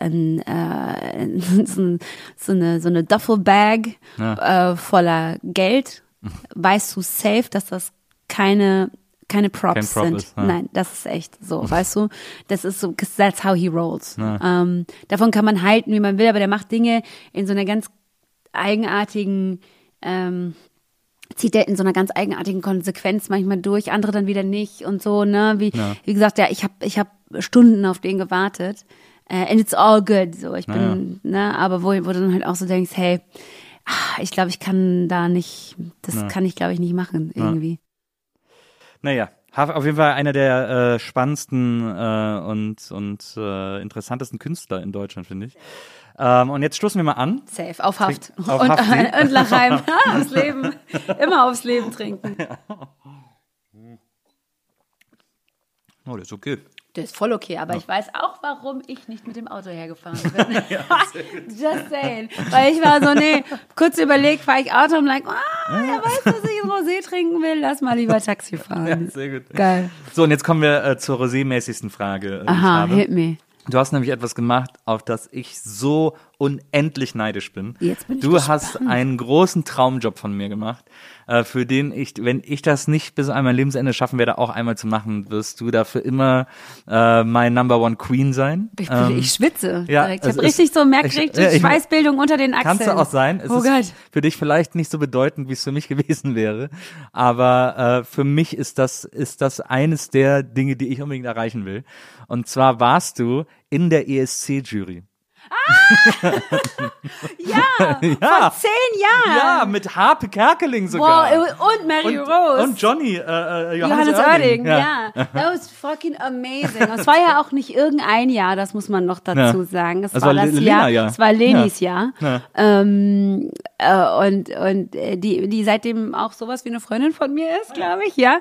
so eine Duffelbag voller Geld, weißt du safe, dass das keine Props sind. Ist, Nein, das ist echt so, weißt du? Das ist so, that's how he rolls. Davon kann man halten, wie man will, aber der macht Dinge in so einer ganz eigenartigen, zieht er in so einer ganz eigenartigen Konsequenz manchmal durch, andere dann wieder nicht und so, Wie gesagt, ich hab Stunden auf den gewartet. And it's all good. So, ich bin, aber wo du dann halt auch so denkst, hey, ich glaube, ich kann da nicht, kann ich, glaube ich, nicht machen, irgendwie. Naja, auf jeden Fall einer der spannendsten und interessantesten Künstler in Deutschland, finde ich. Und jetzt stoßen wir mal an. Safe, auf Haft. Und Lachheim. Aufs Leben. Immer aufs Leben trinken. Oh, das ist okay. Das ist voll okay, aber ich weiß auch, warum ich nicht mit dem Auto hergefahren bin. Just saying. Weil ich war so, kurz überlegt, fahre ich Auto und er weiß, dass ich ein Rosé trinken will, lass mal lieber Taxi fahren. Ja, sehr gut. Geil. So, und jetzt kommen wir zur Rosé-mäßigsten Frage. Die ich Aha, habe. hit me. Du hast nämlich etwas gemacht, auf das ich so unendlich neidisch bin. Jetzt bin ich Du gespannt. hast einen großen Traumjob von mir gemacht, für den ich, wenn ich das nicht bis an mein Lebensende schaffen werde, auch einmal zu machen, wirst du dafür immer mein Number One Queen sein. Ich schwitze ja, direkt. Ich es habe richtig ist- ich- Schweißbildung unter den Achseln. Kannst du auch sein. Es Oh ist Gott. für dich vielleicht nicht so bedeutend, wie es für mich gewesen wäre. Aber für mich ist das eines der Dinge, die ich unbedingt erreichen will. Und zwar warst du in der ESC-Jury. Ja, Ja. vor 10 Jahren. Ja, mit Harpe Kerkeling sogar. Wow, und Mary Rose. Und Johnny, Johannes Oerding, ja. That was fucking amazing. Das war ja auch nicht irgendein Jahr, das muss man noch dazu sagen. Es Das war war das Lena, Jahr, ja. es war Lenis Ja. Jahr. Die seitdem auch sowas wie eine Freundin von mir ist, glaube ich, ja.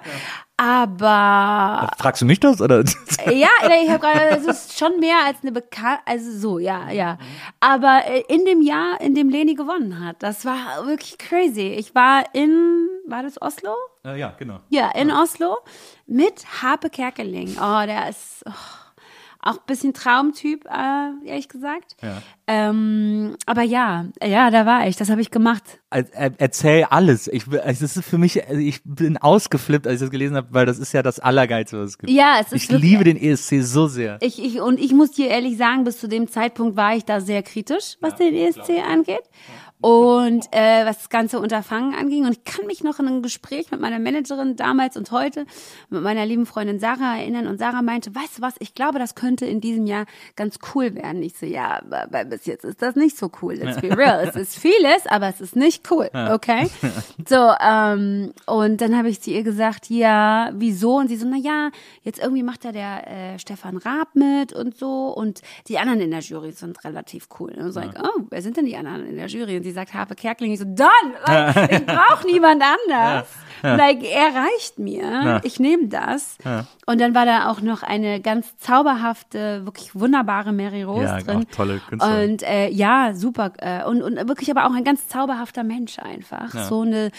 Aber Fragst du mich das? Oder? ja, ich habe gerade, es ist schon mehr als eine Bekannte, also so, ja. Aber in dem Jahr, in dem Leni gewonnen hat, das war wirklich crazy. Ich war war das Oslo? Ja, genau. Ja, in Oslo mit Harpe Kerkeling. Oh, der ist auch ein bisschen Traumtyp, ehrlich gesagt. Ja. Aber ja, da war ich, das habe ich gemacht. Erzähl alles. Es ist für mich, ich bin ausgeflippt, als ich das gelesen habe, weil das ist ja das Allergeilste, was es gibt. Ja, es ist Ich wirklich- liebe den ESC so sehr. Ich muss dir ehrlich sagen, bis zu dem Zeitpunkt war ich da sehr kritisch, was den ESC angeht. Und was das ganze Unterfangen anging. Und ich kann mich noch an ein Gespräch mit meiner Managerin damals und heute, mit meiner lieben Freundin Sarah erinnern. Und Sarah meinte, weißt du was, ich glaube, das könnte in diesem Jahr ganz cool werden. Ich so, ja, aber bis jetzt ist das nicht so cool. Let's be real. Es ist vieles, aber es ist nicht cool, okay? So, und dann habe ich zu ihr gesagt, ja, wieso? Und sie so, na jetzt irgendwie macht da der Stefan Raab mit und so. Und die anderen in der Jury sind relativ cool. Und so, oh, wer sind denn die anderen in der Jury? Und sie sagt, Harpe Kerkeling. Ich so, like, ich brauche niemand anders. Like, er reicht mir. Ich nehme das. Und dann war da auch noch eine ganz zauberhafte, wirklich wunderbare Mary Rose drin. Auch tolle Künstlerin. Und ja, super. Und wirklich aber auch ein ganz zauberhafter Mensch einfach. So eine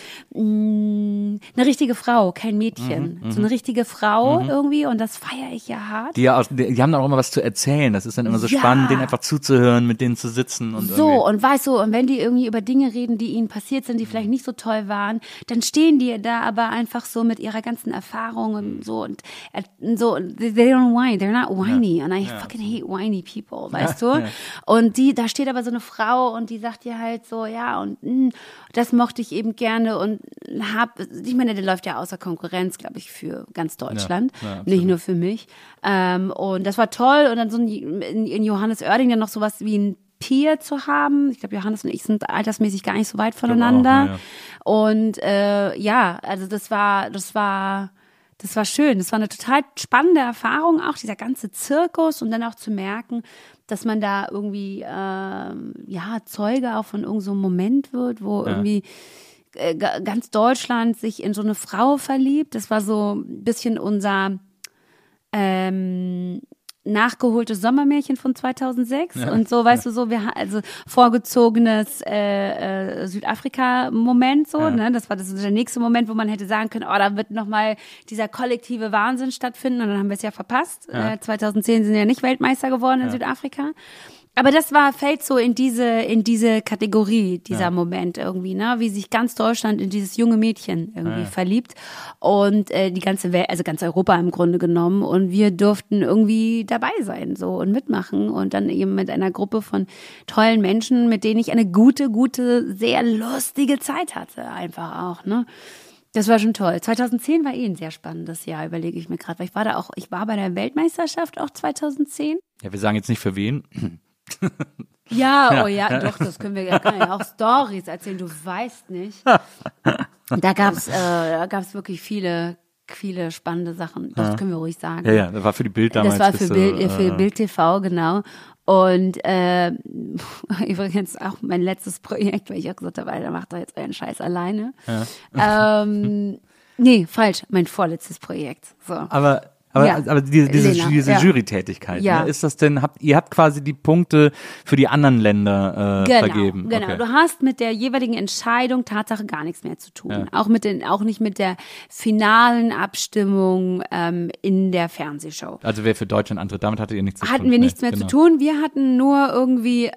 richtige Frau, kein Mädchen. So eine richtige Frau irgendwie. Und das feiere ich ja hart. Die haben auch immer was zu erzählen. Das ist dann immer so Ja. spannend, denen einfach zuzuhören, mit denen zu sitzen. Und So, irgendwie. und weißt du, und wenn die irgendwie über Dinge reden, die ihnen passiert sind, die vielleicht nicht so toll waren, dann stehen die da aber einfach so mit ihrer ganzen Erfahrung und so they don't whine, they're not whiny and I fucking hate whiny people, weißt du? Und da steht aber so eine Frau und die sagt dir halt so, ja, und das mochte ich eben gerne und ich meine, der läuft ja außer Konkurrenz, glaube ich, für ganz Deutschland, nicht nur für mich. Und das war toll und dann so in Johannes Oerding dann noch sowas wie ein Peer zu haben. Ich glaube, Johannes und ich sind altersmäßig gar nicht so weit voneinander. Und also das war schön. Das war eine total spannende Erfahrung auch, dieser ganze Zirkus und dann auch zu merken, dass man da irgendwie Zeuge auch von irgendeinem so einem Moment wird, wo irgendwie ganz Deutschland sich in so eine Frau verliebt. Das war so ein bisschen unser nachgeholtes Sommermärchen von 2006 und so, weißt du, so, also vorgezogenes Südafrika-Moment so, ne, das war der nächste Moment, wo man hätte sagen können, da wird nochmal dieser kollektive Wahnsinn stattfinden und dann haben wir es ja verpasst. 2010 sind wir ja nicht Weltmeister geworden in Südafrika. Aber das fällt so in diese Kategorie, dieser Moment irgendwie, ne, wie sich ganz Deutschland in dieses junge Mädchen irgendwie verliebt und die ganze Welt, also ganz Europa im Grunde genommen und wir durften irgendwie dabei sein so und mitmachen und dann eben mit einer Gruppe von tollen Menschen, mit denen ich eine gute, sehr lustige Zeit hatte einfach auch, ne. Das war schon toll. 2010 war ein sehr spannendes Jahr, überlege ich mir gerade, weil ich war bei der Weltmeisterschaft auch 2010. Ja, wir sagen jetzt nicht für wen. Ja, doch, das kann ja auch Storys erzählen, du weißt nicht. Da gab's wirklich viele spannende Sachen, das können wir ruhig sagen. Ja, das war für die Bild damals. Das war für Bild TV, genau. Und übrigens auch mein letztes Projekt, weil ich auch gesagt habe, Alter, macht doch jetzt euren Scheiß alleine. Nee, falsch, mein vorletztes Projekt. So. Aber Aber diese Jury-Tätigkeit, Ja. ne? Ist das denn, ihr habt quasi die Punkte für die anderen Länder vergeben? Genau. Okay. Du hast mit der jeweiligen Entscheidung Tatsache gar nichts mehr zu tun. Ja. Auch nicht mit der finalen Abstimmung in der Fernsehshow. Also wer für Deutschland antritt, damit hattet ihr nichts zu tun? Hatten wir nichts mehr zu tun. Wir hatten nur irgendwie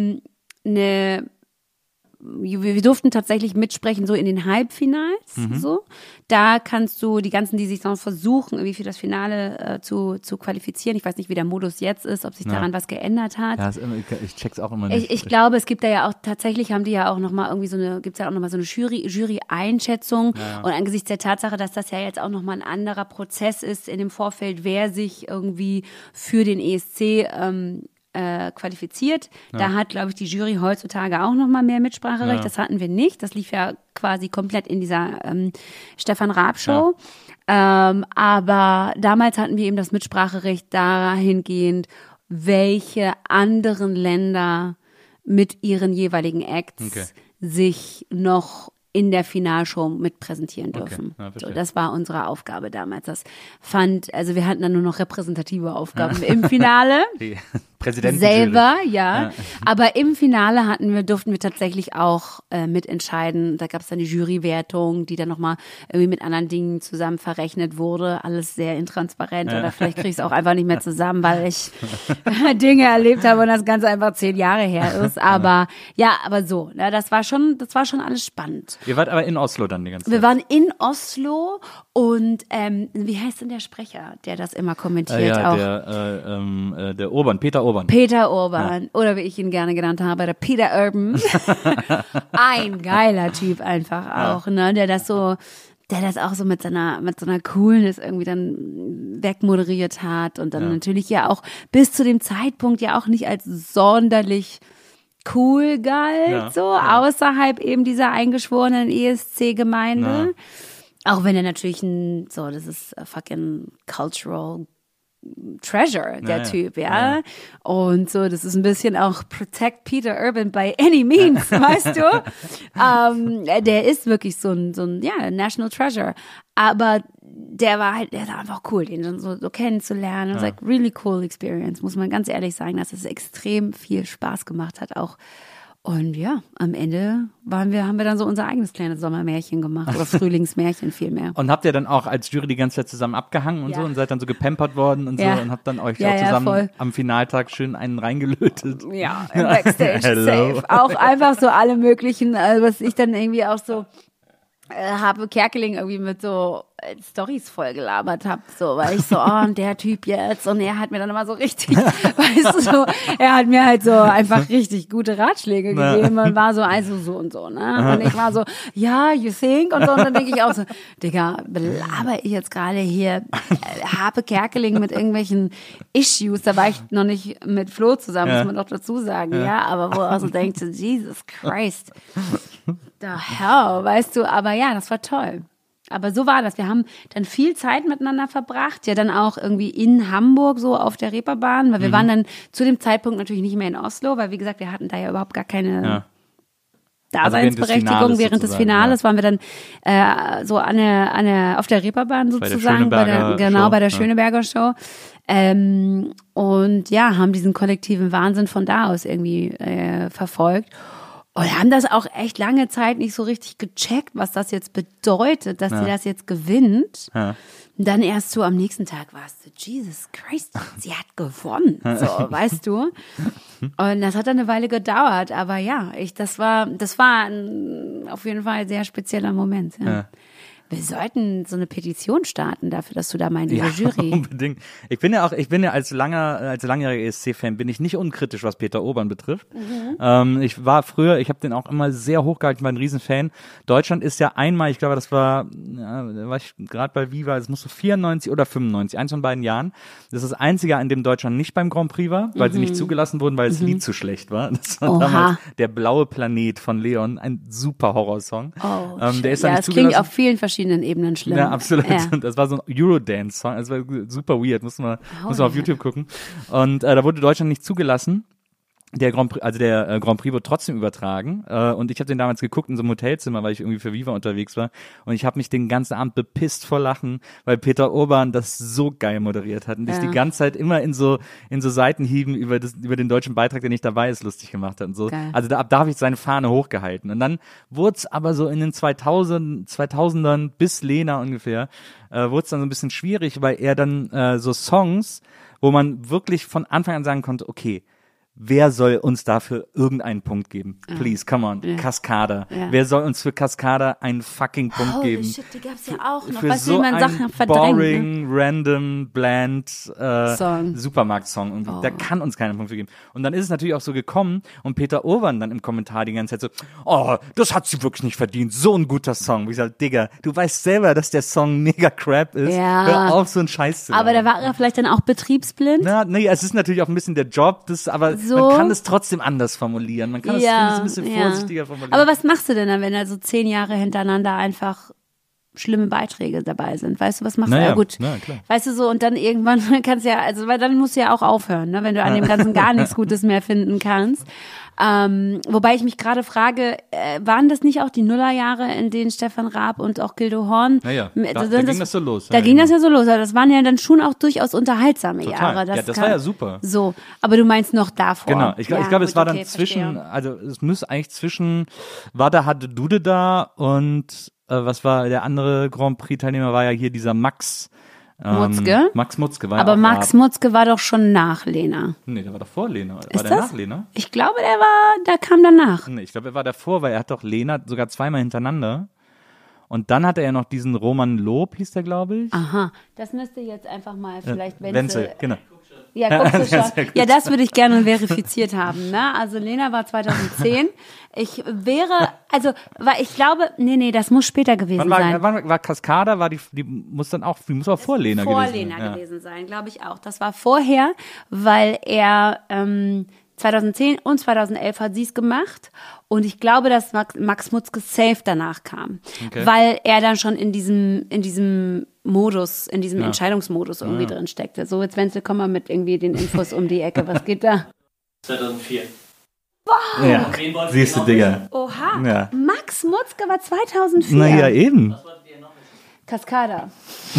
wir durften tatsächlich mitsprechen, so in den Halbfinals, so. Da kannst du die ganzen, die sich noch versuchen, irgendwie für das Finale zu qualifizieren. Ich weiß nicht, wie der Modus jetzt ist, ob sich daran was geändert hat. Ja, ich check's auch immer nicht. Ich glaube, es gibt da ja auch, tatsächlich haben die ja auch nochmal irgendwie gibt's ja auch nochmal so eine Jury-Einschätzung. Ja. Und angesichts der Tatsache, dass das ja jetzt auch nochmal ein anderer Prozess ist in dem Vorfeld, wer sich irgendwie für den ESC qualifiziert. Ja. Da hat, glaube ich, die Jury heutzutage auch noch mal mehr Mitspracherecht. Ja. Das hatten wir nicht. Das lief ja quasi komplett in dieser Stefan Raab-Show. Ja. Aber damals hatten wir eben das Mitspracherecht dahingehend, welche anderen Länder mit ihren jeweiligen Acts sich noch in der Finalshow mit präsentieren dürfen. Ja, so, das war unsere Aufgabe damals. Also wir hatten dann nur noch repräsentative Aufgaben im Finale. Die Präsidentin selber, ja. Aber im Finale durften wir tatsächlich auch mitentscheiden. Da gab es dann die Jurywertung, die dann nochmal irgendwie mit anderen Dingen zusammen verrechnet wurde. Alles sehr intransparent. Oder vielleicht kriege ich es auch einfach nicht mehr zusammen, weil ich Dinge erlebt habe und das Ganze einfach 10 Jahre her ist. Aber aber so. Ja, das war schon alles spannend. Ihr wart aber in Oslo dann die ganze Zeit. Wir waren in Oslo und wie heißt denn der Sprecher, der das immer kommentiert auch? Der Urban, Peter Urban. Peter Urban, oder wie ich ihn gerne genannt habe, der Peter Urban. Ein geiler Typ einfach auch, ne, der das auch so mit so einer Coolness irgendwie dann wegmoderiert hat und dann natürlich ja auch bis zu dem Zeitpunkt ja auch nicht als sonderlich cool galt, außerhalb eben dieser eingeschworenen ESC-Gemeinde. Auch wenn er natürlich das ist a fucking cultural treasure, der Typ, ja. Und so, das ist ein bisschen auch protect Peter Urban by any means, weißt du? Der ist wirklich so ein national treasure. Aber der war einfach cool, den so kennenzulernen. Das ist like really cool experience, muss man ganz ehrlich sagen, dass es extrem viel Spaß gemacht hat auch. Und ja, am Ende haben wir dann so unser eigenes kleines Sommermärchen gemacht oder Frühlingsmärchen vielmehr. Und habt ihr dann auch als Jury die ganze Zeit zusammen abgehangen und so und seid dann so gepampert worden und so und habt dann euch auch zusammen am Finaltag schön einen reingelötet? Ja, im Backstage safe. Auch einfach so alle möglichen, was ich dann irgendwie auch so habe Kerkeling irgendwie mit so Storys vollgelabert habe, so, weil ich so, und der Typ jetzt, und er hat mir dann immer so richtig, weißt du, so, er hat mir halt so einfach richtig gute Ratschläge gegeben und war so, also so und so, ne, und ich war so, you think, und so, und dann denke ich auch so, Digga, belaber ich jetzt gerade hier Harpe Kerkeling mit irgendwelchen Issues, da war ich noch nicht mit Flo zusammen, muss man doch dazu sagen, aber wo er so denkt, Jesus Christ, the hell, weißt du, aber ja, das war toll. Aber so war das. Wir haben dann viel Zeit miteinander verbracht, ja dann auch irgendwie in Hamburg so auf der Reeperbahn, weil wir waren dann zu dem Zeitpunkt natürlich nicht mehr in Oslo, weil wie gesagt, wir hatten da ja überhaupt gar keine Daseinsberechtigung. Während des Finales waren wir dann so auf der Reeperbahn sozusagen, bei der Schöneberger Show. Und ja, haben diesen kollektiven Wahnsinn von da aus irgendwie verfolgt. Und haben das auch echt lange Zeit nicht so richtig gecheckt, was das jetzt bedeutet, dass sie das jetzt gewinnt. Ja. Und dann erst so am nächsten Tag warst du, Jesus Christ, sie hat gewonnen, so, weißt du. Und das hat dann eine Weile gedauert, aber ja, das war auf jeden Fall ein sehr spezieller Moment. Ja. Wir sollten so eine Petition starten dafür, dass du da mal in dieser Jury. Unbedingt. Ich bin ja als langjähriger ESC-Fan bin ich nicht unkritisch, was Peter Urban betrifft. Ich habe den auch immer sehr hochgehalten, war ein Riesenfan. Deutschland ist ja einmal, ich glaube, da war ich gerade bei Viva, es muss so 94 oder 95, eins von beiden Jahren. Das ist das einzige Jahr, in dem Deutschland nicht beim Grand Prix war, weil sie nicht zugelassen wurden, weil das Lied zu schlecht war. Das war damals Der blaue Planet von Leon, ein super Horrorsong. Der ist dann nicht zugelassen. Klingt auf vielen verschiedenen Ebenen schlimm. Ja, absolut. Ja. Das war so ein Eurodance-Song. Das war super weird. Muss man auf YouTube gucken. Und da wurde Deutschland nicht zugelassen. der Grand Prix wurde trotzdem übertragen und ich habe den damals geguckt in so einem Hotelzimmer, weil ich irgendwie für Viva unterwegs war und ich habe mich den ganzen Abend bepisst vor Lachen, weil Peter Urban das so geil moderiert hat und sich die ganze Zeit immer in so Seitenhieben über den deutschen Beitrag, der nicht dabei ist, lustig gemacht hat und so. Geil. Also da habe ich seine Fahne hochgehalten und dann wurde es aber so in den 2000ern bis Lena ungefähr, wurde es dann so ein bisschen schwierig, weil er dann so Songs, wo man wirklich von Anfang an sagen konnte, okay, wer soll uns dafür irgendeinen Punkt geben? Please, come on. Ja. Cascada. Ja. Wer soll uns für Cascada einen fucking Punkt geben? Shit, die gab's ja auch noch. Für weißt so einen Sachen boring, random, bland Supermarkt-Song. Irgendwie. Da kann uns keinen Punkt für geben. Und dann ist es natürlich auch so gekommen und Peter Urban dann im Kommentar die ganze Zeit so, oh, das hat sie wirklich nicht verdient. So ein guter Song. Wie ich sage, Digga, du weißt selber, dass der Song mega crap ist. Ja. Hör auf, so einen Scheiß zu machen. Aber da war er vielleicht dann auch betriebsblind? Nee, es ist natürlich auch ein bisschen der Job, aber so. Man kann es trotzdem anders formulieren. Man kann es ein bisschen vorsichtiger formulieren. Aber was machst du denn dann, wenn da so 10 Jahre hintereinander einfach schlimme Beiträge dabei sind? Weißt du, was machst du? Ja, gut. Klar. Weißt du so, und dann irgendwann kannst du ja, also, weil dann musst du ja auch aufhören, ne, wenn du an dem Ganzen gar nichts Gutes mehr finden kannst. Wobei ich mich gerade frage, waren das nicht auch die Nullerjahre, in denen Stefan Raab und auch Gildo Horn? Da ging das so los. Da ging das ja so los. Das waren ja dann schon auch durchaus unterhaltsame Jahre. Das war ja super. So, aber du meinst noch davor. Genau, ich glaube, es war dann zwischen, also es müsste eigentlich zwischen Wada hatte Dude da und was war der andere Grand Prix-Teilnehmer, war ja hier dieser Max Mutzke? Max Mutzke war aber ja Max Mutzke war doch schon nach Lena. Nee, der war doch vor Lena. Ist war der nach Lena? Ich glaube, der kam danach. Nee, ich glaube, er war davor, weil er hat doch Lena sogar zweimal hintereinander. Und dann hatte er noch diesen Roman Lob, hieß der, glaube ich. Aha, das müsste jetzt einfach mal vielleicht Wenzel, genau. Ja, guckst du schon. Ja, das würde ich gerne verifiziert haben, ne? Also Lena war 2010. Weil ich glaube, nee, das muss später gewesen sein. Wann war Cascada, die muss auch vor Lena gewesen sein, glaube ich auch. Das war vorher, weil er 2010 und 2011 hat sie es gemacht und ich glaube, dass Max Mutzke safe danach kam, weil er dann schon in diesem Modus, in diesem Entscheidungsmodus irgendwie drin steckte. So, jetzt Wenzel, komm mal mit irgendwie den Infos um die Ecke. Was geht da? 2004. Wow! Ja, siehst du, Digga. Oha, ja. Max Mutzke war 2004. Naja, eben. Was wolltet ihr noch wissen? Cascada.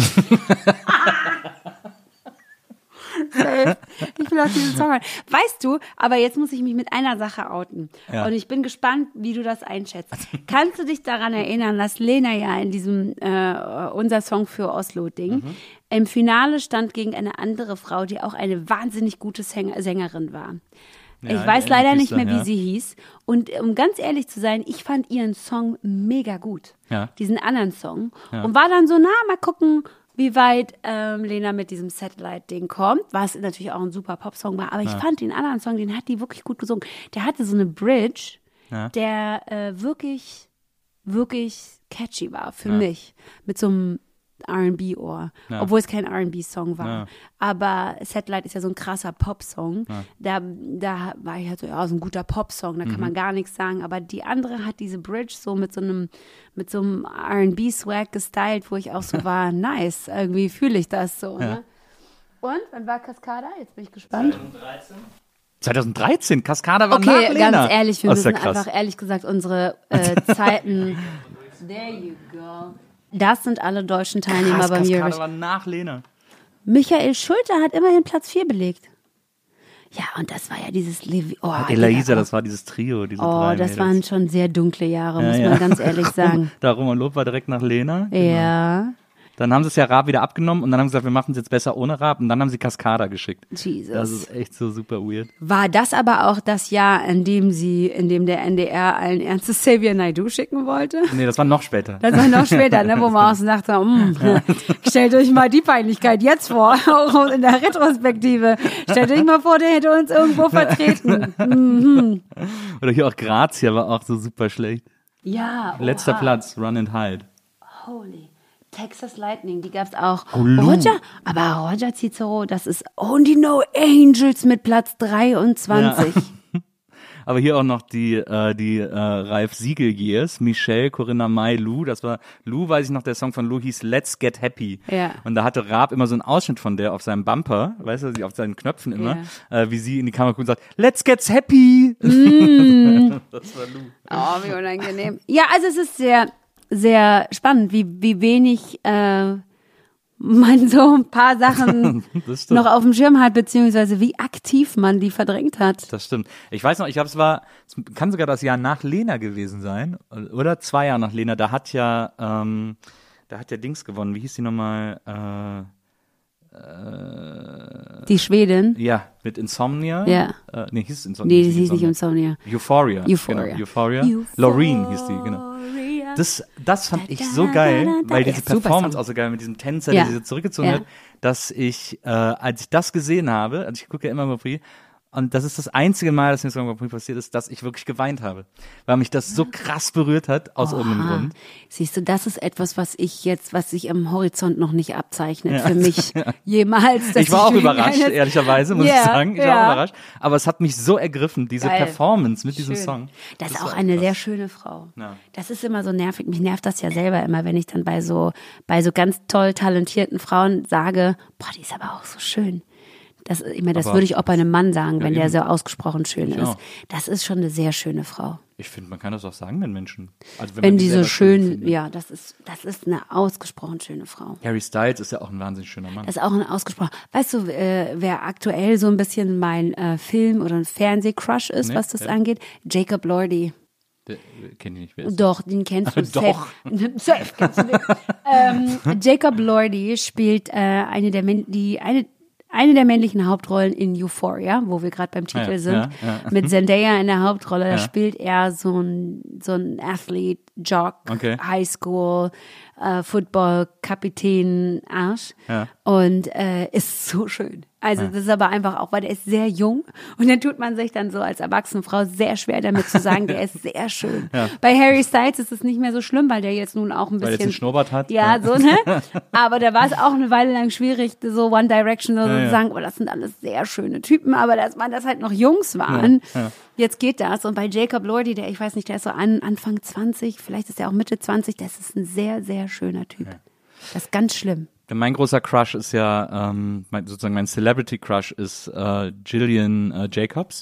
Ich will auch diesen Song hören. Weißt du, aber jetzt muss ich mich mit einer Sache outen. Ja. Und ich bin gespannt, wie du das einschätzt. Kannst du dich daran erinnern, dass Lena ja in diesem unser Song für Oslo-Ding im Finale stand gegen eine andere Frau, die auch eine wahnsinnig gute Sängerin war. Ja, ich weiß leider nicht mehr, wie sie hieß. Und um ganz ehrlich zu sein, ich fand ihren Song mega gut. Ja. Diesen anderen Song. Ja. Und war dann so, mal gucken, wie weit Lena mit diesem Satellite-Ding kommt, was natürlich auch ein super Popsong war. Aber ich fand den anderen Song, den hat die wirklich gut gesungen. Der hatte so eine Bridge, der wirklich, wirklich catchy war für mich. Mit so einem R&B-Ohr, obwohl es kein R&B-Song war. Ja. Aber Satellite ist ja so ein krasser Pop-Song. Ja. Da war ich halt so, so ein guter Pop-Song, da kann man gar nichts sagen. Aber die andere hat diese Bridge so mit so einem R&B-Swag gestylt, wo ich auch so war, nice, irgendwie fühle ich das so. Ja. Ne? Und, wann war Cascada? Jetzt bin ich gespannt. 2013? Cascada war nach Lena. Okay, ganz ehrlich, wir müssen einfach ehrlich gesagt unsere Zeiten, there you go. Das sind alle deutschen Teilnehmer beim Eurovision. Cascada war nach Lena. Michael Schulte hat immerhin Platz 4 belegt. Ja, und das war ja dieses Elaisa, das war dieses Trio, diese drei. Das waren schon sehr dunkle Jahre, muss man ganz ehrlich sagen. Da Roman Lob war direkt nach Lena. Ja. Genau. Dann haben sie es ja Raab wieder abgenommen und dann haben sie gesagt, wir machen es jetzt besser ohne Raab und dann haben sie Cascada geschickt. Jesus. Das ist echt so super weird. War das aber auch das Jahr, in dem der NDR allen Ernstes Xavier Naidoo schicken wollte? Nee, das war noch später. Das war noch später, ne, wo man auch so dachte, stellt euch mal die Peinlichkeit jetzt vor, auch in der Retrospektive. Stellt euch mal vor, der hätte uns irgendwo vertreten. Oder hier auch Grazia war auch so super schlecht. Ja. Letzter Platz, Run and Hide. Holy. Texas Lightning, die gab's auch. Roger Cicero, das ist Only No Angels mit Platz 23. Ja. aber hier auch noch die Ralf Siegel Years, Michelle, Corinna May, Lou, Lou weiß ich noch, der Song von Lou hieß Let's Get Happy. Ja. Und da hatte Raab immer so einen Ausschnitt von der auf seinem Bumper, weißt du, auf seinen Knöpfen immer, wie sie in die Kamera guckt und sagt, Let's Get Happy. Das war Lou. Oh, wie unangenehm. Ja, also es ist sehr, sehr spannend, wie wenig man so ein paar Sachen noch auf dem Schirm hat, beziehungsweise wie aktiv man die verdrängt hat. Das stimmt. Ich weiß noch, es kann sogar das Jahr nach Lena gewesen sein, oder 2 Jahre nach Lena, da hat ja Dings gewonnen, wie hieß die nochmal? Die Schwedin? Ja, mit Insomnia. Ja. Hieß es Insomnia? Nee, das hieß nicht Insomnia. Euphoria. Genau, Euphoria. Loreen hieß die, genau. Das fand ich so geil, weil diese Performance auch so geil mit diesem Tänzer, der sie zurückgezogen hat, dass ich, als ich das gesehen habe, also ich gucke ja immer Grand Prix, und das ist das einzige Mal, dass mir so Grand Prix passiert ist, dass ich wirklich geweint habe, weil mich das so krass berührt hat, aus irgendeinem Grund. Siehst du, das ist etwas, was sich am Horizont noch nicht abzeichnet für mich jemals. Ich war auch überrascht, ehrlicherweise, muss ich sagen. Ich war auch überrascht. Aber es hat mich so ergriffen, diese Performance mit diesem Song. Das ist auch eine sehr schöne Frau. Ja. Das ist immer so nervig. Mich nervt das ja selber immer, wenn ich dann bei so ganz toll talentierten Frauen sage, boah, die ist aber auch so schön. Das würde ich auch bei einem Mann sagen, wenn der so ausgesprochen schön ist. Das ist schon eine sehr schöne Frau. Ich finde, man kann das auch sagen, wenn Menschen. Also wenn die so schön, das ist eine ausgesprochen schöne Frau. Harry Styles ist ja auch ein wahnsinnig schöner Mann. Das ist auch ein ausgesprochen. Weißt du, wer aktuell so ein bisschen mein Film- oder ein Fernseh-Crush ist, was das angeht? Jacob Lordy. Kenn ich nicht, wer ist Doch, den kennst du. Doch. Safe kennst du den. Jacob Lordy spielt eine der männlichen Hauptrollen in Euphoria, wo wir gerade beim Titel sind, mit Zendaya in der Hauptrolle. Da spielt er so ein Athlet, Jock, Highschool, Football, Kapitän, Arsch. Ja. Und ist so schön. Also das ist aber einfach auch, weil der ist sehr jung und dann tut man sich dann so als erwachsene Frau sehr schwer damit zu sagen, der ist sehr schön. Ja. Bei Harry Styles ist es nicht mehr so schlimm, weil der jetzt nun auch ein bisschen... Weil er jetzt einen Schnurrbart hat. Ja, so, ne? Aber da war es auch eine Weile lang schwierig, so One Direction so zu sagen, oh, das sind alles sehr schöne Typen, aber dass man das halt noch Jungs waren. Ja. Jetzt geht das. Und bei Jacob Lordy, der ist so Anfang 20, vielleicht ist er auch Mitte 20, das ist ein sehr, sehr schöner Typ. Ja. Das ist ganz schlimm. Mein großer Crush ist ja, mein Celebrity Crush ist Gillian Jacobs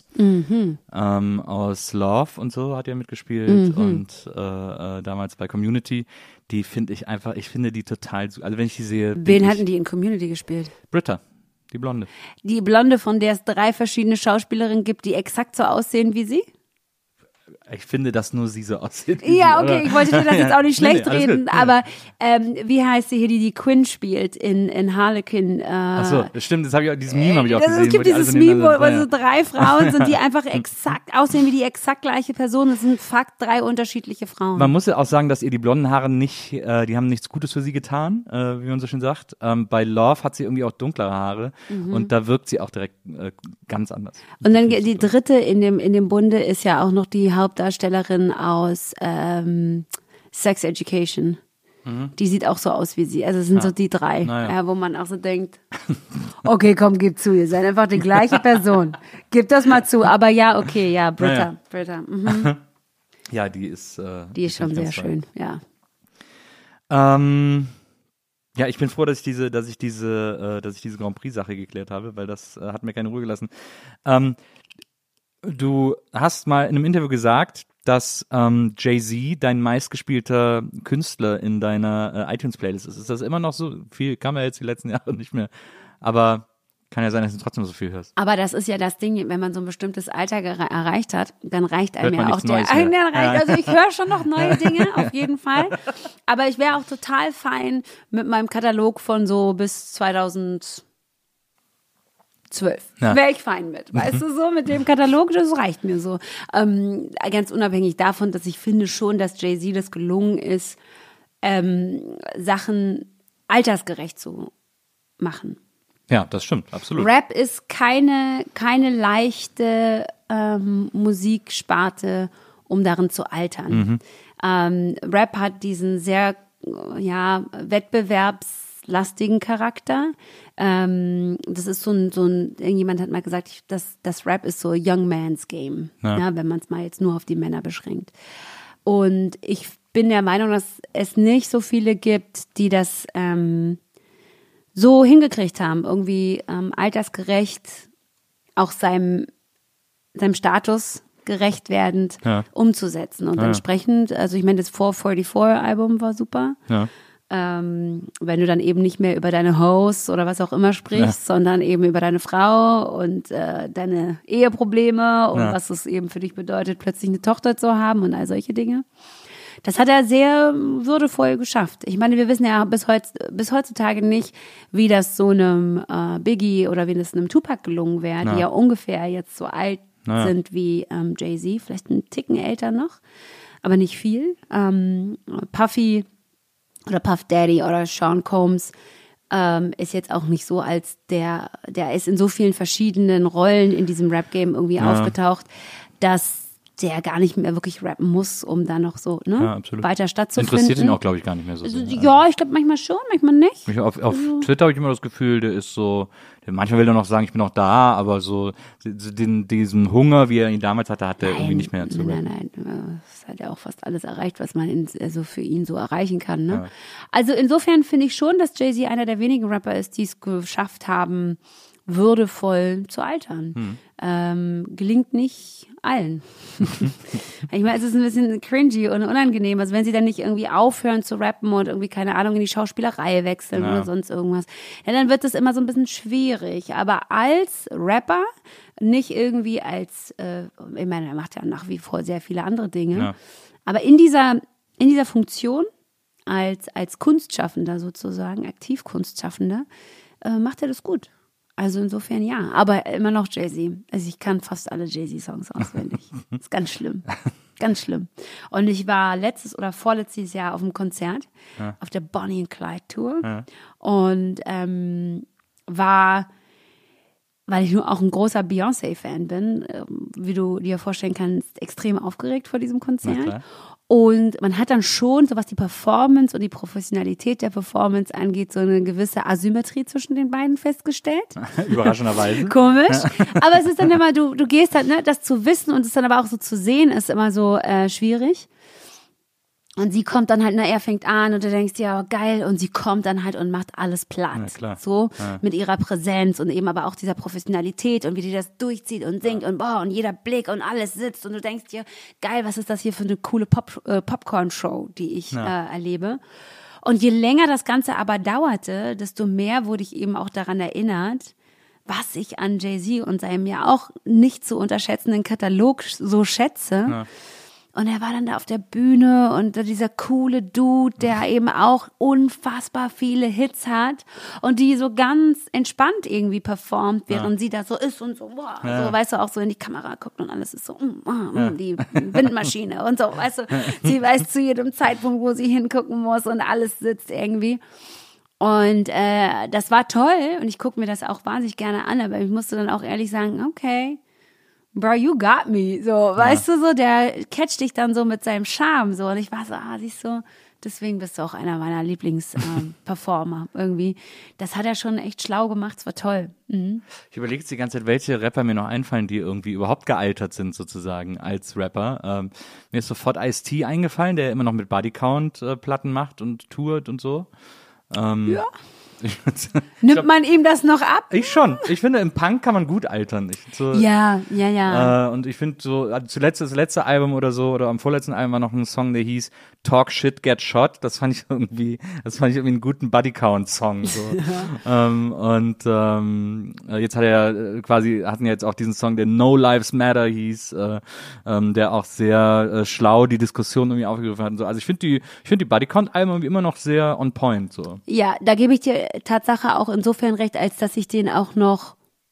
aus Love und so hat er mitgespielt und damals bei Community. Die finde ich die total, also wenn ich die sehe. Wen hatten die in Community gespielt? Britta, die Blonde. Die Blonde, von der es 3 verschiedene Schauspielerinnen gibt, die exakt so aussehen wie sie? Ich finde, dass nur sie so aussieht. Ja, okay, ich wollte dir das jetzt auch nicht schlecht reden, aber wie heißt sie hier, die Quinn spielt in Harlequin? Ach so, das stimmt, dieses Meme habe ich auch gesehen. Es gibt dieses Meme, wo so 3 Frauen sind, die einfach exakt aussehen wie die exakt gleiche Person. Das sind Fakt 3 unterschiedliche Frauen. Man muss ja auch sagen, dass ihr die blonden Haare die haben nichts Gutes für sie getan, wie man so schön sagt. Bei Love hat sie irgendwie auch dunklere Haare und da wirkt sie auch direkt ganz anders. Und dann die dritte in dem Bunde ist ja auch noch die Hauptdarstellerin aus Sex Education. Die sieht auch so aus wie sie. Also es sind so die 3, wo man auch so denkt, okay, komm, gib zu, ihr seid einfach die gleiche Person. Gib das mal zu. Aber ja, okay, ja, Britta. Ja, die ist schon sehr schön, ja. Ja, ich bin froh, dass ich diese Grand Prix-Sache geklärt habe, weil das hat mir keine Ruhe gelassen. Du hast mal in einem Interview gesagt, dass Jay-Z dein meistgespielter Künstler in deiner iTunes-Playlist ist. Ist das immer noch so? Viel kam ja jetzt die letzten Jahre nicht mehr. Aber kann ja sein, dass du trotzdem so viel hörst. Aber das ist ja das Ding, wenn man so ein bestimmtes Alter erreicht hat, dann reicht einem ja auch Also ich höre schon noch neue Dinge, auf jeden Fall. Aber ich wäre auch total fein mit meinem Katalog von so bis 2012. Wäre ich fein mit. Weißt du, so mit dem Katalog, das reicht mir so. Ganz unabhängig davon, dass ich finde schon, dass Jay-Z das gelungen ist, Sachen altersgerecht zu machen. Ja, das stimmt, absolut. Rap ist keine leichte Musiksparte, um darin zu altern. Rap hat diesen sehr wettbewerbslastig rap-lastigen Charakter. Das ist so ein, irgendjemand hat mal gesagt, das Rap ist so a young man's game, ja, wenn man es mal jetzt nur auf die Männer beschränkt. Und ich bin der Meinung, dass es nicht so viele gibt, die das so hingekriegt haben, irgendwie altersgerecht, auch seinem Status gerecht werdend umzusetzen. Und entsprechend, also ich meine, das 444-Album war super. Ja. Wenn du dann eben nicht mehr über deine Hoes oder was auch immer sprichst, sondern eben über deine Frau und deine Eheprobleme und was es eben für dich bedeutet, plötzlich eine Tochter zu haben und all solche Dinge. Das hat er sehr würdevoll geschafft. Ich meine, wir wissen ja bis heutzutage nicht, wie das so einem Biggie oder wie das einem Tupac gelungen wäre, die ja ungefähr jetzt so alt sind wie Jay-Z, vielleicht einen Ticken älter noch, aber nicht viel. Puffy oder Puff Daddy oder Sean Combs ist jetzt auch nicht so, als der ist in so vielen verschiedenen Rollen in diesem Rap-Game irgendwie aufgetaucht, dass der gar nicht mehr wirklich rappen muss, um da noch so weiter stattzufinden. Interessiert ihn auch, glaube ich, gar nicht mehr so sehr. Ja, ich glaube manchmal schon, manchmal nicht. Auf Twitter habe ich immer das Gefühl, der ist so, manchmal will er noch sagen, ich bin noch da, aber so diesen Hunger, wie er ihn damals hatte, hat er irgendwie nicht mehr zu rappen. Nein, das hat ja auch fast alles erreicht, was man also für ihn so erreichen kann. Ne? Ja. Also insofern finde ich schon, dass Jay-Z einer der wenigen Rapper ist, die es geschafft haben, würdevoll zu altern. Gelingt nicht allen. Ich meine, es ist ein bisschen cringy und unangenehm. Also wenn sie dann nicht irgendwie aufhören zu rappen und irgendwie, keine Ahnung, in die Schauspielerei wechseln oder sonst irgendwas, ja, dann wird das immer so ein bisschen schwierig. Aber als Rapper, nicht irgendwie als, ich meine, er macht ja nach wie vor sehr viele andere Dinge, aber in dieser Funktion als Kunstschaffender sozusagen, Aktivkunstschaffender, macht er das gut. Also insofern ja, aber immer noch Jay-Z. Also ich kann fast alle Jay-Z-Songs auswendig. Das ist ganz schlimm. Ganz schlimm. Und ich war letztes oder vorletztes Jahr auf einem Konzert, auf der Bonnie and Clyde Tour. Und war, weil ich nur auch ein großer Beyoncé-Fan bin, wie du dir vorstellen kannst, extrem aufgeregt vor diesem Konzert. Und man hat dann schon, so was die Performance und die Professionalität der Performance angeht, so eine gewisse Asymmetrie zwischen den beiden festgestellt. Überraschenderweise. Komisch. Aber es ist dann immer, du gehst halt, ne, das zu wissen und es dann aber auch so zu sehen, ist immer so schwierig. Und sie kommt dann halt, er fängt an und du denkst, ja, geil. Und sie kommt dann halt und macht alles platt. So, mit ihrer Präsenz und eben aber auch dieser Professionalität und wie die das durchzieht und singt und und jeder Blick und alles sitzt und du denkst dir, geil, was ist das hier für eine coole Popcorn-Show, die ich erlebe. Und je länger das Ganze aber dauerte, desto mehr wurde ich eben auch daran erinnert, was ich an Jay-Z und seinem ja auch nicht zu unterschätzenden Katalog so schätze. Und er war dann da auf der Bühne und dieser coole Dude, der eben auch unfassbar viele Hits hat und die so ganz entspannt irgendwie performt, während sie da so ist und so, wow, so, weißt du, auch so in die Kamera guckt und alles ist so, die Windmaschine und so, weißt du, sie weiß zu jedem Zeitpunkt, wo sie hingucken muss und alles sitzt irgendwie. Und das war toll und ich gucke mir das auch wahnsinnig gerne an, aber ich musste dann auch ehrlich sagen, okay, Bro, you got me, so, weißt du, so, der catcht dich dann so mit seinem Charme, so, und ich war so, siehst du, deswegen bist du auch einer meiner Lieblings-Performer, irgendwie. Das hat er schon echt schlau gemacht, es war toll. Ich überlege jetzt die ganze Zeit, welche Rapper mir noch einfallen, die irgendwie überhaupt gealtert sind, sozusagen, als Rapper. Mir ist sofort Ice-T eingefallen, der immer noch mit Bodycount-Platten macht und tourt und so. Ja. Nimmt man ihm das noch ab? Ich schon. Ich finde, im Punk kann man gut altern. Ja. Und ich finde so, zuletzt das letzte Album oder so, oder am vorletzten Album war noch ein Song, der hieß Talk Shit, Get Shot. Das fand ich irgendwie einen guten Bodycount-Song. So. Jetzt hatten ja jetzt auch diesen Song, der No Lives Matter hieß, der auch sehr schlau die Diskussion irgendwie aufgegriffen hat. Und so. Also ich finde die Bodycount-Alben irgendwie immer noch sehr on point. So. Ja, da gebe ich dir Tatsache auch insofern recht, als dass ich den auch noch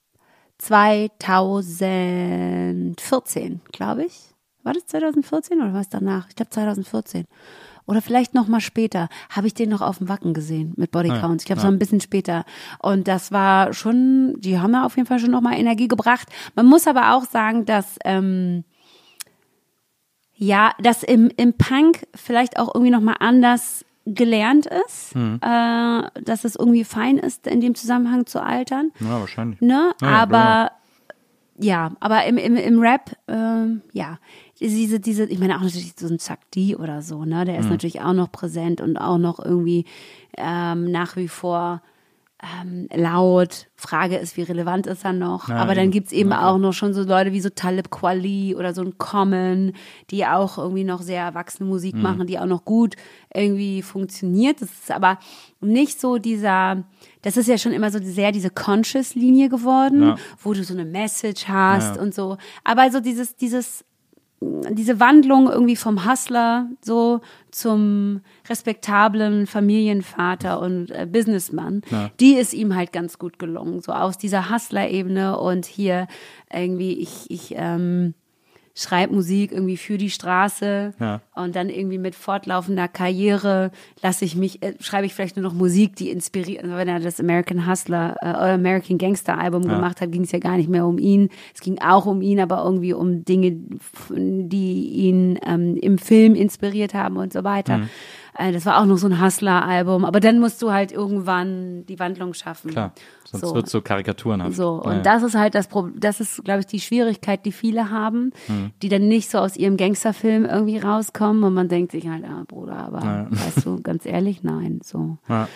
2014, glaube ich. War das 2014 oder was danach? Ich glaube 2014. Oder vielleicht noch mal später habe ich den noch auf dem Wacken gesehen mit Bodycount. Ich glaube, es war ein bisschen später. Und das war schon, die haben ja auf jeden Fall schon noch mal Energie gebracht. Man muss aber auch sagen, dass dass im Punk vielleicht auch irgendwie noch mal anders gelernt ist, dass es irgendwie fein ist, in dem Zusammenhang zu altern. Ja, wahrscheinlich. Ne? Ja, aber aber im Rap, diese, ich meine auch natürlich so ein Chuck D oder so, ne? Der ist natürlich auch noch präsent und auch noch irgendwie nach wie vor laut. Frage ist, wie relevant ist er noch? Ja, aber dann gibt's eben okay. auch noch schon so Leute wie so Talib Kweli oder so ein Common, die auch irgendwie noch sehr erwachsene Musik machen, die auch noch gut irgendwie funktioniert. Das ist aber nicht so das ist ja schon immer so sehr diese Conscious-Linie geworden, wo du so eine Message hast und so. Aber so diese Wandlung irgendwie vom Hustler so zum respektablen Familienvater und Businessman, die ist ihm halt ganz gut gelungen. So aus dieser Hustler-Ebene und hier irgendwie ich schreibe Musik irgendwie für die Straße und dann irgendwie mit fortlaufender Karriere schreibe ich vielleicht nur noch Musik, die inspiriert. Wenn er das American Hustler oder American Gangster Album gemacht hat, ging es ja gar nicht mehr um ihn. Es ging auch um ihn, aber irgendwie um Dinge, die ihn im Film inspiriert haben und so weiter. Das war auch noch so ein Hustler-Album, aber dann musst du halt irgendwann die Wandlung schaffen. Klar, sonst wird es so karikaturenhaft. So, und das ist halt das ist, glaube ich, die Schwierigkeit, die viele haben, die dann nicht so aus ihrem Gangsterfilm irgendwie rauskommen und man denkt sich halt, Bruder, aber weißt du, ganz ehrlich, nein, so. Ja.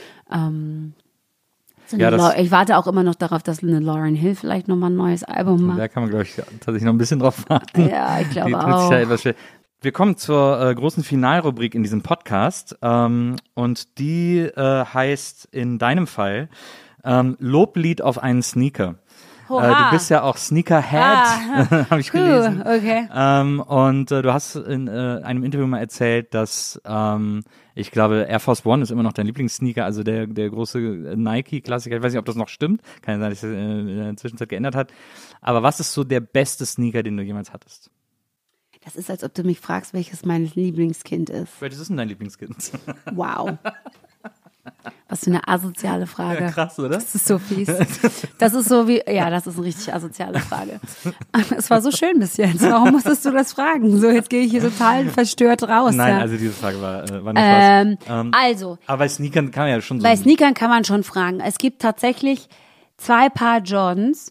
Ich warte auch immer noch darauf, dass eine Lauryn Hill vielleicht nochmal ein neues Album macht. Da kann man, glaube ich, tatsächlich noch ein bisschen drauf warten. Ja, ich glaube die auch. Sich ja etwas schwer. Wir kommen zur großen Finalrubrik in diesem Podcast und die heißt in deinem Fall Loblied auf einen Sneaker. Du bist ja auch Sneakerhead, habe ich gelesen. Okay. Und du hast in einem Interview mal erzählt, dass ich glaube, Air Force One ist immer noch dein Lieblingssneaker, also der große Nike-Klassiker. Ich weiß nicht, ob das noch stimmt. Kann ja sein, dass sich das in der Zwischenzeit geändert hat. Aber was ist so der beste Sneaker, den du jemals hattest? Das ist, als ob du mich fragst, welches mein Lieblingskind ist. Welches ist denn dein Lieblingskind? Wow. Was für eine asoziale Frage. Ja, krass, oder? Das ist so fies. Das ist so wie, das ist eine richtig asoziale Frage. Es war so schön bis jetzt. Warum musstest du das fragen? So, jetzt gehe ich hier total verstört raus. Nein, also diese Frage war nicht was. Also. Aber bei Sneakern kann man ja schon so. Bei Sneakern kann man schon fragen. Es gibt tatsächlich 2 Paar Jordans.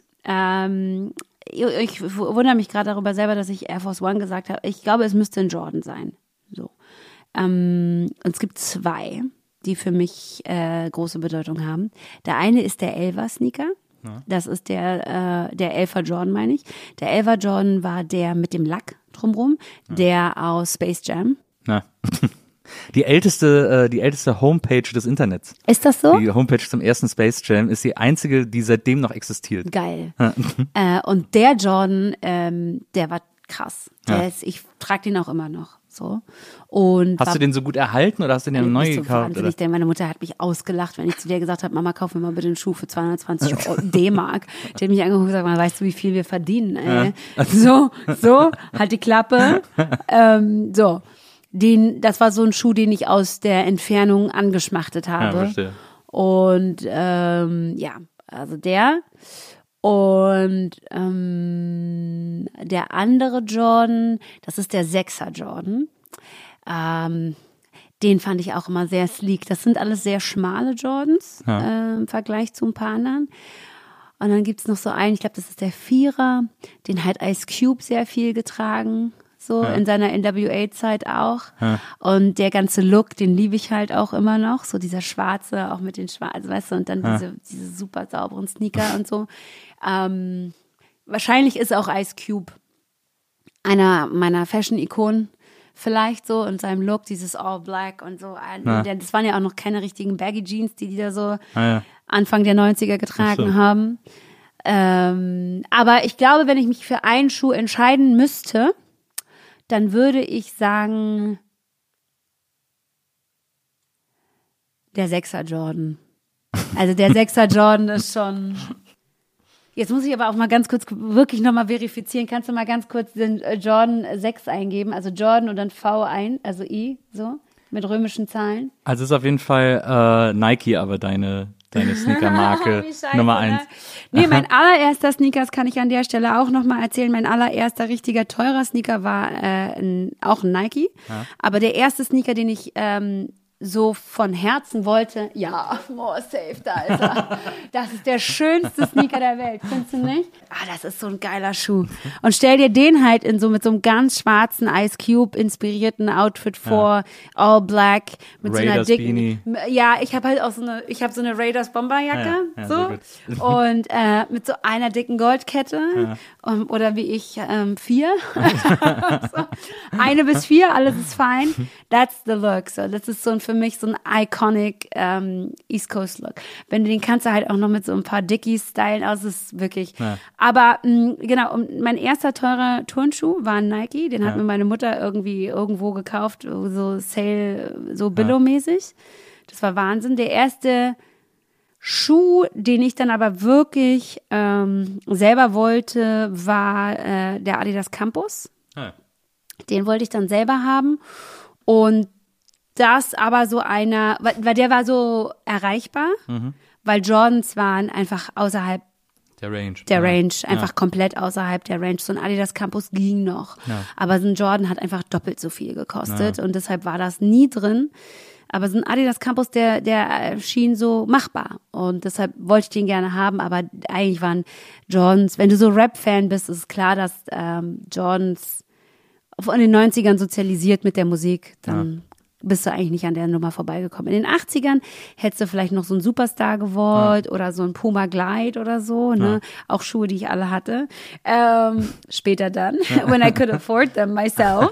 Ich wundere mich gerade darüber selber, dass ich Air Force One gesagt habe. Ich glaube, es müsste ein Jordan sein. So. Und es gibt 2, die für mich große Bedeutung haben. Der eine ist der 11er Sneaker. Ja. Das ist der 11er Jordan, meine ich. Der 11er Jordan war der mit dem Lack drumrum, der aus Space Jam. Ja. Die älteste Homepage des Internets. Ist das so? Die Homepage zum ersten Space Jam ist die einzige, die seitdem noch existiert. Geil. Und der Jordan, der war krass. Ich trage den auch immer noch. So. Und hast du den so gut erhalten oder hast du den ja neu gekauft? Wahnsinnig, denn meine Mutter hat mich ausgelacht, wenn ich zu der gesagt habe, Mama, kauf mir mal bitte einen Schuh für 220 D-Mark. Die hat mich angeguckt und gesagt, weißt du, wie viel wir verdienen? Ey? Ja. So, halt die Klappe. So. Das war so ein Schuh, den ich aus der Entfernung angeschmachtet habe. Ja, verstehe. Und also der. Und der andere Jordan, das ist der 6er Jordan. Den fand ich auch immer sehr sleek. Das sind alles sehr schmale Jordans im Vergleich zu ein paar anderen. Und dann gibt's noch so einen, ich glaube, das ist der 4er. Den hat Ice Cube sehr viel getragen. So in seiner NWA-Zeit auch. Ja. Und der ganze Look, den liebe ich halt auch immer noch. So dieser schwarze, auch mit den schwarzen, weißt du, und dann diese super sauberen Sneaker und so. Wahrscheinlich ist auch Ice Cube einer meiner Fashion-Ikonen vielleicht so in seinem Look, dieses All Black und so. Das waren ja auch noch keine richtigen Baggy Jeans, die da so Anfang der 90er getragen haben. Aber ich glaube, wenn ich mich für einen Schuh entscheiden müsste, dann würde ich sagen, der 6er Jordan. Also der 6er Jordan ist schon... Jetzt muss ich aber auch mal ganz kurz wirklich nochmal verifizieren. Kannst du mal ganz kurz den Jordan 6 eingeben? Also Jordan und dann V1, also I, so, mit römischen Zahlen. Also ist auf jeden Fall Nike, aber deine Sneaker-Marke Nummer 1. Nee, mein allererster Sneaker, das kann ich an der Stelle auch nochmal erzählen, mein allererster richtiger teurer Sneaker war auch ein Nike. Ja. Aber der erste Sneaker, den ich so von Herzen wollte, ja, more safe, da ist er. Das ist der schönste Sneaker der Welt, findest du nicht? Das ist so ein geiler Schuh. Und stell dir den halt mit so einem ganz schwarzen Ice Cube inspirierten Outfit vor, all black, mit Raiders so einer dicken, Beanie. ja, ich habe halt auch so eine Raiders Bomberjacke, so. Und mit so einer dicken Goldkette, oder wie ich, 4. So. 1 bis 4, alles ist fein. That's the look. So, das ist für mich so ein iconic East Coast Look. Wenn du den kannst du halt auch noch mit so ein paar Dickies stylen aus, ist wirklich. Ja. Aber genau, und mein erster teurer Turnschuh war ein Nike, den hat mir meine Mutter irgendwie irgendwo gekauft, so Sale, so Billo-mäßig. Das war Wahnsinn. Der erste Schuh, den ich dann aber wirklich selber wollte, war der Adidas Campus. Ja. Den wollte ich dann selber haben. Und das aber so einer, weil der war so erreichbar, weil Jordans waren einfach außerhalb der Range, einfach komplett außerhalb der Range. So ein Adidas Campus ging noch, aber so ein Jordan hat einfach doppelt so viel gekostet und deshalb war das nie drin. Aber so ein Adidas Campus, der schien so machbar und deshalb wollte ich den gerne haben, aber eigentlich waren Jordans, wenn du so Rap-Fan bist, ist klar, dass Jordans in den 90ern sozialisiert mit der Musik, dann bist du eigentlich nicht an der Nummer vorbeigekommen. In den 80ern hättest du vielleicht noch so einen Superstar gewollt oder so ein Puma Glide oder so, ne? Auch Schuhe, die ich alle hatte. Später dann, when I could afford them myself.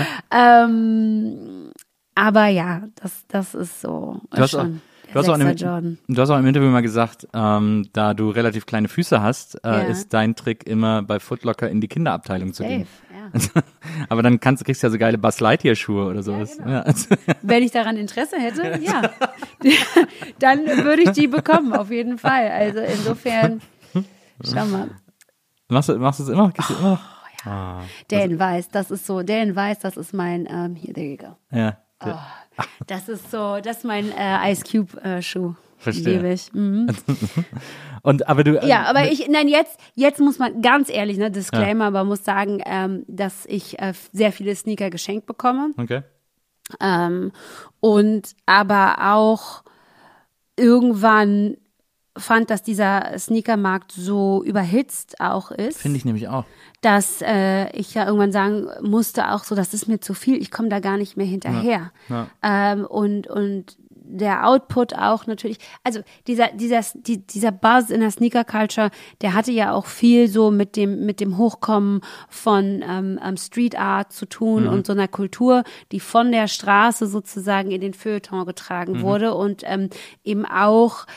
Aber ja, das ist so. Du hast auch im Interview mal gesagt, da du relativ kleine Füße hast, ist dein Trick immer bei Foot Locker in die Kinderabteilung zu gehen. Aber dann kriegst du ja so geile Buzz Lightyear Schuhe oder sowas. Ja, genau. Wenn ich daran Interesse hätte, dann würde ich die bekommen, auf jeden Fall. Also insofern, schau mal. Machst du es immer? Gehst du immer noch? Ja. Dan weiß, das ist mein, hier, there you go. Ja. Das ist mein Ice Cube Schuh. Verstehe. Liebe ich. Mhm. Aber jetzt muss man ganz ehrlich, ne, Disclaimer, aber muss sagen, dass ich sehr viele Sneaker geschenkt bekomme. Okay. Und aber auch irgendwann fand, dass dieser Sneakermarkt so überhitzt auch ist. Finde ich nämlich auch. Dass ich ja irgendwann sagen musste, auch so, das ist mir zu viel, ich komme da gar nicht mehr hinterher. Ja. Und der Output auch natürlich, also dieser Buzz in der Sneaker-Culture, der hatte ja auch viel so mit dem Hochkommen von Street Art zu tun und so einer Kultur, die von der Straße sozusagen in den Feuilleton getragen wurde und eben auch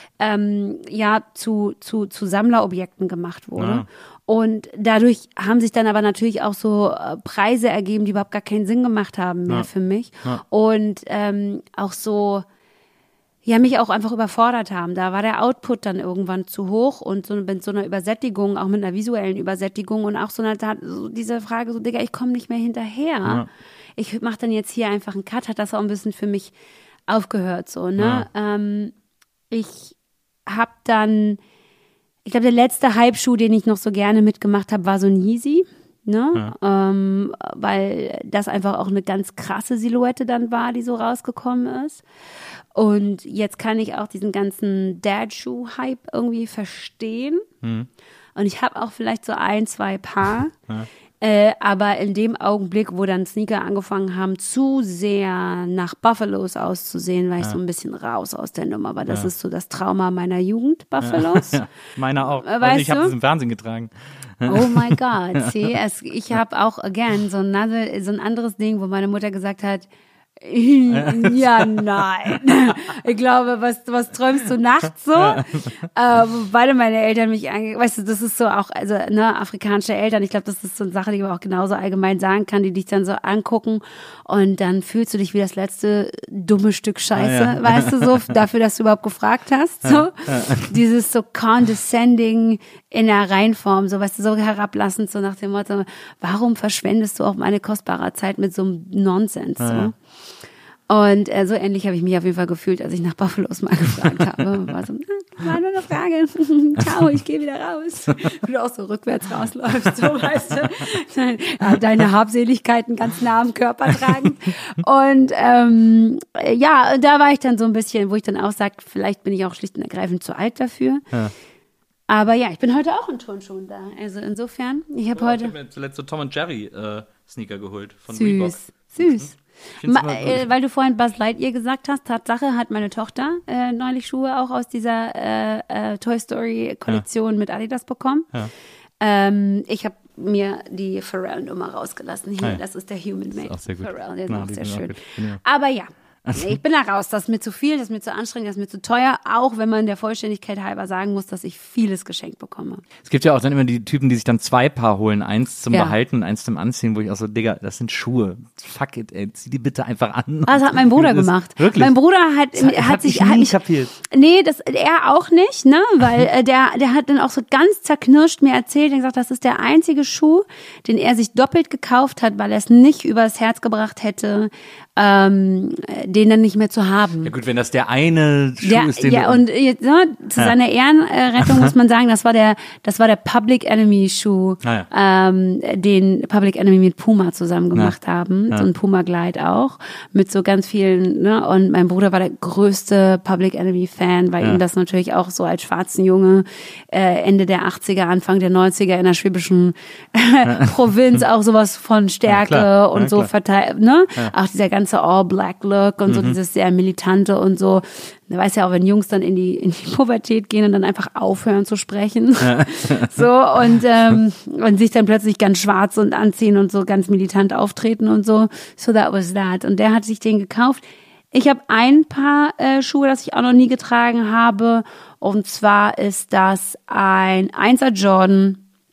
zu Sammlerobjekten gemacht wurde. Ja. Und dadurch haben sich dann aber natürlich auch so Preise ergeben, die überhaupt gar keinen Sinn gemacht haben mehr für mich. Ja. Und auch so, mich auch einfach überfordert haben. Da war der Output dann irgendwann zu hoch und so mit so einer Übersättigung, auch mit einer visuellen Übersättigung und auch so diese Frage, so Digga, ich komme nicht mehr hinterher. Ja. Ich mache dann jetzt hier einfach einen Cut, hat das auch ein bisschen für mich aufgehört, so, ne? Ja. Ich habe dann, ich glaube, der letzte Hype-Schuh, den ich noch so gerne mitgemacht habe, war so ein Yeezy, ne? Ja. Weil das einfach auch eine ganz krasse Silhouette dann war, die so rausgekommen ist. Und jetzt kann ich auch diesen ganzen Dad-Schuh-Hype irgendwie verstehen. Und ich habe auch vielleicht so 1, 2 Paar. Ja. Aber in dem Augenblick, wo dann Sneaker angefangen haben, zu sehr nach Buffalos auszusehen, war ich so ein bisschen raus aus der Nummer. Aber das ist so das Trauma meiner Jugend, Buffalos. Ja. Meiner auch. Also ich habe das im Fernsehen getragen. Oh my God. Ich habe auch, again, so ein anderes Ding, wo meine Mutter gesagt hat, ja, nein. Ich glaube, was träumst du nachts so? Beide meine Eltern mich weißt du, das ist so auch, also, ne, afrikanische Eltern, ich glaube, das ist so eine Sache, die man auch genauso allgemein sagen kann, die dich dann so angucken und dann fühlst du dich wie das letzte dumme Stück Scheiße, weißt du, so, dafür, dass du überhaupt gefragt hast, so. Dieses so condescending in der Reinform, so, weißt du, so herablassend, so nach dem Motto, warum verschwendest du auch meine kostbare Zeit mit so einem Nonsens, so? Und so ähnlich habe ich mich auf jeden Fall gefühlt, als ich nach Buffalos mal gefragt habe. War so, war nur eine Frage. Ciao, ich gehe wieder raus. Wie du auch so rückwärts rausläufst, so weißt du. Deine Habseligkeiten ganz nah am Körper tragen. Und ja, da war ich dann so ein bisschen, wo ich dann auch sage, vielleicht bin ich auch schlicht und ergreifend zu alt dafür. Ja. Aber ja, ich bin heute auch in Turnschuhen da. Also insofern, ich habe heute... Ich habe mir zuletzt so Tom & Jerry Sneaker geholt von süß, Reebok. Süß. Weil du vorhin Buzz Lightyear gesagt hast, Tatsache hat meine Tochter neulich Schuhe auch aus dieser Toy Story Kollektion mit Adidas bekommen. Ja. Ich habe mir die Pharrell-Nummer rausgelassen. Hier, das ist der Human Made Pharrell, der ist auch sehr schön. Aber ja. Nee, ich bin da raus. Das ist mir zu viel, das ist mir zu anstrengend, das ist mir zu teuer. Auch wenn man der Vollständigkeit halber sagen muss, dass ich vieles geschenkt bekomme. Es gibt ja auch dann immer die Typen, die sich dann 2 Paar holen. Eins zum Behalten und eins zum Anziehen, wo ich auch so, Digga, das sind Schuhe. Fuck it, ey, zieh die bitte einfach an. Das hat mein Bruder gemacht. Wirklich? Mein Bruder hat sich nie kapiert. Nee, er auch nicht, ne? Weil der hat dann auch so ganz zerknirscht mir erzählt und gesagt, das ist der einzige Schuh, den er sich doppelt gekauft hat, weil er es nicht übers Herz gebracht hätte, den dann nicht mehr zu haben. Ja gut, wenn das der eine Schuh ist, den ja, und zu seiner Ehrenrettung muss man sagen, das war der Public Enemy Schuh, den Public Enemy mit Puma zusammen gemacht haben, so ein Puma Glide auch, mit so ganz vielen, ne? Und mein Bruder war der größte Public Enemy Fan, weil ihm das natürlich auch so als schwarzen Junge Ende der 80er, Anfang der 90er in der schwäbischen Provinz auch sowas von Stärke und so verteilt, ne? Auch dieser ganze All-Black-Look und so dieses sehr militante und so. Du weißt ja auch, wenn Jungs dann in die Pubertät gehen und dann einfach aufhören zu sprechen. So und sich dann plötzlich ganz schwarz und anziehen und so ganz militant auftreten und so. So that was that. Und der hat sich den gekauft. Ich habe ein Paar Schuhe, das ich auch noch nie getragen habe. Und zwar ist das ein 1er Jordan,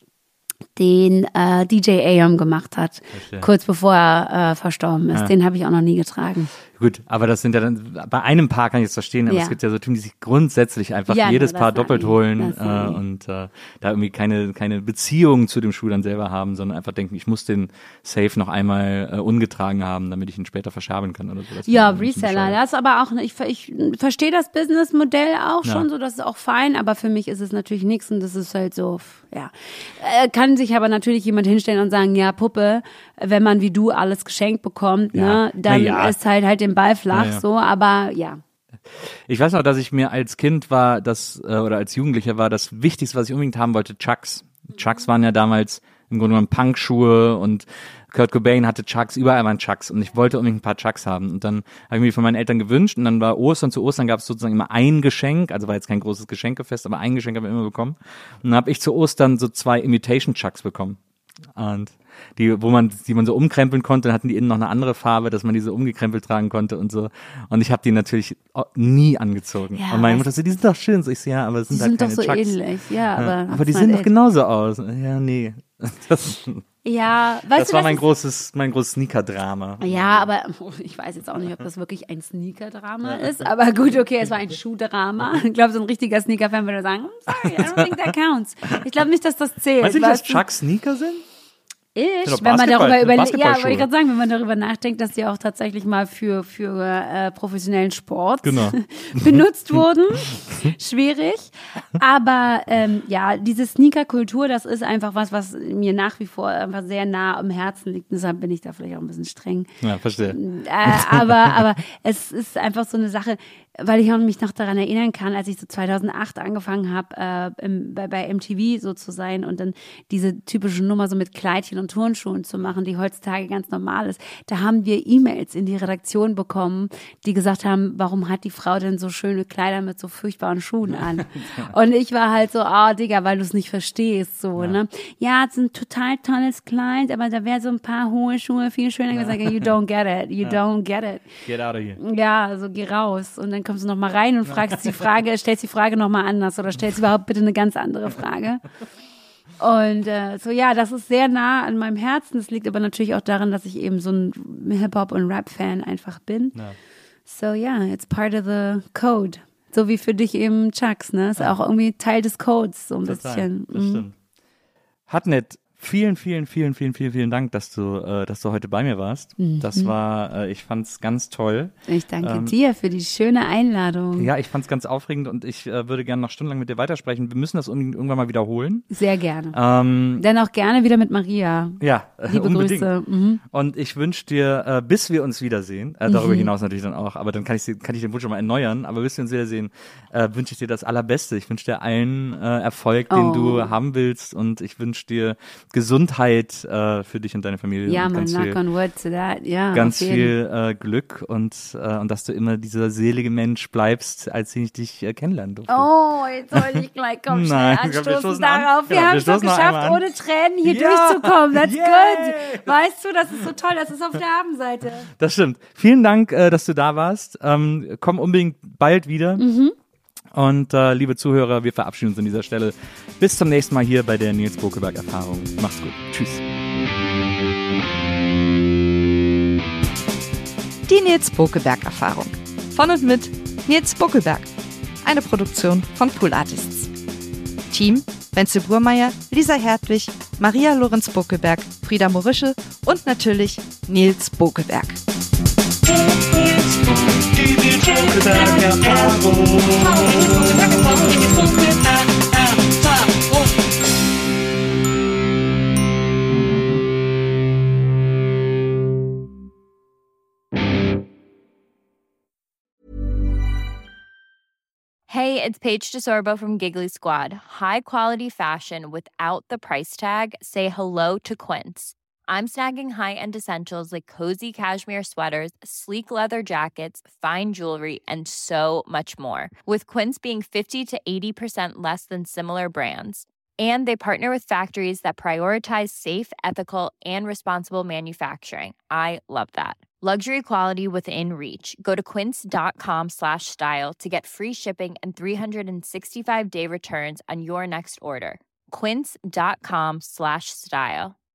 den DJ Ayam gemacht hat, kurz bevor er verstorben ist. Den habe ich auch noch nie getragen. Gut, aber das sind ja dann, bei einem Paar kann ich es verstehen, aber es gibt ja so Typen, die sich grundsätzlich einfach jedes Paar doppelt holen und da irgendwie keine Beziehung zu dem Schuh dann selber haben, sondern einfach denken, ich muss den safe noch einmal ungetragen haben, damit ich ihn später verscherbeln kann oder so. Ja, Reseller, das ist aber auch, ich verstehe das Businessmodell auch schon so, das ist auch fein, aber für mich ist es natürlich nichts und das ist halt so, ja. Kann sich aber natürlich jemand hinstellen und sagen, ja, Puppe, wenn man wie du alles geschenkt bekommt, ne, dann ist halt den Ball flach, so, aber ja. Ich weiß noch, dass ich mir als Kind war, oder als Jugendlicher war das Wichtigste, was ich unbedingt haben wollte, Chucks. Chucks waren ja damals im Grunde genommen Punkschuhe und Kurt Cobain hatte Chucks, überall waren Chucks und ich wollte unbedingt ein paar Chucks haben und dann habe ich mir von meinen Eltern gewünscht und dann war Ostern, zu Ostern gab es sozusagen immer ein Geschenk, also war jetzt kein großes Geschenkefest, aber ein Geschenk haben wir immer bekommen und dann habe ich zu Ostern so 2 Imitation Chucks bekommen und die man so umkrempeln konnte, dann hatten die innen noch eine andere Farbe, dass man die so umgekrempelt tragen konnte und so. Und ich habe die natürlich nie angezozogen. Ja, und meine Mutter so, die sind doch schön. So ich so, ja, aber es sind halt keine Chucks. Die sind doch so ähnlich, ja. Aber die sehen doch genauso aus. Ja, nee. Das war mein großes Sneaker-Drama. Ja, aber ich weiß jetzt auch nicht, ob das wirklich ein Sneaker-Drama ist. Aber gut, okay, es war ein Schuhdrama. Ich glaube, so ein richtiger Sneaker-Fan würde sagen, sorry, I don't think that counts. Ich glaube nicht, dass das zählt. Weißt du nicht, dass Chucks Sneaker sind? Wenn man darüber überlegt, ja, wollte ich gerade sagen, wenn man darüber nachdenkt, dass die auch tatsächlich mal für professionellen Sport benutzt wurden, schwierig. Aber ja, diese Sneaker-Kultur, das ist einfach was mir nach wie vor einfach sehr nah am Herzen liegt. Deshalb bin ich da vielleicht auch ein bisschen streng. Ja, verstehe. Aber es ist einfach so eine Sache, weil ich auch mich noch daran erinnern kann, als ich so 2008 angefangen habe, bei MTV so zu sein und dann diese typische Nummer so mit Kleidchen und Turnschuhen zu machen, die heutzutage ganz normal ist. Da haben wir E-Mails in die Redaktion bekommen, die gesagt haben, warum hat die Frau denn so schöne Kleider mit so furchtbaren Schuhen an? Und ich war halt so, Digga, weil du es nicht verstehst, so, ne? Ja, es ist ein total tolles Kleid, aber da wäre so ein paar hohe Schuhe viel schöner. Ich sage, you don't get it, you don't get it. Get out of here. Ja, also geh raus. Und dann kommst du noch mal rein und stellst die Frage noch mal anders oder stellst überhaupt bitte eine ganz andere Frage. Und so, ja, das ist sehr nah an meinem Herzen. Das liegt aber natürlich auch daran, dass ich eben so ein Hip-Hop- und Rap-Fan einfach bin. Ja. So, ja, it's part of the code. So wie für dich eben Chucks, ne? Ist auch irgendwie Teil des Codes, so ein bisschen. Das stimmt. Hatnet, Vielen, vielen, vielen, vielen, vielen, vielen Dank, dass du heute bei mir warst. Das war, ich fand's ganz toll. Ich danke dir für die schöne Einladung. Ja, ich fand's ganz aufregend und ich würde gerne noch stundenlang mit dir weitersprechen. Wir müssen das irgendwann mal wiederholen. Sehr gerne. Dann auch gerne wieder mit Maria. Ja, liebe unbedingt. Grüße. Und ich wünsche dir, bis wir uns wiedersehen, darüber hinaus natürlich dann auch, aber dann kann ich den Wunsch schon mal erneuern, aber bis wir uns wiedersehen, wünsche ich dir das Allerbeste. Ich wünsche dir allen Erfolg, den du haben willst, und ich wünsche dir Gesundheit für dich und deine Familie. Ja, und man, knock on wood to that. Ja, ganz viel Glück und dass du immer dieser selige Mensch bleibst, als ich dich kennenlernen durfte. Oh, jetzt soll ich gleich schnell Nein, anstoßen darauf. Wir haben es doch geschafft, an. ohne Tränen hier durchzukommen. That's good. Weißt du, das ist so toll, das ist auf der Habenseite. Das stimmt. Vielen Dank, dass du da warst. Komm unbedingt bald wieder. Und liebe Zuhörer, wir verabschieden uns an dieser Stelle. Bis zum nächsten Mal hier bei der Nils Bokelberg-Erfahrung. Macht's gut. Tschüss. Die Nils Bokelberg-Erfahrung. Von und mit Nils Bokelberg. Eine Produktion von Pool Artists. Team: Wenzel Burmeier, Lisa Hertwig, Maria Lorenz Bokelberg, Frieda Morische und natürlich Nils Bokelberg. Hey, it's Paige DeSorbo from Giggly Squad. High quality fashion without the price tag. Say hello to Quince. I'm snagging high-end essentials like cozy cashmere sweaters, sleek leather jackets, fine jewelry, and so much more. With Quince being 50 to 80% less than similar brands. And they partner with factories that prioritize safe, ethical, and responsible manufacturing. I love that. Luxury quality within reach. Go to quince.com/style to get free shipping and 365-day returns on your next order. Quince.com/style.